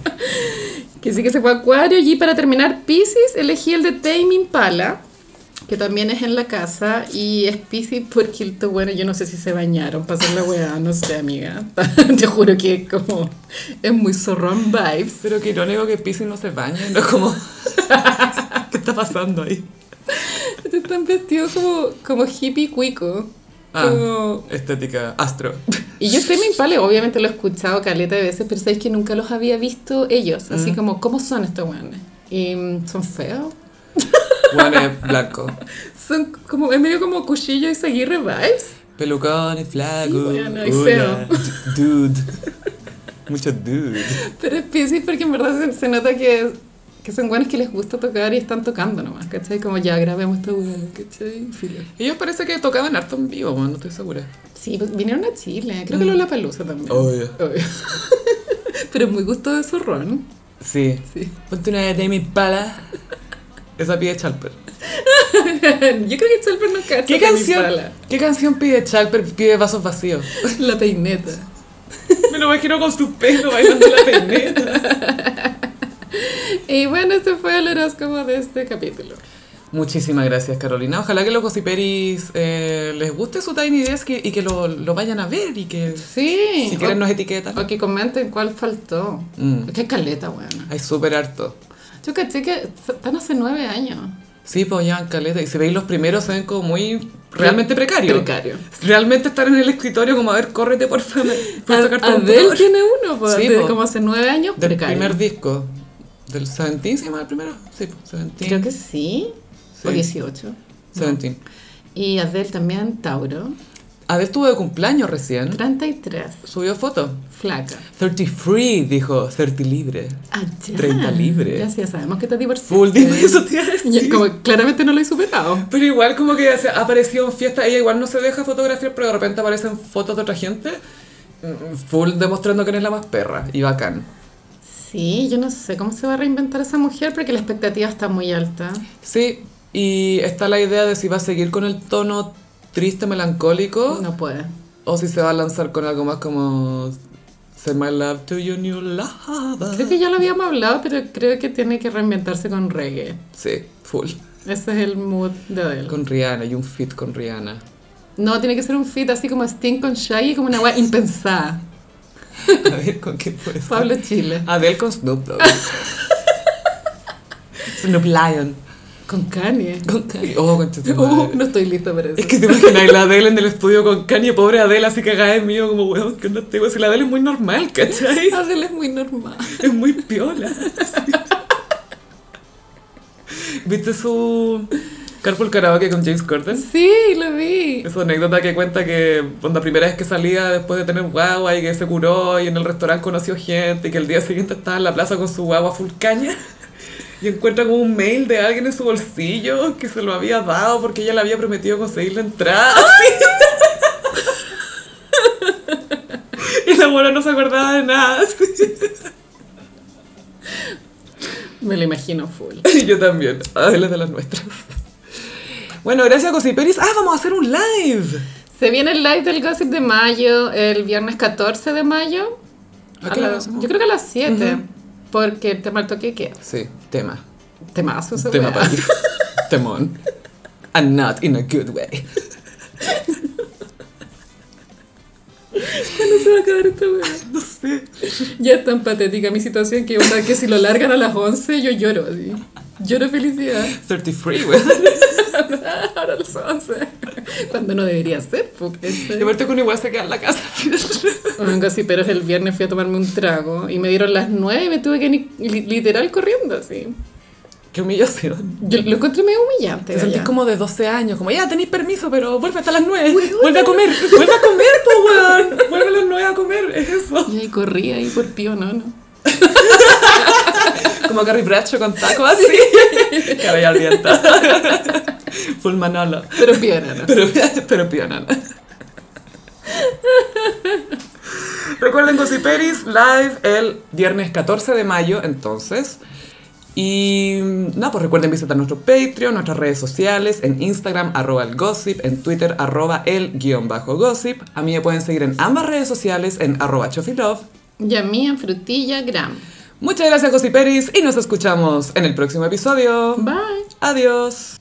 Que sí que se fue a Acuario y para terminar Piscis elegí el de Tame Impala, que también es en la casa y es Piscis porque, bueno, yo no sé si se bañaron para hacer la weá, no sé, amiga. Te juro que es muy zorrón vibes. Pero qué irónico que Piscis no se baña, ¿no? Como... ¿Qué está pasando ahí? Están vestidos como hippie cuico. Como... estética astro. Y yo Tame Impala obviamente lo he escuchado caleta de veces, pero sabéis que nunca los había visto ellos, así como, ¿cómo son estos weones? Y son feos. Bueno, es blanco. Son como, es medio como Cuchillo y Seguirre vibes. Pelucón y flaco. Sí, bueno, y Hola, feo. Dude. Mucho dude. Pero es Piscis porque en verdad se nota que son buenos que les gusta tocar y están tocando nomás, ¿cachai? Como ya grabemos esta weá, ¿cachai? Filo. Ellos parece que tocaban harto en vivo, bueno, no estoy segura. Sí, pues vinieron a Chile, creo que Lollapalooza también. Obvio. Pero muy gusto de zorrón. Sí. Sí. Ponte una de Tame Impala. Esa pide Chalper. Yo creo que Chalper no cacha. ¿Qué canción pide Chalper? Pide Vasos Vacíos. La peineta. Me lo imagino con su pelo bailando la peineta. Y bueno, este fue el horóscopo de este capítulo. Muchísimas gracias, Carolina. Ojalá que los gossiperis les guste su Tiny Desk y que lo vayan a ver y que Sí. si quieren nos etiquetan. O que comenten cuál faltó. Es que hay caleta, bueno. Hay súper harto. Yo caché que están hace 9 años. Sí, pues llevan caleta. Y si veis los primeros se ven como muy... realmente precarios. Precario. Realmente estar en el escritorio como, a ver, córrete por favor. Puedes sacar tu Adele computador. tiene uno, pues, Sí, de po. como hace 9 años. Del precario. primer disco. ¿Del 17 se llama el primero? Sí, pues, 17. Creo que sí. Sí. O 18. 17. Y Adele también, Tauro. Adele estuvo de cumpleaños recién. 33. Subió foto. Flaca. 33, dijo. 30 libre. Ah, ya. 30 libre. Ya sabemos que te divorciaste. Full divorce, eso te iba a decir. Ya, como claramente no lo he superado. Pero igual como que apareció en fiesta, ella igual no se deja fotografiar, pero de repente aparecen fotos de otra gente, full demostrando que eres la más perra y bacán. Sí, yo no sé cómo se va a reinventar esa mujer porque la expectativa está muy alta. Sí, y está la idea de si va a seguir con el tono triste, melancólico, No puede. o si se va a lanzar con algo más como Send my love to your new lover. Creo que ya lo habíamos hablado, pero creo que tiene que reinventarse con reggae. Sí, full. Ese es el mood de Adele. Con Rihanna y un feat con Rihanna. No, tiene que ser un feat así como Sting con Shaggy, como una weá impensada. A ver, ¿con qué puede ser? Pablo Chile. Adele con Snoop Dogg. Snoop Lion. Con Kanye. Con Kanye. Oh, concha tu madre. No estoy lista para eso. Es que te imaginas la Adele en el estudio con Kanye, pobre Adele, así cagada de mío, como weón, que no tengo. Si la Adele es muy normal, ¿cachai? Adele es muy normal. Es muy piola. Sí. ¿Viste su Carpool Karaoke con James Corden? Sí, lo vi. Esa anécdota que cuenta que la primera vez que salía después de tener guagua y que se curó y en el restaurante conoció gente y que el día siguiente estaba en la plaza con su guagua full caña. Y encuentra como un mail de alguien en su bolsillo que se lo había dado porque ella le había prometido conseguir la entrada. Y la abuela no se acordaba de nada. Me lo imagino full. Y yo también. Adele de las nuestras. Bueno, gracias a Gossiperis. ¡Ah, vamos a hacer un live! Se viene el live del Gossip de mayo, el viernes 14 de mayo. Yo creo que a las 7, porque el tema del toque queda. Sí, tema. Temazo ese Tema país. Temón. And not in a good way. ¿Cuándo se va a acabar esta weá? No sé. Ya es tan patética mi situación que una que si lo largan a las 11 yo lloro así. Lloro felicidad. 33, güey. Ahora a las 11. Cuando no debería ser, porque... Y aparte con igual se queda en la casa. Venga, sí, pero el viernes fui a tomarme un trago y me dieron las 9 y me tuve que literal corriendo así. Qué humillación. Yo lo encontré medio humillante. Te sentís como de 12 años, como ya tenéis permiso, pero vuelve hasta las 9. Uy, vuelve a comer, po, weón. Vuelve a las 9 a comer, es eso. Y ahí corría ahí por pío, no. Como Carrie Bradshaw con tacos así. Cabello al viento. Full Manolo. Pero piola, ¿no? Pero piola. Recuerden Gossiperis live el viernes 14 de mayo, entonces. Y nada, pues recuerden visitar nuestro Patreon, nuestras redes sociales, en Instagram @elgossip, en Twitter @el_gossip. A mí me pueden seguir en ambas redes sociales en @chofilove. Y a mí en frutillagram. Muchas gracias Gossiperis y nos escuchamos en el próximo episodio. Bye. Adiós.